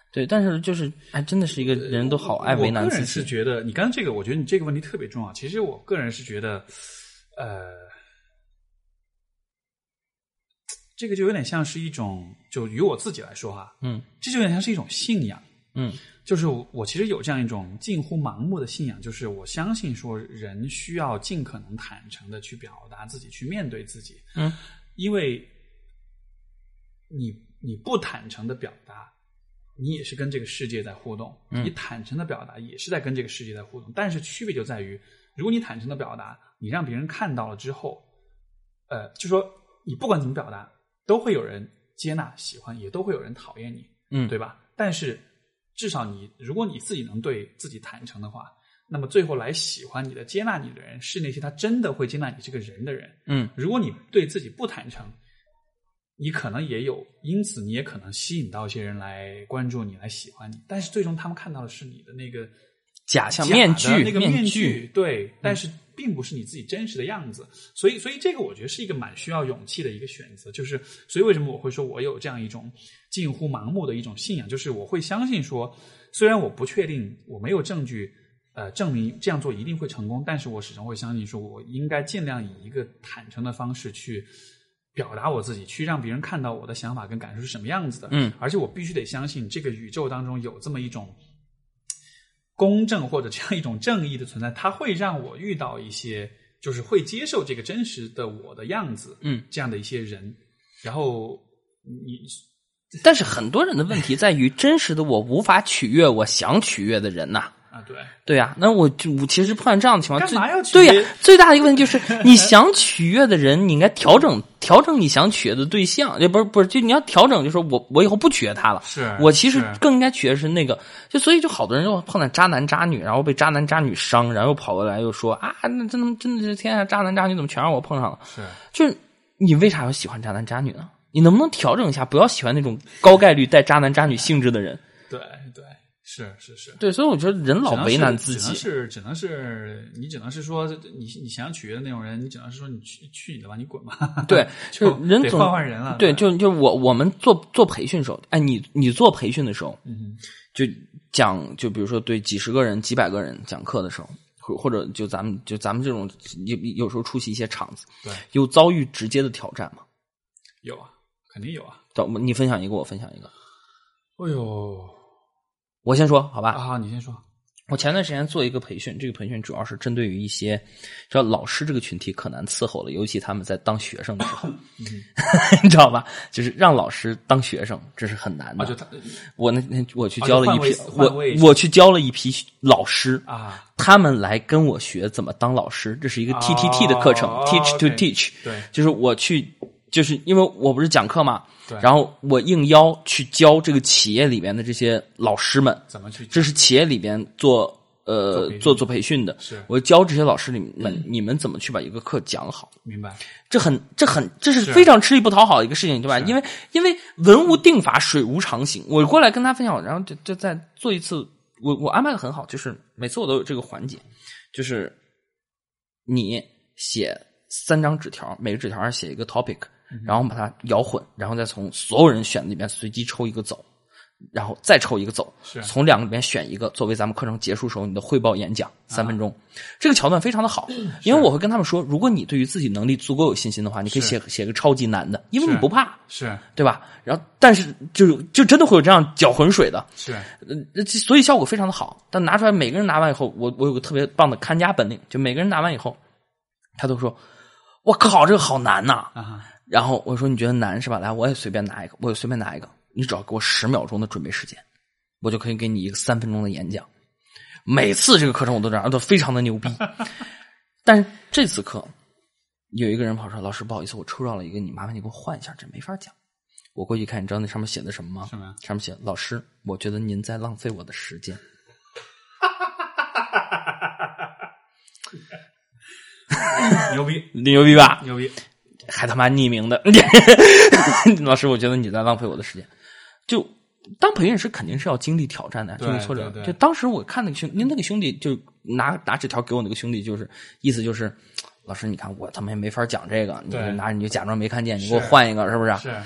对，但是就是哎，真的是一个人都好爱为难自己。 我个人是觉得，你刚刚这个，我觉得你这个问题特别重要。其实我个人是觉得，呃，这个就有点像是一种，就于我自己来说哈， 嗯， 这就有点像是一种信仰， 嗯， 就是我其实有这样一种近乎盲目的信仰，就是我相信说人需要尽可能坦诚的去表达自己，去面对自己， 嗯， 因为你你不坦诚的表达。你也是跟这个世界在互动， 嗯、 你坦诚的表达也是在跟这个世界在互动，但是区别就在于，如果你坦诚的表达，你让别人看到了之后，呃，就说你不管怎么表达，都会有人接纳、喜欢，也都会有人讨厌你， 嗯， 对吧？但是至少你，如果你自己能对自己坦诚的话，那么最后来喜欢你的、接纳你的人，是那些他真的会接纳你这个人的人。 嗯， 如果你对自己不坦诚，你可能也有，因此你也可能吸引到一些人来关注你，来喜欢你，但是最终他们看到的是你的那个假象面具， 那个面具， 对， 嗯、 但是并不是你自己真实的样子。所以，所以这个我觉得是一个蛮需要勇气的一个选择。就是，所以为什么我会说我有这样一种近乎盲目的一种信仰，就是我会相信说，虽然我不确定，我没有证据，呃，证明这样做一定会成功，但是我始终会相信说，我应该尽量以一个坦诚的方式去。表达我自己，去让别人看到我的想法跟感受是什么样子的。 嗯， 而且我必须得相信这个宇宙当中有这么一种公正或者这样一种正义的存在，它会让我遇到一些就是会接受这个真实的我的样子， 嗯， 这样的一些人。然后你， 但是很多人的问题在于，真实的我无法取悦我想取悦的人呐、啊。 啊，对， 对呀、啊，那我我其实碰见这样的情况， 干嘛要取对呀、啊，最大的一个问题就是，你想取悦的人，你应该调整调整你想取悦的对象，也不是不是，就你要调整，就说我我以后不取悦他了， 是我其实更应该取悦是那个，就所以就好多人就碰见渣男渣女，然后被渣男渣女伤，然后又跑过来又说啊，那真的真的是天下渣男渣女怎么全让我碰上了？ 是， 就是你为啥要喜欢渣男渣女呢？你能不能调整一下，不要喜欢那种高概率带渣男渣女性质的人？ 对对。是是是， 对，所以我觉得人老为难自己， 只能是只能是你只能是说你你想取悦的那种人，你只能是说你去去你的吧，你滚吧。 对， 就人总换换人了。 对，就就我我们做做培训的时候，哎，你你做培训的时候， 嗯， 就讲就比如说对几十个人、几百个人讲课的时候，或或者就咱们就咱们这种有有时候出席一些场子， 对， 有遭遇直接的挑战吗？ 有啊，肯定有啊。 你分享一个，我分享一个。 哎呦。 我先说好吧啊，你先说。 我前段时间做一个培训，这个培训主要是针对于一些，知道老师这个群体可难伺候了，尤其他们在当学生的时候， 嗯、 你知道吧？就是让老师当学生，这是很难的。 啊、就他我那那我去教了一批， 啊、 我我去教了一批老师啊， 他们来跟我学怎么当老师，这是一个 T T T 的课程、 哦、 ，Teach to okay, Teach， 对， 就是我去，就是因为我不是讲课嘛。 对， 然后我应邀去教这个企业里面的这些老师们怎么去， 这是企业里边做呃做做培训的， 是我教这些老师里面、嗯、你们怎么去把一个课讲好？ 明白？ 这很这很这是非常吃力不讨好的一个事情，对吧？因为因为文无定法，水无常形。我过来跟他分享，然后就就再做一次，我我安排的很好，就是每次我都有这个环节，就是你写三张纸条，每个纸条上写一个 topic。然后把它摇混，然后再从所有人选的里面随机抽一个走，然后再抽一个走，从两个里面选一个作为咱们课程结束时候你的汇报演讲三分钟、啊、这个桥段非常的好，因为我会跟他们说，如果你对于自己能力足够有信心的话，你可以写写个超级难的，因为你不怕， 是对吧？然后但是就就真的会有这样搅浑水的， 是呃，所以效果非常的好。但拿出来每个人拿完以后，我我有个特别棒的看家本领，就每个人拿完以后他都说我靠这个好难呐、啊啊然后我说你觉得难是吧？来，我也随便拿一个，我也随便拿一个，你只要给我十秒钟的准备时间，我就可以给你一个三分钟的演讲。每次这个课程我都这样，都非常的牛逼。但是这次课有一个人跑说：“老师，不好意思，我抽到了一个，你麻烦你给我换一下，这没法讲。”我过去看，你知道那上面写的什么吗？ 什么？ 上面写：“老师，我觉得您在浪费我的时间。” 牛逼， 牛逼吧？ 牛逼。 还他妈匿名的，老师，我觉得你在浪费我的时间。就当培训师肯定是要经历挑战的，经历挫折。就当时我看那个兄，那那个兄弟就拿拿纸条给我，那个兄弟就是意思就是，老师，你看我他妈也没法讲这个，你就拿你就假装没看见，你给我换一个，是不是？ 是。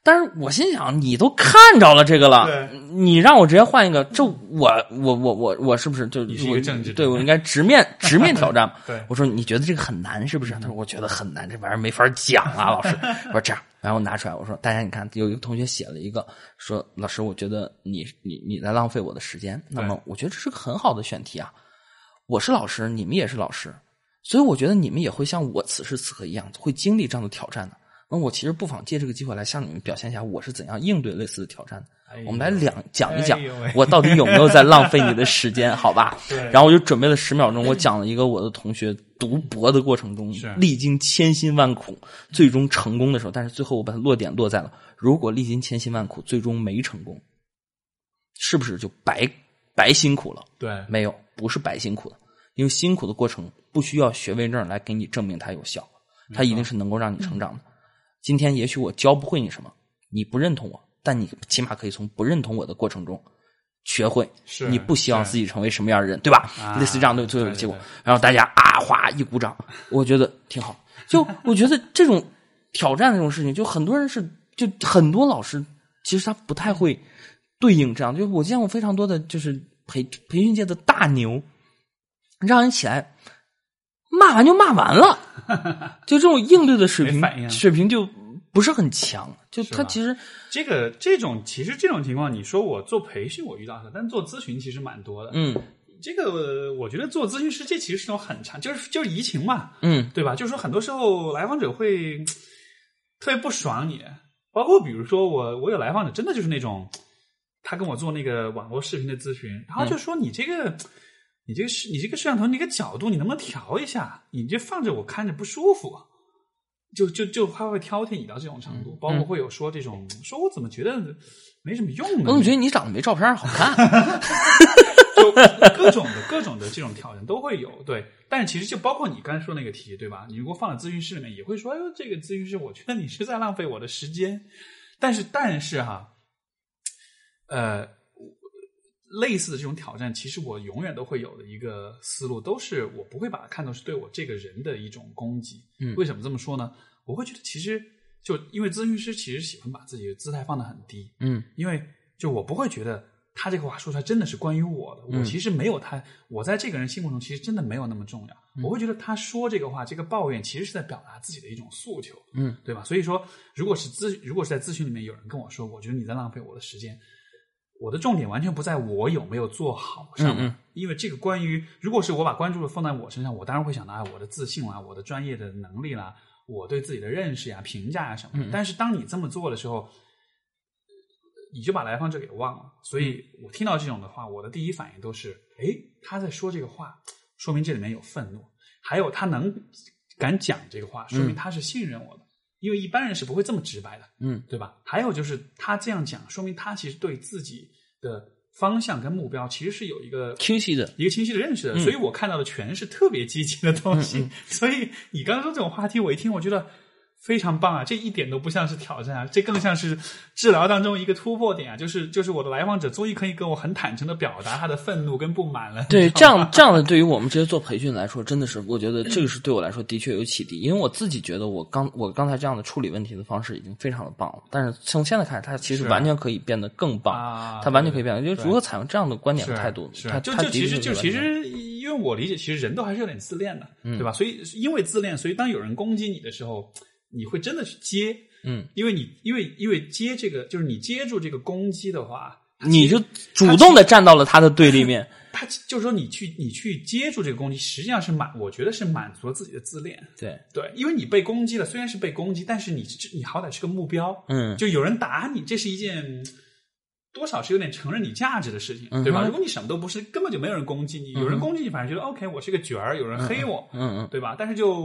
但是我心想，你都看着了这个了，你让我直接换一个，这我我我我我是不是就你是一个政治？ 对，我应该直面直面挑战。 对， 我说你觉得这个很难是不是？他说我觉得很难，这玩意儿没法讲啊，老师。我说这样，然后拿出来，我说大家你看，有一个同学写了一个说，老师，我觉得你你你在浪费我的时间。那么我觉得这是个很好的选题啊。我是老师，你们也是老师，所以我觉得你们也会像我此时此刻一样，会经历这样的挑战的。那我其实不妨借这个机会来向你们表现一下我是怎样应对类似的挑战的。 哎、 我们来两讲一讲、 哎、 我到底有没有在浪费你的时间，好吧？ 对。 然后我就准备了十秒钟，我讲了一个我的同学读博的过程中历经千辛万苦最终成功的时候，但是最后我把它落点落在了如果历经千辛万苦最终没成功，是不是就白白辛苦了？ 对， 没有，不是白辛苦的，因为辛苦的过程不需要学位证来给你证明它有效，它一定是能够让你成长的。今天也许我教不会你什么，你不认同我，但你起码可以从不认同我的过程中学会你不希望自己成为什么样的人，对吧？ 啊、 类似这样的最后的结果，然后大家啊哗一鼓掌，我觉得挺好。就我觉得这种挑战这种事情，就很多人是就很多老师其实他不太会对应这样，就我见过非常多的就是培培训界的大牛，让人起来骂完就骂完了，就这种应对的水平水平就不是很强。就他其实这个这种其实这种情况，你说我做培训我遇到的，但做咨询其实蛮多的。 嗯， 这个我觉得做咨询师这其实是种很长，就是就是移情嘛， 嗯， 对吧？就是说很多时候来访者会特别不爽你，包括比如说我我有来访者真的就是那种，他跟我做那个网络视频的咨询，然后就说你这个。嗯你这个是你这个摄像头那个角度，你能不能调一下？你这放着我看着不舒服，就就就他会挑剔你到这种程度， 嗯、 包括会有说这种说我怎么觉得没什么用呢？ 我怎么觉得你长得没照片好看？ 就各种的各种的这种挑战都会有，对。但是其实就包括你刚才说那个题，对吧？你如果放在咨询室里面，也会说，哎呦，这个咨询师，我觉得你是在浪费我的时间。但是但是哈，呃。类似的这种挑战，其实我永远都会有的一个思路，都是我不会把它看作是对我这个人的一种攻击。 嗯， 为什么这么说呢？我会觉得其实就因为咨询师其实喜欢把自己的姿态放得很低。 嗯， 因为就我不会觉得他这个话说出来真的是关于我的， 嗯、 我其实没有他，我在这个人心目中其实真的没有那么重要。 嗯、 我会觉得他说这个话，这个抱怨其实是在表达自己的一种诉求。 嗯， 对吧？所以说，如果是咨如果是在咨询里面有人跟我说，我觉得你在浪费我的时间。我的重点完全不在我有没有做好上面， 嗯嗯因为这个关于，如果是我把关注力放在我身上，我当然会想到啊，我的自信啦，我的专业的能力啦，我对自己的认识呀、评价呀什么的。 嗯但是当你这么做的时候，你就把来访者给忘了。所以我听到这种的话，我的第一反应都是，诶，他在说这个话，说明这里面有愤怒，还有他能敢讲这个话，说明他是信任我的。嗯因为一般人是不会这么直白的， 嗯， 对吧？还有就是他这样讲，说明他其实对自己的方向跟目标其实是有一个清晰的、 一个清晰的认识的。 嗯、 所以我看到的全是特别积极的东西。 嗯嗯、 所以你刚刚说这种话题，我一听，我觉得非常棒啊！这一点都不像是挑战啊，这更像是治疗当中一个突破点啊！就是就是我的来访者终于可以跟我很坦诚的表达他的愤怒跟不满了。 对，这样这样的，对于我们这些做培训来说，真的是我觉得这个是对我来说的确有启迪，因为我自己觉得我刚我刚才这样的处理问题的方式已经非常的棒了，但是从现在开始，它其实完全可以变得更棒， 啊、 它完全可以变得，就是如何采用这样的观点和态度，它就就其实就其实，因为我理解，其实人都还是有点自恋的， 嗯、 对吧？所以因为自恋，所以当有人攻击你的时候。你会真的去接， 嗯， 因为你因为因为接这个，就是你接住这个攻击的话， 你就主动的站到了他的对立面。 他就是说，你去你去接住这个攻击，实际上是满，我觉得是满足了自己的自恋。 对对，因为你被攻击了，虽然是被攻击，但是你你好歹是个目标， 嗯， 就有人打你，这是一件多少是有点承认你价值的事情， 嗯、 对吧？如果你什么都不是，根本就没有人攻击你， 嗯、 有人攻击你，反而觉得 OK， 我是个角儿，有人黑我， 嗯嗯， 对吧？但是就。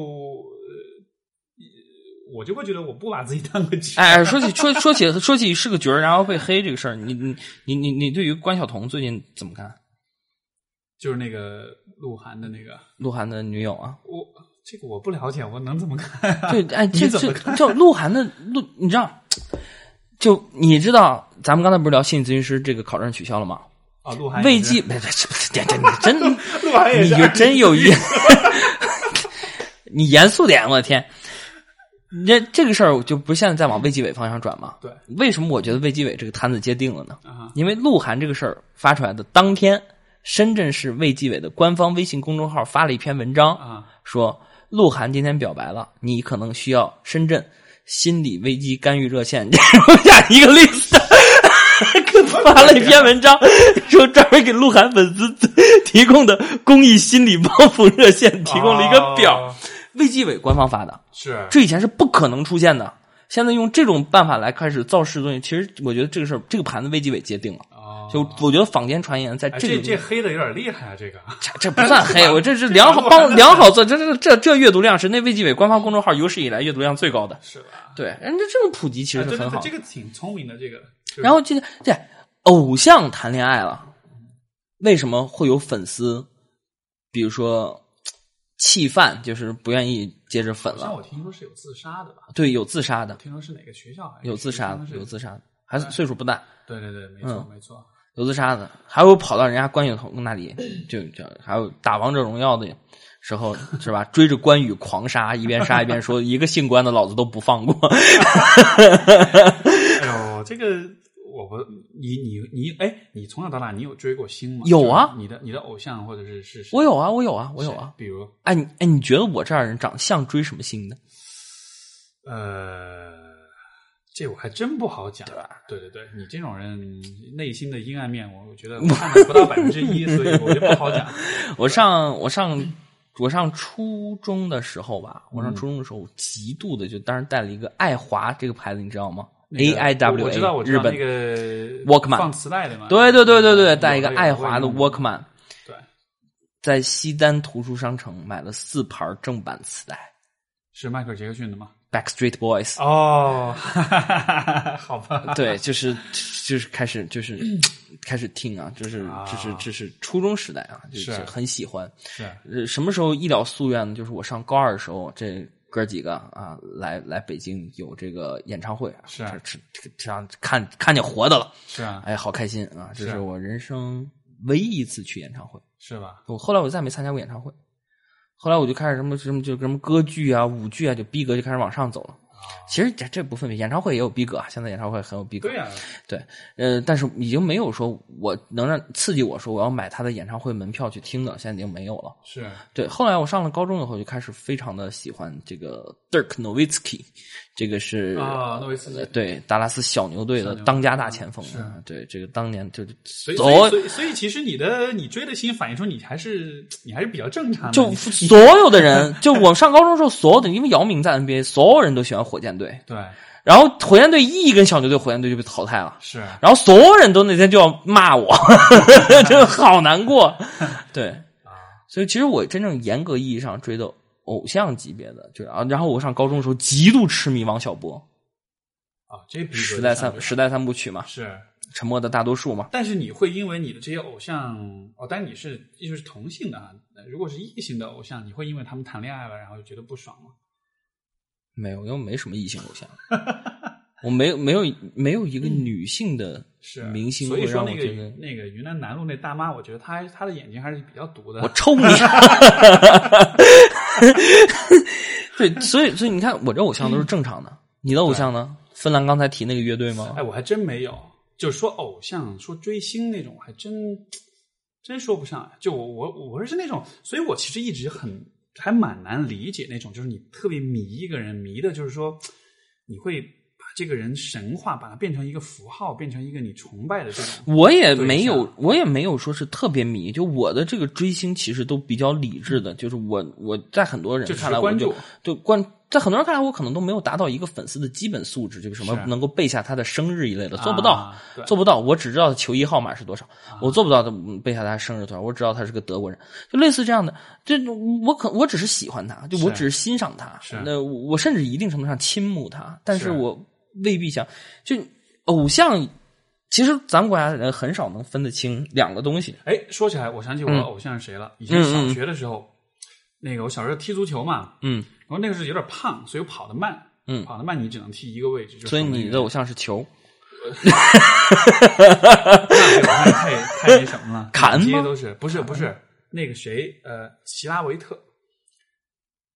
我就会觉得我不把自己当个角。 哎，说起说说起说起是个角儿，然后被黑这个事儿，你你你你你对于关晓彤最近怎么看？ 就是那个鹿晗的那个鹿晗的女友啊， 我这个我不了解，我能怎么看、啊？ 对，哎， 你怎么看？ 就鹿晗的鹿，你知道？就你知道，咱们刚才不是聊心理咨询师这个考证取消了吗？ 啊、哦，鹿晗魏记，别别别，真真鹿晗也是， 你就真有意。你严肃点，我的天！ 这这个事儿就不是现在在往卫计委方向转吗？ 对， 为什么我觉得卫计委这个摊子接定了呢？ 啊、 因为鹿晗这个事儿发出来的当天，深圳市卫计委的官方微信公众号发了一篇文章， 啊， 说鹿晗今天表白了，你可能需要深圳心理危机干预热线这样一个 list。发了一篇文章，说专门给鹿晗粉丝提供的公益心理帮扶热线提供了一个表， 哦、 卫计委官方发的， 是这以前是不可能出现的。现在用这种办法来开始造势东西，其实我觉得这个事儿，这个盘子卫计委接定了。 哦， 就我觉得坊间传言在这个、 哎、这这黑的有点厉害啊，这个这这不算黑，我这是良好帮良好做，这这这这阅读量是那卫计委官方公众号有史以来阅读量最高的。 是吧？ 对，人家这种普及其实是很好、 哎、对对对，这个挺聪明的，这个。 然后这这偶像谈恋爱了，为什么会有粉丝，比如说弃饭，就是不愿意接着粉了？ 像我听说是有自杀的吧？ 对，有自杀的。 听说是哪个学校？ 有自杀的，有自杀的，还是岁数不大。 对对对，没错、嗯、没错。 有自杀的，还有跑到人家关羽头那里，就就还有打王者荣耀的时候是吧？追着关羽狂杀，一边杀一边说一个姓关的老子都不放过。 哎呦，这个我不，你你你，哎，你从小到大你有追过星吗？ 有啊， 你的你的偶像或者是是？ 我有啊，我有啊，我有啊。 比如， 哎你哎，你觉得我这样人长像追什么星的？ 呃，这我还真不好讲， 对吧？ 对对对，你这种人内心的阴暗面，我觉得我看的不到百分之一，所以我就不好讲。 我上我上我上初中的时候吧，我上初中的时候，极度的就当时带了一个爱华这个牌子，你知道吗？ 那个、 A I W A， 我知道，我知道日本那个 Walkman 放磁带的嘛。 对对对对对，带一个爱华的 Walkman。 对，在西单图书商城买了四盘正版磁带， 是迈克尔·杰克逊的吗 ？Backstreet Boys。 哦，好吧。 对，就是就是开始就是开始听啊，就是就是就是初中时代啊，就是很喜欢。 是。 呃，什么时候一了夙愿呢？就是我上高二的时候，这哥几个啊，来来北京有这个演唱会， 是啊， 这这样看看见活的了， 是啊， 哎，好开心啊！这是我人生唯一一次去演唱会， 是吧？ 我后来我再没参加过演唱会，后来我就开始什么什么就什么歌剧啊、舞剧啊，就逼格就开始往上走了。其实这这部分演唱会也有逼格，现在演唱会很有逼格。 对呀、啊， 对，呃，但是已经没有说我能让刺激我说我要买他的演唱会门票去听的，现在已经没有了。 是对，后来我上了高中以后，就开始非常的喜欢这个 Dirk Nowitzki， 这个是啊，诺维茨基， 对达拉斯小牛队的当家大前锋。 是， 对，这个当年就是所以所以所以所以其实你的你追的星反映出你还是你还是比较正常的。 就所有的人，就我上高中的时候，所有的因为姚明在 N B A， 所有人都喜欢火箭队。 对。 然后火箭队一跟小牛队，火箭队就被淘汰了。 是， 然后所有人都那天就要骂我，真的好难过。对啊，所以其实我真正严格意义上追的偶像级别的，就是啊，然后我上高中的时候极度痴迷王小波啊，这时代三时代三部曲嘛， 是沉默的大多数嘛。 但是你会因为你的这些偶像哦，但你是依旧是同性的啊，如果是异性的偶像，你会因为他们谈恋爱了，然后就觉得不爽吗？ 没有，因为没什么异性偶像，我没有没有没有一个女性的明星， 所以说那个得那个云南南路那大妈，我觉得她她的眼睛还是比较毒的。 我抽你！对，所以所以你看，我这偶像都是正常的，你的偶像呢？芬兰刚才提那个乐队吗？ 哎，我还真没有，就是说偶像说追星那种，还真真说不上。就我我我是那种，所以我其实一直很。还蛮难理解那种，就是你特别迷一个人，迷的就是说，你会把这个人神化，把它变成一个符号，变成一个你崇拜的这种。 我也没有，我也没有说是特别迷，就我的这个追星其实都比较理智的，就是我我在很多人看来我就就关。在很多人看来，我可能都没有达到一个粉丝的基本素质，就是什么能够背下他的生日一类的，做不到， 啊、 做不到。我只知道球衣号码是多少，啊、我做不到的背下他生日多少。我只知道他是个德国人，就类似这样的。就我可我只是喜欢他，就我只是欣赏他。那我甚至一定程度上倾慕他，但是我未必想就偶像。其实咱们国家人很少能分得清两个东西。 哎，说起来，我想起我的偶像是谁了。嗯、以前小学的时候。嗯嗯那个我小时候踢足球嘛， 嗯， 然后那个是有点胖，所以我跑得慢， 嗯， 跑得慢你只能踢一个位置， 所以你的偶像是球， 那这偶像太太那什么了， 砍街都是不是不是那个谁呃齐拉维特，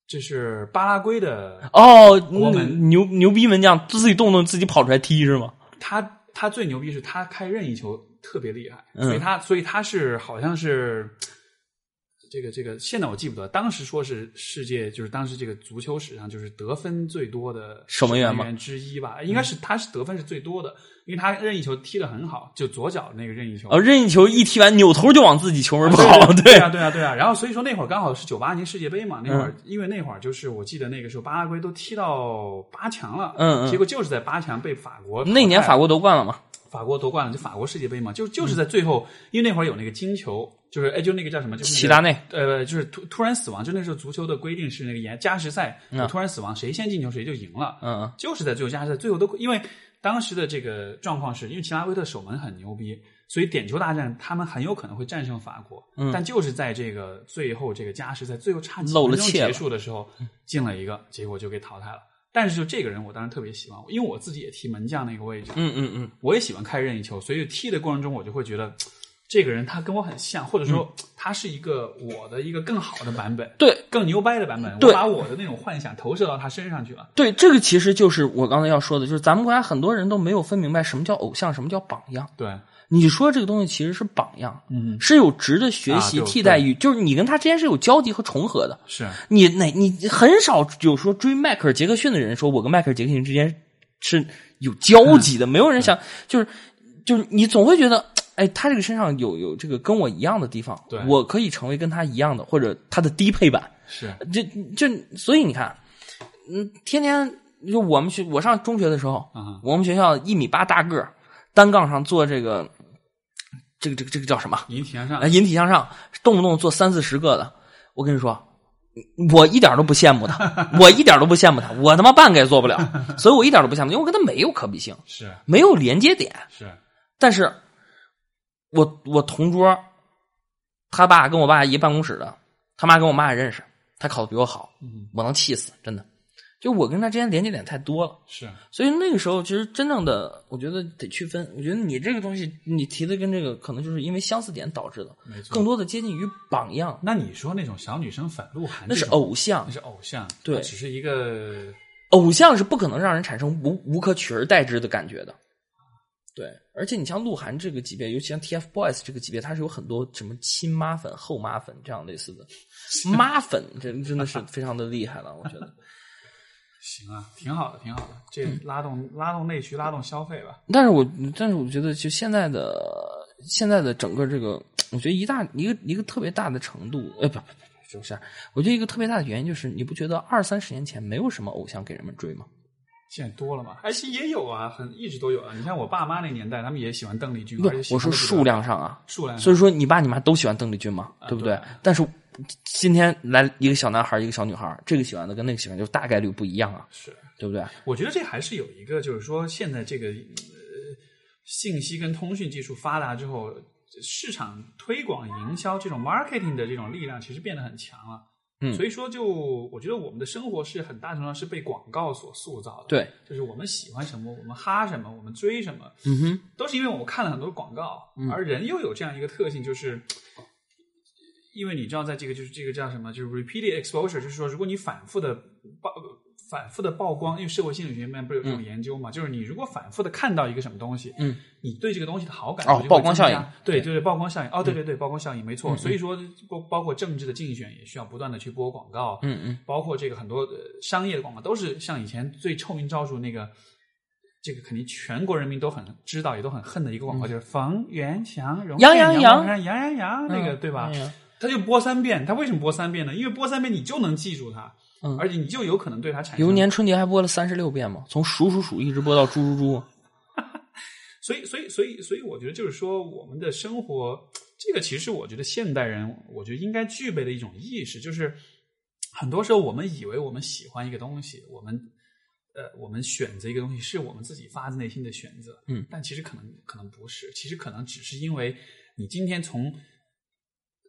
这是巴拉圭的哦， 国门牛牛逼门将自己动动自己跑出来踢是吗？ 他他最牛逼是他开任意球特别厉害， 嗯、 所以他所以他是好像是。这个这个，现在我记不得，当时说是世界就是当时这个足球史上就是得分最多的守门员嘛之一吧，应该是他是得分是最多的，因为他任意球踢得很好，就左脚那个任意球， 哦，任意球一踢完扭头就往自己球门跑， 啊对对啊对啊对啊，然后所以说那会儿刚好是九八年世界杯嘛，那会儿、嗯、因为那会儿就是我记得那个时候巴拉圭都踢到八强了， 嗯嗯， 结果就是在八强被法国， 那年法国夺冠了嘛。 法国夺冠了，就法国世界杯嘛，就就是在最后，嗯、因为那会儿有那个金球，就是哎，就那个叫什么，就是、那个、 齐达内， 呃，就是突突然死亡，就那时候足球的规定是那个延加时赛， 嗯、 突然死亡，谁先进球谁就赢了， 嗯嗯， 就是在最后加时赛，最后都因为当时的这个状况是因为齐拉维特守门很牛逼，所以点球大战他们很有可能会战胜法国， 嗯， 但就是在这个最后这个加时赛最后差几分钟结束的时候进了一个，结果就给淘汰了。但是就这个人我当然特别喜欢，因为我自己也踢门将那个位置， 嗯嗯嗯， 我也喜欢开任意球，所以踢的过程中我就会觉得这个人他跟我很像，或者说他是一个我的一个更好的版本， 对， 更牛掰的版本， 对， 我把我的那种幻想投射到他身上去了。 对，这个其实就是我刚才要说的，就是咱们国家很多人都没有分明白什么叫偶像，什么叫榜样。 对。 你说这个东西其实是榜样， 嗯， 是有值得学习、 啊、 替代于，就是你跟他之间是有交集和重合的。 是你哪你很少有说追迈克尔·杰克逊的人说我跟迈克尔·杰克逊之间是有交集的，嗯、没有人想就是就是你总会觉得，哎，他这个身上有有这个跟我一样的地方， 对， 我可以成为跟他一样的，或者他的低配版。 是， 这这所以你看，嗯，天天就我们学我上中学的时候， 嗯、 我们学校一米八大个儿。单杠上做这个，这个这个这个叫什么？ 引体向上。 呃，引体向上，动不动做三四十个的。我跟你说，我一点都不羡慕他，我一点都不羡慕他，我他妈半个也做不了，所以我一点都不羡慕，因为我跟他没有可比性， 是没有连接点。 是， 但是我我同桌，他爸跟我爸一办公室的，他妈跟我妈也认识，他考的比我好， 嗯， 我能气死，真的。就我跟他之间连接点太多了， 是， 所以那个时候其实真正的，我觉得得区分。我觉得你这个东西，你提的跟这个可能就是因为相似点导致的， 没错， 更多的接近于榜样。 那你说那种小女生反鹿晗， 那是偶像， 那是偶像， 对， 只是一个偶像是不可能让人产生无无可取而代之的感觉的。对，而且你像鹿晗这个级别，尤其像 T F BOYS 这个级别，它是有很多什么亲妈粉、后妈粉这样类似的妈粉，这真的是非常的厉害了，我觉得。 行啊，挺好的，挺好的，这拉动、嗯、拉动内需，拉动消费吧。 但是我但是我觉得，就现在的现在的整个这个，我觉得一大一个一个特别大的程度，呃，不不不，就是，我觉得一个特别大的原因就是，你不觉得二三十年前没有什么偶像给人们追吗？ 现在多了嘛？哎，其实也有啊，很一直都有啊。你看我爸妈那年代，他们也喜欢邓丽君，而且我说数量上啊， 数量上。 所以说你爸你妈都喜欢邓丽君嘛， 啊、 对不对？ 对但是今天来一个小男孩，一个小女孩，这个喜欢的跟那个喜欢就大概率不一样啊， 是对不对？ 我觉得这还是有一个，就是说现在这个呃信息跟通讯技术发达之后，市场推广、营销这种 marketing 的这种力量其实变得很强了。 嗯， 所以说就我觉得我们的生活是很大程度上是被广告所塑造的。 对， 就是我们喜欢什么，我们哈什么，我们追什么， 嗯哼， 都是因为我们看了很多广告。 嗯、 而人又有这样一个特性，就是因为你知道，在这个就是这个叫什么，就是 repeated exposure， 就是说，如果你反复的曝反复的曝光，因为社会心理学里面不是有这种研究嘛，嗯、就是你如果反复的看到一个什么东西， 嗯， 你对这个东西的好感哦，曝光效应， 对对对，曝光效应，哦，对对对，曝光效应没错。 嗯、 所以说，包包括政治的竞选也需要不断的去播广告， 嗯嗯， 包括这个很多、呃、商业的广告都是像以前最臭名昭著那个。这个肯定全国人民都很知道，也都很恨的一个广告，嗯、就是冯源祥、杨杨杨杨杨杨杨那个、 嗯、 对吧？ 嗯、 他就播三遍，他为什么播三遍呢？因为播三遍你就能记住他， 嗯， 而且你就有可能对他产生。 有一年春节还播了三十六遍嘛，从数数数一直播到猪猪猪。 所以，所以，所以，所以，我觉得就是说，我们的生活，这个其实我觉得现代人，我觉得应该具备的一种意识，就是很多时候我们以为我们喜欢一个东西，我们。呃，我们选择一个东西是我们自己发自内心的选择， 嗯， 但其实可能可能不是，其实可能只是因为你今天从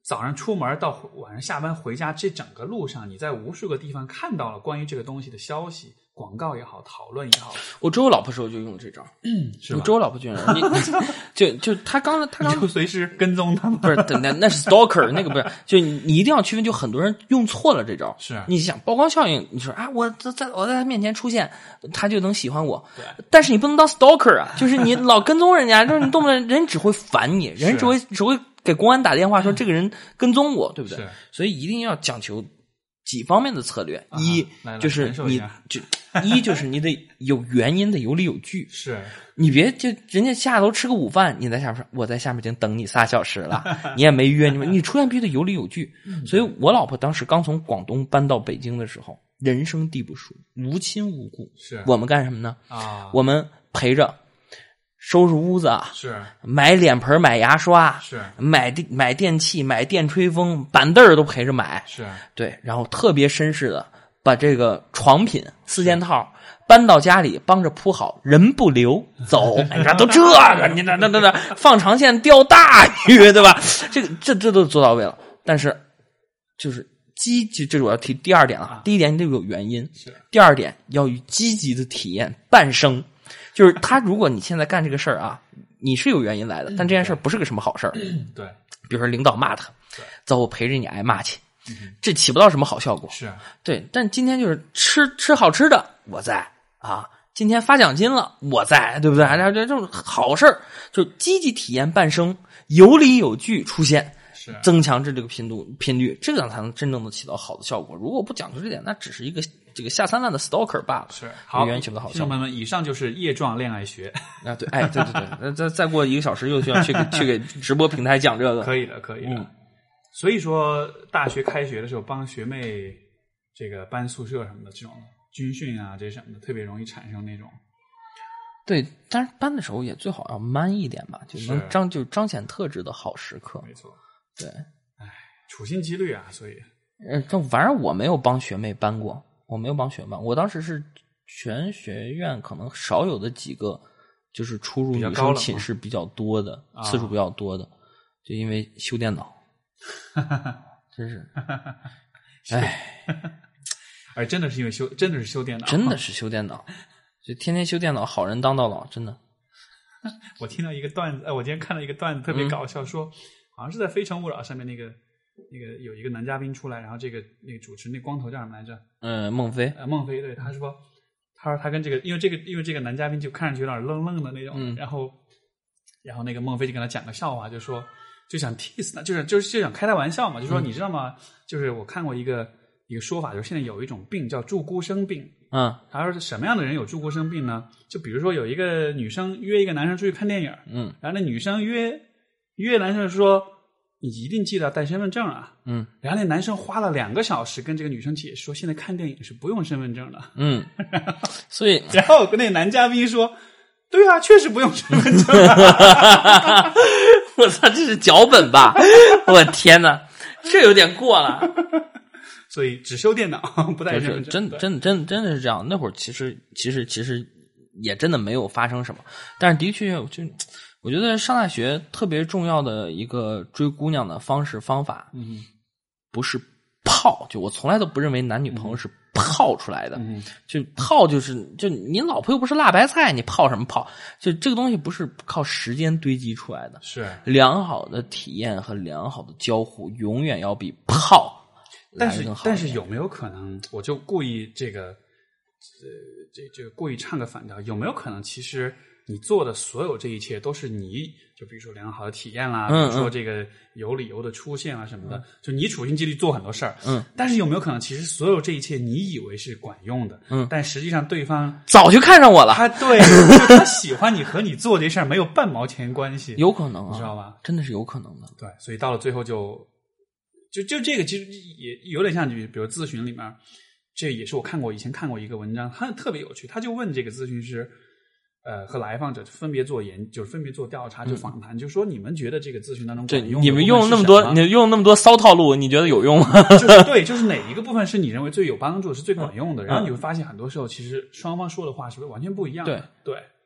早上出门到晚上下班回家，这整个路上你在无数个地方看到了关于这个东西的消息，广告也好，讨论也好。 我追我老婆时候就用这招， 嗯，是吧？ 我追我老婆就用，你就就他刚才他刚就随时跟踪他们， 不是那那是 stalker， 那个不是，就你你一定要区分，就很多人用错了这招。 是你想曝光效应，你说啊，我在我在他面前出现，他就能喜欢我， 对， 但是你不能当 stalker 啊，就是你老跟踪人家，就是你动不动人只会烦你，人只会只会给公安打电话说这个人跟踪我，对不对？ 是， 所以一定要讲求几方面的策略， 啊、 一来来就是你就一就是你得有原因的有理有据， 是你别就人家下楼吃个午饭，你在下面说我在下面已经等你仨小时了，你也没约你们，你出现必须得有理有据。所以我老婆当时刚从广东搬到北京的时候，人生地不熟，无亲无故， 是我们干什么呢？ 啊， 我们陪着收拾屋子， 是买脸盆买牙刷， 是买电买电器买电吹风板凳都陪着买， 是对，然后特别绅士的把这个床品四件套搬到家里，帮着铺好，人不留走。你看都这个，你那那那那放长线钓大鱼，对吧？这个这这都做到位了。但是就是积极，这是我要提第二点了。 啊、 第一点你得有原因， 是第二点要与积极的体验伴生。就是他，如果你现在干这个事儿啊，你是有原因来的，但这件事儿不是个什么好事儿。 对， 比如说领导骂他，走，我陪着你挨骂去。这起不到什么好效果， 是对。但今天就是吃吃好吃的，我在啊。今天发奖金了，我在，对不对？然后这种好事儿，就积极体验伴生，有理有据出现， 是增强这这个频度频率，这样才能真正的起到好的效果。如果不讲究这点，那只是一个这个下三滥的 stalker 罢了。 是好， 远起不到好效果。 听众朋友们，以上就是叶壮恋爱学啊，对，哎，对对对，再再过一个小时又需要去给去给直播平台讲这个， 可以的，可以的。 嗯所以说，大学开学的时候帮学妹这个搬宿舍什么的，这种军训啊，这什么的，特别容易产生那种。 对，但是搬的时候也最好要 man 一点吧，就能彰就彰显特质的好时刻。 没错， 对， 哎，处心积虑啊，所以， 呃，这反正我没有帮学妹搬过，我没有帮学妹搬，我当时是全学院可能少有的几个，就是出入女生寝室比较多的，次数比较多的，就因为修电脑。真是，哎， 而真的是因为修，真的是修电脑， 真的是修电脑，就天天修电脑，好人当到老，真的。 我听到一个段子，哎，我今天看到一个段子特别搞笑， 嗯、 说好像是在《非诚勿扰》上面那个那个有一个男嘉宾出来，然后这个那个主持那光头叫什么来着？ 嗯，孟非。 呃，孟非，对，他说，他说他跟这个，因为这个因为这个男嘉宾就看上去有点愣愣的那种， 嗯、 然后然后那个孟非就跟他讲个笑话，就说。就想 tease 他，就是就是就想开他玩笑嘛，就说、嗯、你知道吗？就是我看过一个一个说法，就是现在有一种病叫祝孤生病。 嗯， 他说什么样的人有祝孤生病呢？就比如说有一个女生约一个男生出去看电影， 嗯， 然后那女生约约男生说你一定记得带身份证啊， 嗯， 然后那男生花了两个小时跟这个女生解释说现在看电影是不用身份证的， 嗯，所以然后跟那男嘉宾说。对啊，确实不用身份证、 啊。我操，这是脚本吧？我天哪，这有点过了。 所以只修电脑，不带身份证。 真真真真的是这样。那会儿其实其实其实也真的没有发生什么，但是的确就我觉得上大学特别重要的一个追姑娘的方式方法， 嗯， 不是泡，就我从来都不认为男女朋友是。泡出来的， 嗯、 就泡就是就你老婆又不是辣白菜，你泡什么泡？就这个东西不是靠时间堆积出来的， 是良好的体验和良好的交互，永远要比泡来得更好。但是但是有没有可能，我就故意这个，呃，这这个故意唱个反调，有没有可能其实你做的所有这一切都是你，就比如说良好的体验啦， 嗯、 比如说这个有理由的出现啊什么的，嗯、就你处心积虑做很多事儿， 嗯， 但是有没有可能，其实所有这一切你以为是管用的， 嗯， 但实际上对方早就看上我了， 他对，就是他喜欢你和你做这事儿没有半毛钱关系， 有可能啊， 你知道吧？ 真的是有可能的， 对，所以到了最后就就就这个其实也有点像，就比如咨询里面，这也是我看过以前看过一个文章，他特别有趣，他就问这个咨询师。呃，和来访者分别做研，就是分别做调查，就访谈，嗯、就说你们觉得这个咨询当中管用的， 你们用那么多，你用那么多骚套路，你觉得有用吗？ 就是对，就是哪一个部分是你认为最有帮助，是最管用的？ 嗯、 然后你会发现，很多时候其实双方说的话是不是完全不一样的？ 对对，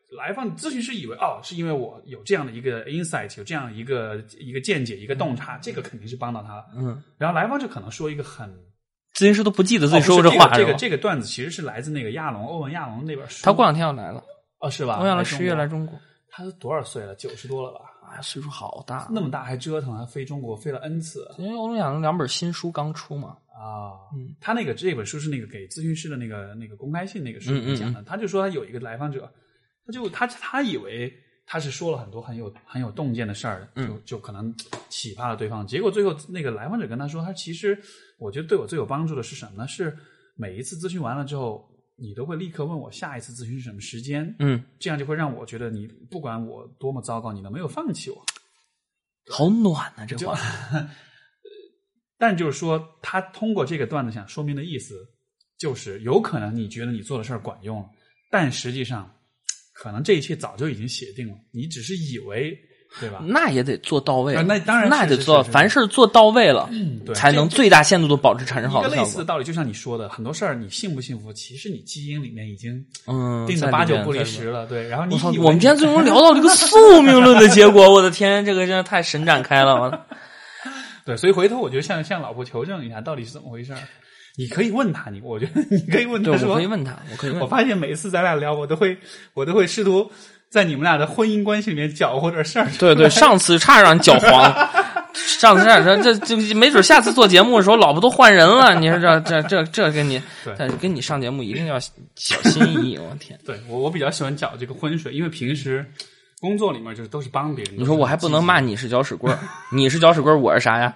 来访咨询师以为哦，是因为我有这样的一个 insight， 有这样一个一个见解，一个洞察，这个肯定是帮到他了。嗯，然后来访者可能说一个很咨询师都不记得自己说过这话、 哦、这个、这个这个段子其实是来自那个亚龙欧文亚龙那本书， 他过两天要来了。 哦，是吧？ 欧文亚龙十月来中国， 他都多少岁了？九十多了吧？ 哎，岁数好大， 那么大还折腾，还飞中国飞了 N 次。 因为欧文亚龙两本新书刚出嘛。 啊，嗯，他那个这本书是那个给咨询师的那个那个公开信那个书里讲的，嗯嗯嗯他就说他有一个来访者，他就他他以为他是说了很多很有很有洞见的事儿，就就可能启发了对方，结果最后那个来访者跟他说，他其实我觉得对我最有帮助的是什么呢？是每一次咨询完了之后，你都会立刻问我下一次咨询是什么时间，嗯，这样就会让我觉得你不管我多么糟糕，你都没有放弃我。 好暖啊，这话。 但就是说，他通过这个段子想说明的意思，就是有可能你觉得你做的事儿管用了，但实际上，可能这一切早就已经写定了，你只是以为，对吧？ 那也得做到位， 啊、那当然那也得做到，凡事做到位了， 嗯，对， 才能最大限度的保持产生好的效果。 一个类似的道理，就像你说的，很多事儿你幸不幸福，其实你基因里面已经嗯定的八九不离十了，对。然后你我我们今天最终聊到这个宿命论的结果，我的天，这个真的太神展开了。 对，所以回头我就向向老婆求证一下，到底是怎么回事。你可以问他，你我觉得你可以问他说， 我可以问他，我可以问他。 我发现每次咱俩聊，我都会我都会试图在你们俩的婚姻关系里面搅和点事儿。 对对，上次差点让你搅黄，上次差点这这没准下次做节目的时候，老婆都换人了。你说这这这这跟你，但是跟你上节目一定要小心翼翼。我天， 对我我比较喜欢搅这个浑水，因为平时。工作里面就是都是帮别人。 你说我还不能骂你是搅屎棍，你是搅屎棍，我是啥呀？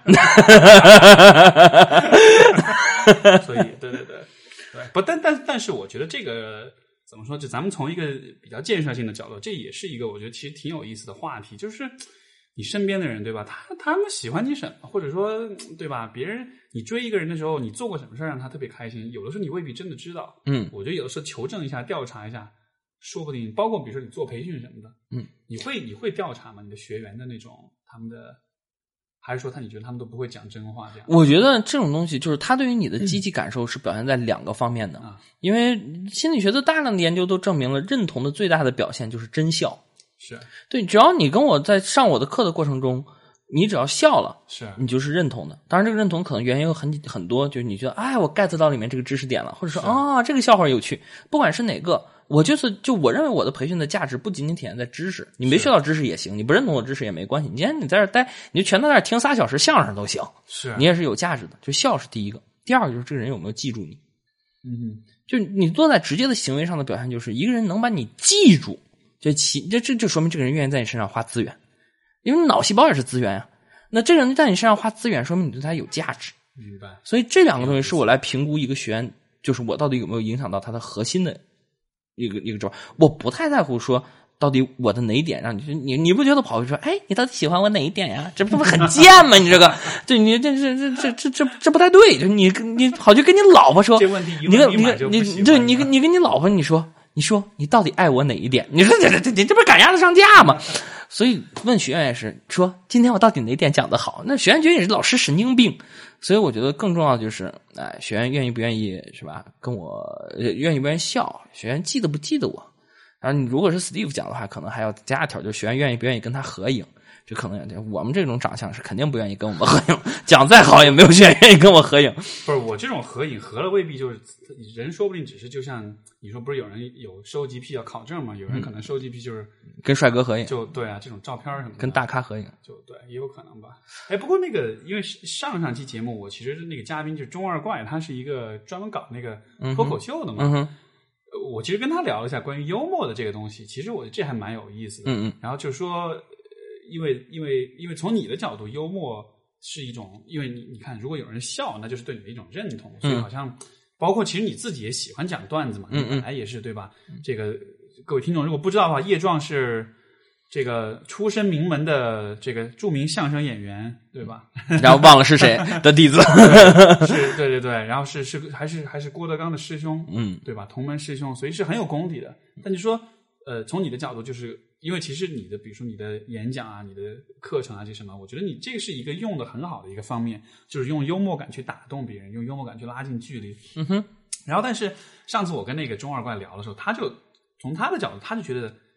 所以，对对对对，不，但但但是，我觉得这个怎么说？就咱们从一个比较建设性的角度，这也是一个我觉得其实挺有意思的话题，就是你身边的人，对吧？他他们喜欢你什么，或者说，对吧？别人你追一个人的时候，你做过什么事让他特别开心？有的时候你未必真的知道。嗯，我觉得有的时候求证一下、调查一下。说不定，包括比如说你做培训什么的，嗯，你会你会调查吗？你的学员的那种他们的，还是说他你觉得他们都不会讲真话？这样， 我觉得这种东西就是他对于你的积极感受是表现在两个方面的，嗯、因为心理学的大量的研究都证明了，认同的最大的表现就是真笑。 是对，只要你跟我在上我的课的过程中，你只要笑了， 是你就是认同的。当然，这个认同可能原因有很很多，就是你觉得哎，我 get 到里面这个知识点了，或者说啊、哦，这个笑话有趣，不管是哪个。我就是就我认为我的培训的价值不仅仅体现在知识，你没学到知识也行，你不认同我知识也没关系。你今天你在这儿待，你就全在那儿听仨小时相声都行， 是你也是有价值的。就笑是第一个，第二个就是这个人有没有记住你。 嗯， 就你做在直接的行为上的表现，就是一个人能把你记住，就其这这就说明这个人愿意在你身上花资源，因为脑细胞也是资源呀。那这个人在你身上花资源，说明你对他有价值。 明白。 所以这两个东西是我来评估一个学员，就是我到底有没有影响到他的核心的。一个一个轴，我不太在乎说到底我的哪一点让你你你不觉得跑回去说，哎，你到底喜欢我哪一点呀？这不是很贱吗？你这个，对你这这这这这这这不太对，就你你跑去跟你老婆说， 这问题你跟你跟你对你跟你跟你老婆你说，你说你到底爱我哪一点？你说这这这你这不是赶鸭子上架吗？所以问学员也是说，今天我到底哪一点讲得好？那学员觉得你是老师神经病。所以我觉得更重要的就是，哎，学员愿意不愿意是吧？跟我愿意不愿意笑？学员记得不记得我？然后你如果是 Steve 讲的话，可能还要加一条，就是学员愿意不愿意跟他合影？这可能我们这种长相是肯定不愿意跟我们合影，讲再好也没有学员愿意跟我合影。 不是我这种合影合了未必就是人，说不定只是就像你说，不是有人有收集癖要考证吗？有人可能收集癖就是、嗯、 跟帅哥合影， 就对啊，这种照片什么的， 跟大咖合影， 就对，也有可能吧。哎，不过那个因为上上期节目我其实那个嘉宾就是中二怪，他是一个专门搞那个脱口秀的嘛。 嗯哼。 我其实跟他聊了一下关于幽默的这个东西，其实我这还蛮有意思的。 嗯嗯。 然后就说，呃，因为因为因为从你的角度，幽默是一种，因为你你看，如果有人笑，那就是对你的一种认同，所以好像、嗯、包括其实你自己也喜欢讲段子嘛， 嗯嗯， 你本来也是对吧？这个各位听众如果不知道的话，叶壮是这个出身名门的这个著名相声演员，对吧？ 然后忘了是谁的弟子， 是，对对对，然后是是还是还是郭德纲的师兄， 嗯， 对吧？同门师兄，所以是很有功底的。但你说，呃，从你的角度，就是因为其实你的，比如说你的演讲啊、你的课程啊这什么，我觉得你这个是一个用的很好的一个方面，就是用幽默感去打动别人，用幽默感去拉近距离。 嗯哼。 然后，但是上次我跟那个中二怪聊的时候，他就从他的角度，他就觉得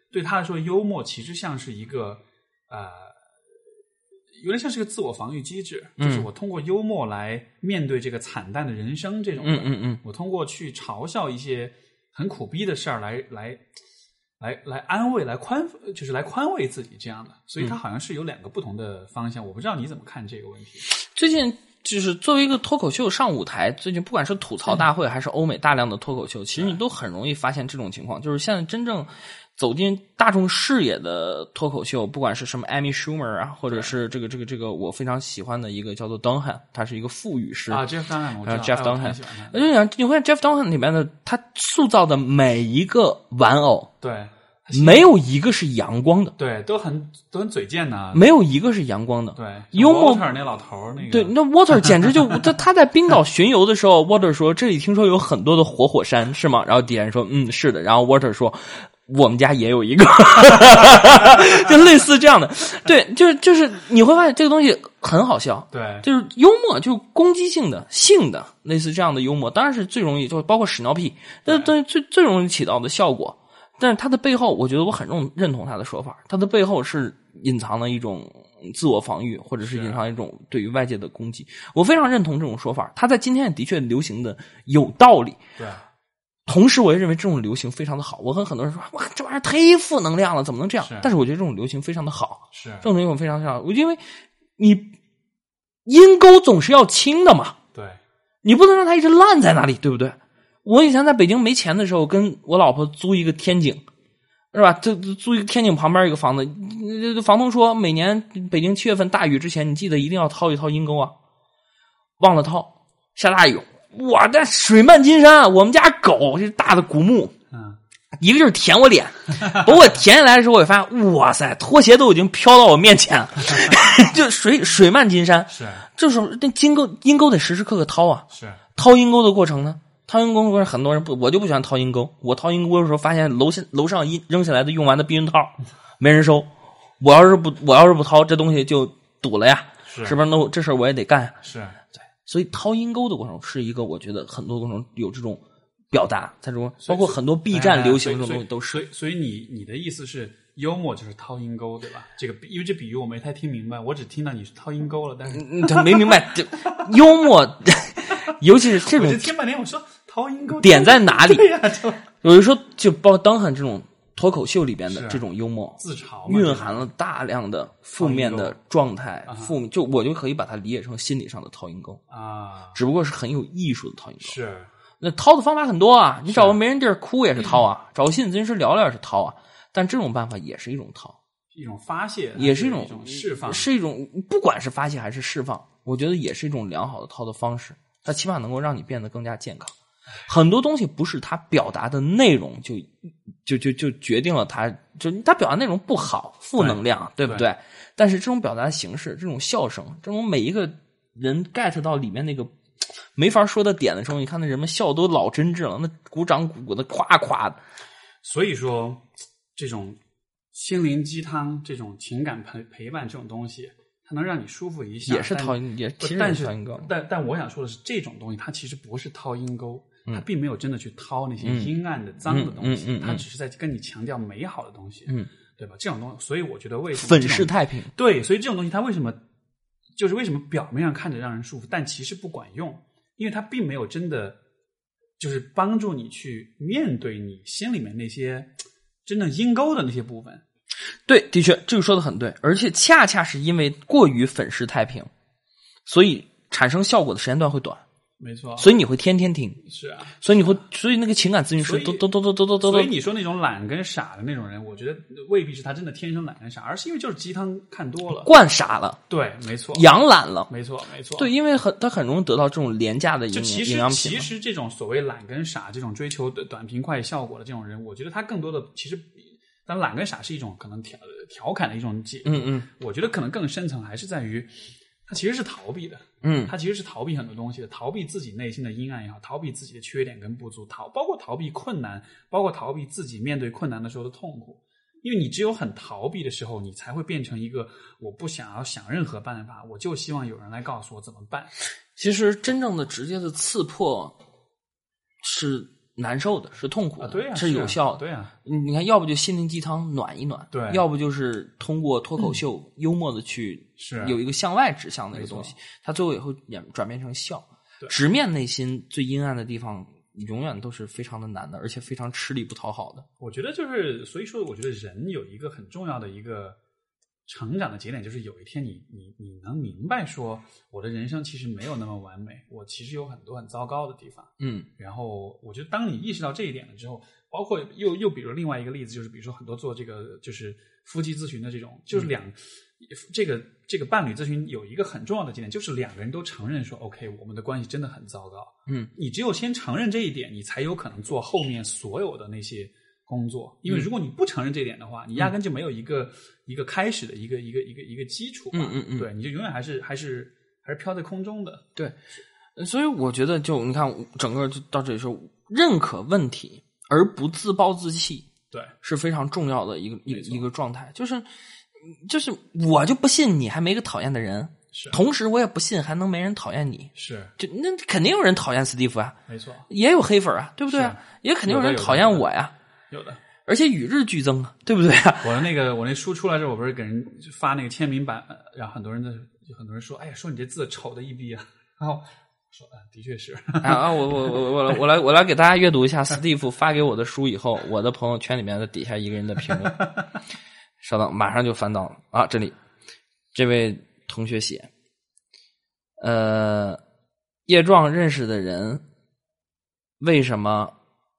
对他来说，幽默其实像是一个呃，有点像是个自我防御机制， 嗯、 就是我通过幽默来面对这个惨淡的人生这种的。 嗯嗯嗯， 我通过去嘲笑一些很苦逼的事儿来来来来安慰、来宽，就是来宽慰自己这样的。所以他好像是有两个不同的方向。嗯、我不知道你怎么看这个问题。 最近。就是作为一个脱口秀上舞台，最近不管是吐槽大会还是欧美大量的脱口秀，其实你都很容易发现这种情况。就是现在真正走进大众视野的脱口秀，不管是什么 Amy Schumer 啊，或者是这个这个这个我非常喜欢的一个叫做 Dunham， 他是一个腹语师啊 ，Jeff Dunham， 我知道 Jeff Dunham， 就是讲你会看 Jeff Dunham 里面的他塑造的每一个玩偶， 对。 没有一个是阳光的， 对，都很都很嘴贱的， 没有一个是阳光的。 对， 幽默 Water 那老头那个， 对，那 Water 简直就他他在冰岛巡游的时候 ，Water 说这里听说有很多的活火山，是吗？然后底下人说嗯是的，然后 Water 说我们家也有一个，就类似这样的。对，就是就是你会发现这个东西很好笑， 对， 就是幽默，就是攻击性的、性的，类似这样的幽默，当然是最容易，就包括屎尿屁，这最最最容易起到的效果。但是它的背后，我觉得我很认认同他的说法，它的背后是隐藏了一种自我防御，或者是隐藏一种对于外界的攻击。我非常认同这种说法，它在今天也的确流行的有道理。 对， 同时我也认为这种流行非常的好。我和很多人说，哇，这玩意儿忒负能量了，怎么能这样？但是我觉得这种流行非常的好， 是这种流行非常好。因为你阴沟总是要清的嘛， 对， 你不能让它一直烂在那里，对不对？我以前在北京没钱的时候，跟我老婆租一个天井，是吧？这租一个天井旁边一个房子，房东说每年北京七月份大雨之前，你记得一定要掏一掏阴沟啊。忘了掏，下大雨，哇，这水漫金山。我们家狗这大的古墓， 嗯， 一个就是舔我脸，等我舔下来的时候，我发现，哇塞，拖鞋都已经飘到我面前了，就水水漫金山。 是， 这时候那阴沟阴沟得时时刻刻掏啊。 是， 掏阴沟的过程呢？掏阴沟的过程，很多人不，我就不喜欢掏阴沟。我掏阴沟的时候，发现楼下楼上一扔下来的用完的避孕套，没人收。我要是不我要是不掏，这东西就堵了呀， 是, 是不是？那我这事儿我也得干。 是， 对，所以掏阴沟的过程是一个，我觉得很多过程有这种表达，在这种包括很多 B 站流行这种东西都是。 所以，所以你你的意思是，幽默就是掏阴沟，对吧？这个因为这比喻我没太听明白，我只听到你是掏阴沟了，但是他没明白，幽默，尤其是这种， 我就听半天，我说掏阴沟点在哪里？ 对呀、啊，就有的时候就包括当很这种脱口秀里边的这种幽默， 自嘲蕴含了大量的负面的状态，负面就我就可以把它理解成心理上的掏阴沟啊， 只不过是很有艺术的掏阴沟。 是， 那掏的方法很多啊，你找个没人地儿哭也是掏啊，找个心理咨询师聊聊也是掏啊，但这种办法也是一种掏， 一种发泄， 也是一种一种释放， 是一种不管是发泄还是释放，我觉得也是一种良好的掏的方式，它起码能够让你变得更加健康。很多东西不是他表达的内容就就就就决定了他就他表达内容不好，负能量， 对, 对不对？但是这种表达形式，这种笑声，这种每一个人 get 到里面那个没法说的点的时候，你看那人们笑都老真挚了，那鼓掌鼓鼓的夸夸的。 所以说，这种心灵鸡汤、这种情感陪陪伴这种东西，它能让你舒服一下， 也是掏阴，也其实但是掏阴沟。 但但我想说的是，这种东西它其实不是掏阴沟。他并没有真的去掏那些阴暗的、嗯、脏的东西， 嗯嗯嗯嗯、 他只是在跟你强调美好的东西， 嗯， 对吧？这种东西，所以我觉得为什么粉饰太平？ 对，所以这种东西它为什么就是为什么表面上看着让人舒服，但其实不管用，因为它并没有真的就是帮助你去面对你心里面那些真正阴沟的那些部分。 对，的确，这个说的很对，而且恰恰是因为过于粉饰太平，所以产生效果的时间段会短。 没错， 所以你会天天听， 是啊， 所以你会，所以那个情感咨询师都都都都都都都， 所以你说那种懒跟傻的那种人，我觉得未必是他真的天生懒跟傻，而是因为就是鸡汤看多了， 惯傻了， 对，没错， 养懒了， 没错，没错， 对，因为很他很容易得到这种廉价的营就其实营养品。 其实这种所谓懒跟傻这种追求的短平快效果的这种人，我觉得他更多的其实，但懒跟傻是一种可能调调侃的一种解读， 嗯嗯， 我觉得可能更深层还是在于。他其实是逃避的， 嗯， 他其实是逃避很多东西的，逃避自己内心的阴暗也好，逃避自己的缺点跟不足，逃包括逃避困难，包括逃避自己面对困难的时候的痛苦。因为你只有很逃避的时候，你才会变成一个我不想要想任何办法，我就希望有人来告诉我怎么办。 其实真正的直接的刺破是难受的，是痛苦的， 啊、对啊， 是有效的。 对啊， 你看，要不就心灵鸡汤暖一暖， 对， 要不就是通过脱口秀、嗯、幽默的去是有一个向外指向的一个东西，它最后也会转变成笑。直面内心最阴暗的地方，永远都是非常的难的，而且非常吃力不讨好的。 我觉得就是，所以说，我觉得人有一个很重要的一个成长的节点，就是有一天你你你能明白说，我的人生其实没有那么完美，我其实有很多很糟糕的地方。嗯，然后我觉得当你意识到这一点了之后，包括又又比如另外一个例子，就是比如说很多做这个就是夫妻咨询的这种，就是两、嗯、这个这个伴侣咨询有一个很重要的节点，就是两个人都承认说 OK 我们的关系真的很糟糕。嗯，你只有先承认这一点，你才有可能做后面所有的那些工作，因为如果你不承认这一点的话，你压根就没有一个、嗯、一个开始的一个一个一个一个基础吧。嗯嗯嗯，对，你就永远还是还是还是飘在空中的。 对，所以我觉得就你看整个就到这里说，认可问题而不自暴自弃， 对， 是非常重要的一个一个一个状态。就是就是我就不信你还没个讨厌的人， 是， 同时我也不信还能没人讨厌你， 是， 就那肯定有人讨厌斯蒂夫啊， 没错， 也有黑粉啊，对不对啊？也肯定有人讨厌我呀。 有的， 而且与日俱增啊，对不对啊？ 我的那个我那书出来之后，我不是给人发那个签名版，然后很多人在，很多人说，哎呀，说你这字丑的一逼啊。然后我说，啊、嗯，的确是啊啊，我我我我我来我来给大家阅读一下史蒂夫发给我的书以后，我的朋友圈里面的底下一个人的评论。稍等，马上就翻到了啊，这里这位同学写，呃，叶壮认识的人为什么？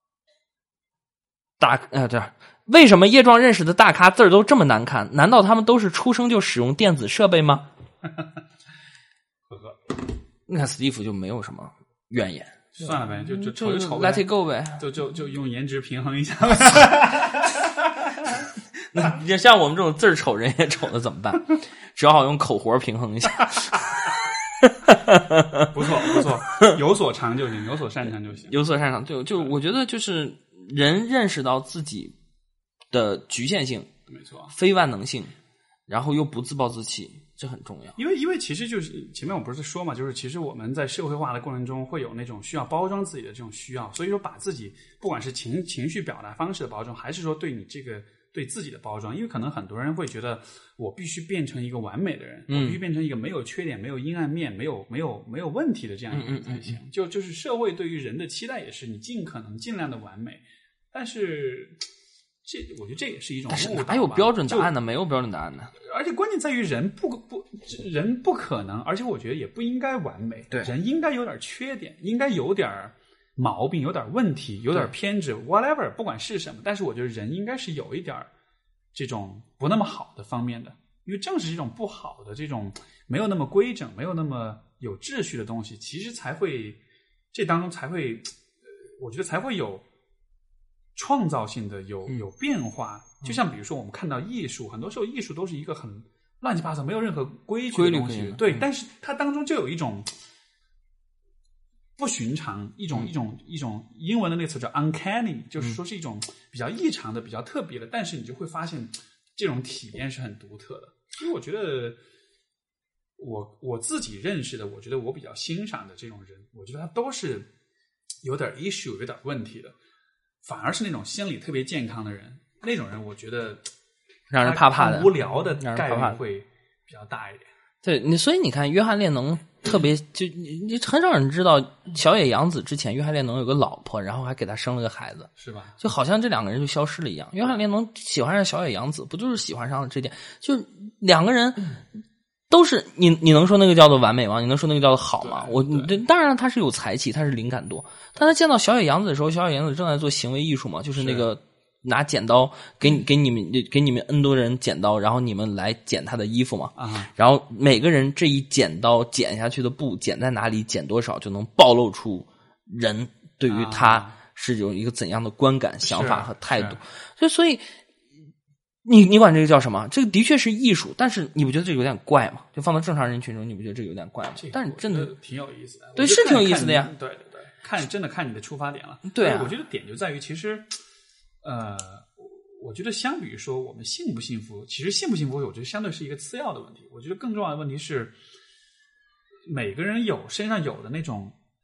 大呃，对，为什么叶壮认识的大咖字儿都这么难看？难道他们都是出生就使用电子设备吗？ 呵呵， 你看史蒂夫就没有什么怨言， 算了呗，就就丑就丑呗 ，Let it go 呗， 就就就用颜值平衡一下。 那像我们这种字儿丑人也丑的怎么办？只好用口活平衡一下。 不错不错，有所长就行，有所擅长就行， 有所擅长。对，就我觉得就是人认识到自己的局限性， 没错， 非万能性，然后又不自暴自弃，这很重要。 因为因为其实就是前面我不是说嘛，就是其实我们在社会化的过程中会有那种需要包装自己的这种需要，所以说把自己不管是情情绪表达方式的包装，还是说对你这个对自己的包装，因为可能很多人会觉得我必须变成一个完美的人，嗯、我必须变成一个没有缺点、没有阴暗面、没有没有没有问题的这样一个人才行。嗯嗯嗯、就就是社会对于人的期待也是你尽可能尽量的完美，但是这我觉得这也是一种误导吧。 哪有标准答案呢？没有标准答案呢。 而且关键在于人不不人不可能，而且我觉得也不应该完美。 对， 人应该有点缺点，应该有点毛病，有点问题，有点偏执 ，whatever， 不管是什么。但是我觉得人应该是有一点这种不那么好的方面的，因为正是这种不好的、这种没有那么规整、没有那么有秩序的东西，其实才会这当中才会，我觉得才会有创造性的、有有变化。嗯、就像比如说，我们看到艺术，很多时候艺术都是一个很乱七八糟、没有任何规矩的东西，对， 嗯、 但是它当中就有一种不寻常，一种、嗯、一种一种英文的那个词叫 uncanny， 就是说是一种比较异常的、比较特别的，但是你就会发现这种体验是很独特的。所以我觉得我我自己认识的，我觉得我比较欣赏的这种人，我觉得他都是有点 issue、有点问题的，反而是那种心理特别健康的人，那种人我觉得让人怕怕的、 无聊的概率会比较大一点。 对你，所以你看，约翰列侬特别就你你很少人知道，小野洋子之前，约翰列侬有个老婆，然后还给他生了个孩子， 是吧？ 就好像这两个人就消失了一样。约翰列侬喜欢上小野洋子，不就是喜欢上了这点？就两个人都是你，你能说那个叫做完美吗？你能说那个叫做好吗？我当然他是有才气，他是灵感多。但他见到小野洋子的时候，小野洋子正在做行为艺术嘛，就是那个。拿剪刀给你给你们给你们 N 多人剪刀，然后你们来剪他的衣服嘛。Uh-huh. 然后每个人这一剪刀剪下去的布剪在哪里，剪多少，就能暴露出人对于他是有一个怎样的观感、uh-huh. 想法和态度。所以，所以你你管这个叫什么？这个的确是艺术，但是你不觉得这个有点怪吗？就放到正常人群中，你不觉得这个有点怪吗？但是真的挺有意思的， 对，是挺有意思的呀。 对对对，看真的看你的出发点了。 对啊， 我觉得点就在于其实。呃，我觉得相比于说我们幸不幸福，其实幸不幸福，我觉得相对是一个次要的问题。我觉得更重要的问题是，每个人有身上有的那种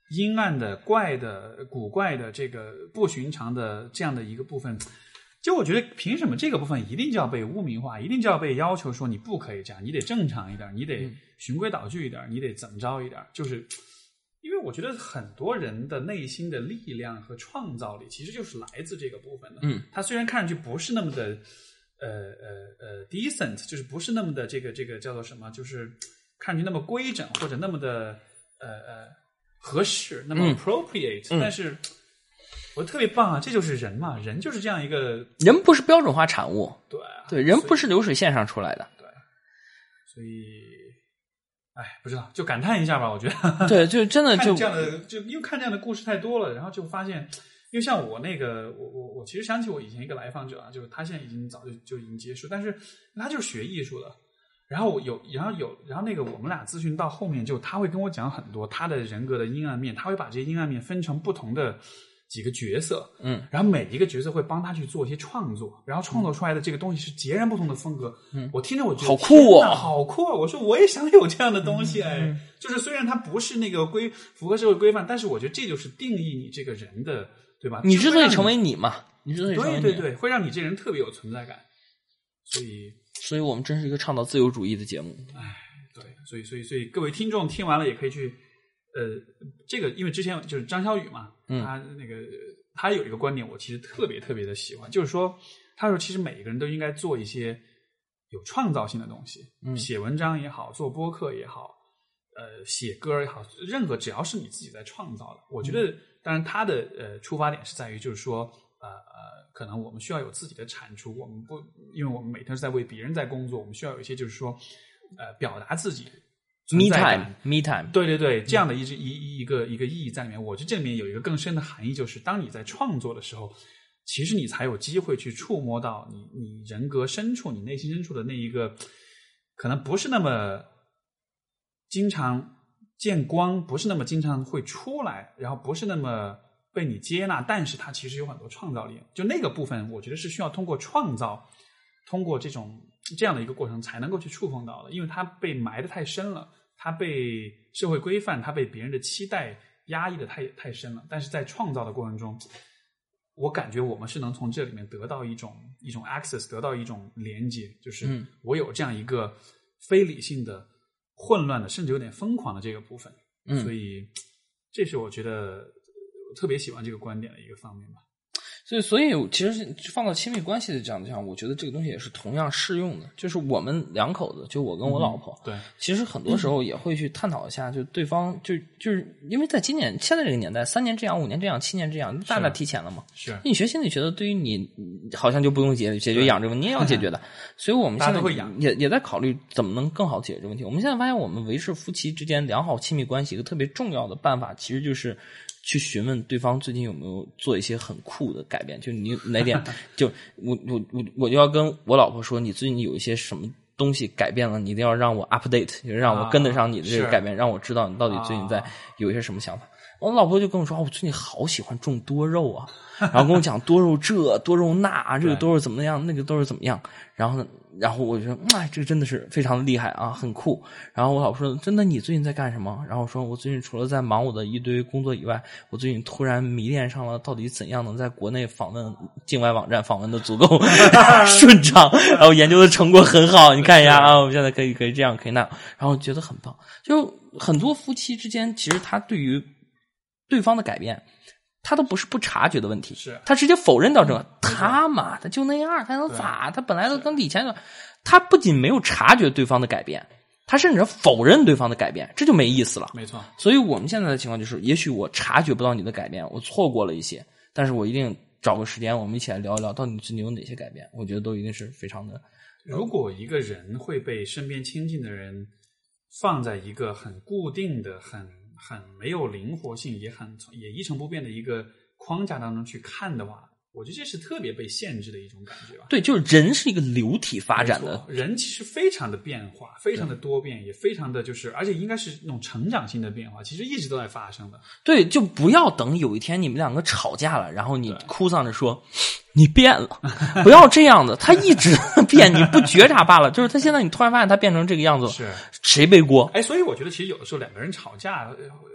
阴暗的、怪的、古怪的这个不寻常的这样的一个部分，就我觉得凭什么这个部分一定就要被污名化，一定就要被要求说你不可以这样，你得正常一点，你得循规蹈矩一点，你得怎么着一点，就是因为我觉得很多人的内心的力量和创造力其实就是来自这个部分的。 嗯， 他虽然看上去不是那么的呃呃呃 decent， 就是不是那么的这个这个叫做什么，就是看上去那么规整或者那么的呃呃合适，那么 appropriate，嗯，但是我特别棒啊，这就是人嘛，人就是这样一个， 人不是标准化产物， 对啊， 对，人不是流水线上出来的， 对，所以，哎，不知道，就感叹一下吧，我觉得， 对，就真的就这样的，就因为看这样的故事太多了，然后就发现，因为像我那个，我我我其实想起我以前一个来访者啊，就是他现在已经早就就已经结束，但是他就是学艺术的。然后有，然后有，然后那个我们俩咨询到后面，就他会跟我讲很多他的人格的阴暗面，他会把这些阴暗面分成不同的几个角色， 嗯， 然后每一个角色会帮他去做一些创作，然后创作出来的这个东西是截然不同的风格。嗯，我听着我觉得好酷啊， 好酷啊！我说我也想有这样的东西，哎，嗯、就是虽然它不是那个规符合社会规范，但是我觉得这就是定义你这个人的，对吧？ 你之所以成为你嘛，你之所以成为你， 对对对，会让你这人特别有存在感，所以。 所以我们真是一个倡导自由主义的节目。 哎，对，所以所以所以各位听众听完了也可以去，呃，这个因为之前就是张小雨嘛， 嗯、 他那个他有一个观点，我其实特别特别的喜欢，就是说，他说其实每个人都应该做一些有创造性的东西， 嗯、 写文章也好，做播客也好，呃，写歌也好，任何只要是你自己在创造的，我觉得，当然他的呃出发点是在于就是说，呃呃。可能我们需要有自己的产出，我们不，因为我们每天是在为别人在工作，我们需要有一些就是说，呃，表达自己 me time me time， 对对对，这样的一一一个一个意义在里面。我觉得这里面有一个更深的含义，就是当你在创作的时候，其实你才有机会去触摸到你你人格深处、你内心深处的那一个，可能不是那么经常见光，不是那么经常会出来，然后不是那么。被你接纳，但是它其实有很多创造力，就那个部分我觉得是需要通过创造，通过这种这样的一个过程才能够去触碰到的，因为它被埋得太深了，它被社会规范，它被别人的期待压抑的太太深了，但是在创造的过程中，我感觉我们是能从这里面得到一种一种 access， 得到一种连接，就是我有这样一个非理性的混乱的甚至有点疯狂的这个部分， 嗯， 所以这是我觉得我特别喜欢这个观点的一个方面吧。 所以，所以其实放到亲密关系的角度上，我觉得这个东西也是同样适用的。就是我们两口子，就我跟我老婆， 嗯、对， 其实很多时候也会去探讨一下，就对方就就是因为在今年现在这个年代，三年之痒、五年之痒、七年之痒，大大提前了嘛。 是， 你学心理学的，对于你好像就不用解解决痒这个问题，你也要解决的。所以我们现在也也在考虑怎么能更好解决这个问题。我们现在发现，我们维持夫妻之间良好亲密关系一个特别重要的办法，其实就是去询问对方最近有没有做一些很酷的改变，就你哪点，就我我我我就要跟我老婆说，你最近有一些什么东西改变了，你一定要让我 update， 就让我跟得上你的这个改变，啊、让我知道你到底最近在有一些什么想法。我老婆就跟我说，哦，我最近好喜欢种多肉啊，然后跟我讲多肉这多肉那，这个多肉怎么样，那个多肉怎么样，然后呢，然后我就说，哎，这个真的是非常厉害啊，很酷。然后我老婆说，真的，你最近在干什么？然后我说，我最近除了在忙我的一堆工作以外，我最近突然迷恋上了到底怎样能在国内访问境外网站访问的足够顺畅，然后研究的成果很好，你看一下啊，我们现在可以可以这样可以那样，然后觉得很棒。就很多夫妻之间，其实他对于对方的改变，他都不是不察觉的问题， 是他直接否认掉这个，他嘛，他就那样，他能咋？他本来都跟以前的，他不仅没有察觉对方的改变，他甚至否认对方的改变，这就没意思了。 没错， 所以我们现在的情况就是，也许我察觉不到你的改变，我错过了一些，但是我一定找个时间，我们一起来聊一聊，到底你有哪些改变？我觉得都一定是非常的。 如果一个人会被身边亲近的人放在一个很固定的、很很没有灵活性，也很也一成不变的一个框架当中去看的话，我觉得这是特别被限制的一种感觉吧。 对，就是人是一个流体发展的， 人其实非常的变化，非常的多变，也非常的就是，而且应该是那种成长性的变化，其实一直都在发生的。 对，就不要等有一天你们两个吵架了，然后你哭丧着说你变了，不要这样的，他一直变，你不觉察罢了。就是他现在你突然发现他变成这个样子了， 是谁背锅？ 哎，所以我觉得其实有的时候两个人吵架，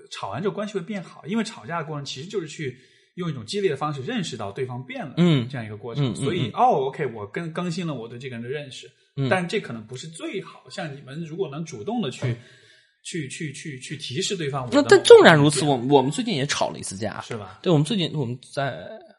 吵完之后关系会变好，因为吵架的过程其实就是去用一种激烈的方式认识到对方变了， 嗯， 这样一个过程。 嗯、 所以、嗯、哦 ，OK， 我更更新了我对这个人的认识， 嗯， 但这可能不是最好。像你们如果能主动的去。嗯去去去去提示对方。 那但纵然如此，我我们最近也吵了一次架， 是吧？ 对，我们最近我们在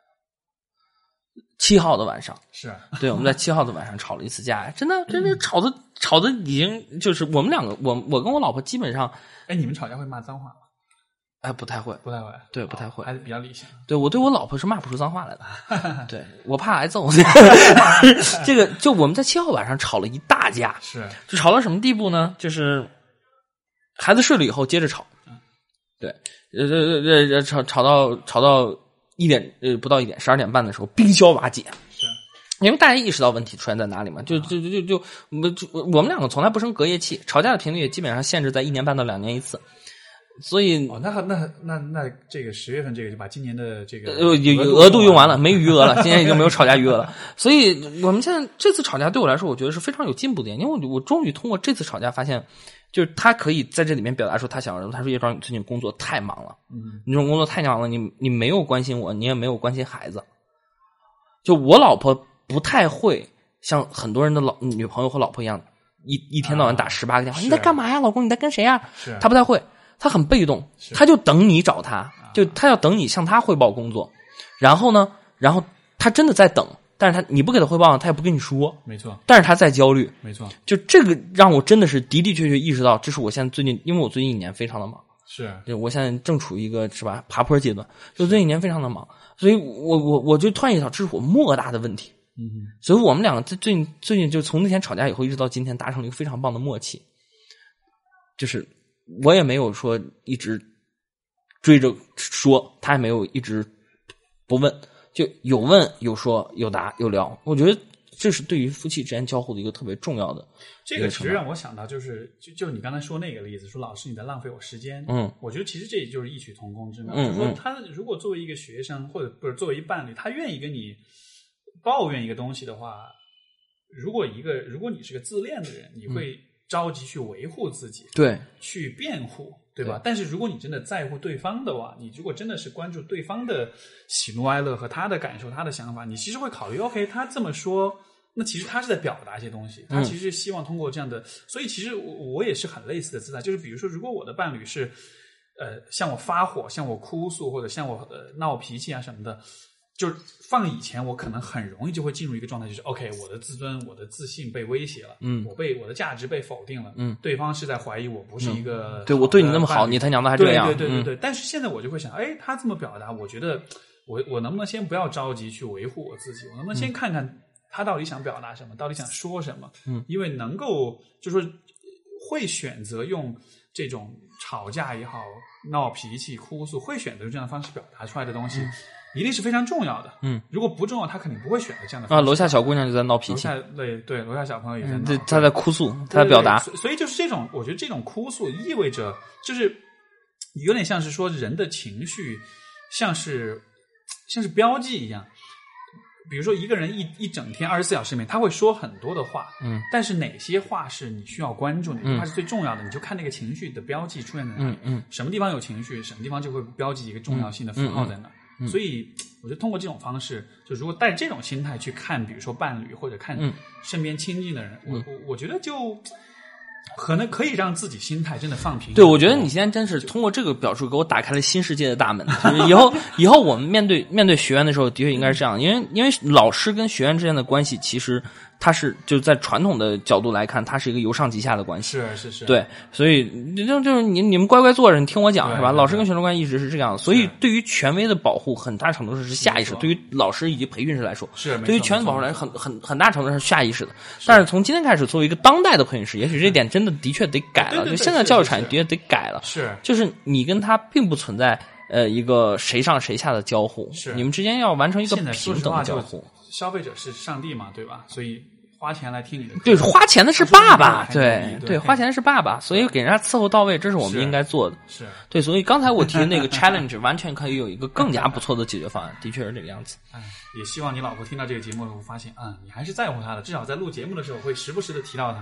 七号的晚上， 是对，我们在七号的晚上吵了一次架，真的真的吵的、嗯、吵的已经就是我们两个，我我跟我老婆基本上， 哎，你们吵架会骂脏话吗？ 哎，不太会， 不太会， 对，不太会， 还是比较理性。 对，我对我老婆是骂不出脏话来的，对我怕挨揍。这个就我们在七号晚上吵了一大架， 是， 就吵到什么地步呢？就是孩子睡了以后接着吵，对，呃呃呃，吵吵到吵到一点呃不到一点，十二点半的时候冰消瓦解， 是， 因为大家意识到问题出现在哪里嘛，就就就就就我们两个从来不生隔夜气，吵架的频率也基本上限制在一年半到两年一次。所以哦，那那那那这个十月份这个就把今年的这个呃有额度用完了，没余额了，今年已经没有吵架余额了。所以我们现在这次吵架对我来说，我觉得是非常有进步的，因为我我终于通过这次吵架发现，就是他可以在这里面表达出他想要的。他说：“叶庄，你最近工作太忙了， 嗯， 你这种工作太忙了，你你没有关心我，你也没有关心孩子。就我老婆不太会像很多人的老女朋友和老婆一样，一一天到晚打十八个电话， 啊、 你在干嘛呀，老公？你在跟谁呀？ 是， 他不太会。”他很被动，他就等你找他，就他要等你向他汇报工作，然后呢，然后他真的在等，但是他你不给他汇报，他也不跟你说， 没错， 但是他在焦虑， 没错， 就这个让我真的是的的确确意识到，这是我现在最近，因为我最近一年非常的忙， 是， 就我现在正处于一个是吧爬坡阶段，就最近一年非常的忙，所以我我我就突然意识到，这是我莫大的问题， 嗯， 所以我们两个最最近最近就从那天吵架以后，一直到今天达成了一个非常棒的默契，就是我也没有说一直追着说，他也没有一直不问，就有问有说有答有聊。我觉得这是对于夫妻之间交互的一个特别重要的。 这个其实让我想到，就是就就你刚才说那个例子，说老师你在浪费我时间。 嗯， 我觉得其实这也就是异曲同工之妙。 嗯， 就是说他如果作为一个学生，或者不是作为一伴侣，他愿意跟你抱怨一个东西的话，如果一个如果你是个自恋的人，你会着急去维护自己， 对， 去辩护。对吧？但是如果你真的在乎对方的话，你如果真的是关注对方的喜怒哀乐和他的感受、他的想法，你其实会考虑 ，OK， 他这么说，那其实他是在表达一些东西，他其实希望通过这样的，嗯、所以其实我我也是很类似的姿态，就是比如说，如果我的伴侣是呃向我发火、向我哭诉或者向我呃闹脾气啊什么的。就是放以前，我可能很容易就会进入一个状态，就是 OK， 我的自尊、我的自信被威胁了， 嗯， 我被我的价值被否定了， 嗯， 对方是在怀疑我不是一个、 嗯、对我对你那么好，你他娘的还这样， 对对对对对、嗯。但是现在我就会想，哎，他这么表达，我觉得我我能不能先不要着急去维护我自己，我能不能先看看他到底想表达什么，到底想说什么？ 嗯， 因为能够就是说会选择用这种吵架也好、闹脾气、哭诉，会选择这样的方式表达出来的东西。嗯，一定是非常重要的， 嗯， 如果不重要，他肯定不会选择这样的方式。 啊，楼下小姑娘就在闹脾气， 楼下对对，楼下小朋友也在闹， 嗯、他在哭诉，他在表达， 对对对，所以就是这种，我觉得这种哭诉意味着，就是有点像是说人的情绪，像是像是标记一样。比如说一个人一一整天二十四小时里面，他会说很多的话， 嗯， 但是哪些话是你需要关注，哪些话是最重要的，嗯、你就看那个情绪的标记出现在哪里， 嗯嗯， 什么地方有情绪，什么地方就会标记一个重要性的符号在哪。嗯嗯嗯、所以，我觉得通过这种方式，就如果带这种心态去看，比如说伴侣或者看身边亲近的人， 嗯、 我我我觉得就可能可以让自己心态真的放平。 对，我觉得你现在真是通过这个表述给我打开了新世界的大门。就是以后以后我们面对面对学员的时候，的确应该是这样，因为因为老师跟学员之间的关系，其实它是就在传统的角度来看，它是一个由上及下的关系。 是是是。 对，所以就就是你你们乖乖坐着，你听我讲是吧？老师跟学生关系一直是这个样子，所以对于权威的保护，很大程度上是下意识。对于老师以及培训师来说， 是对于权威保护来说，很很很大程度上是下意识的。但是从今天开始，作为一个当代的培训师，也许这点真的的确得改了。就现在教育产业的确得改了。 是， 就是你跟他并不存在呃一个谁上谁下的交互， 是你们之间要完成一个平等的交互。 消费者是上帝嘛，对吧？所以花钱来听你的， 对，花钱的是爸爸， 对对，花钱的是爸爸，所以给人家伺候到位，这是我们应该做的。 是对，所以刚才我提的那个 challenge 完全可以有一个更加不错的解决方案，的确是这个样子。 哎，也希望你老婆听到这个节目后发现，啊、嗯，你还是在乎她的，至少在录节目的时候会时不时的提到她。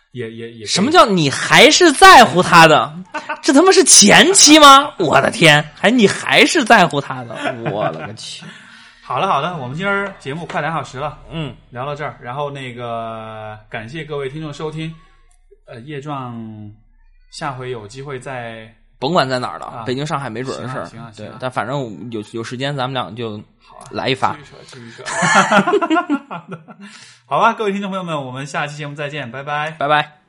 也也也什么叫你还是在乎他的？这他妈是前妻吗？我的天，还你还是在乎他的？我了个去！ 好了好了，我们今儿节目快两小时了， 嗯， 聊到这儿，然后那个感谢各位听众收听，呃，叶壮下回有机会再甭管在哪儿了， 啊北京、上海没准的事儿。 行啊行啊行啊， 对但反正有有时间，咱们俩就来一发。 继续扯，继续扯。好吧，各位听众朋友们，我们下期节目再见，拜拜， 拜拜。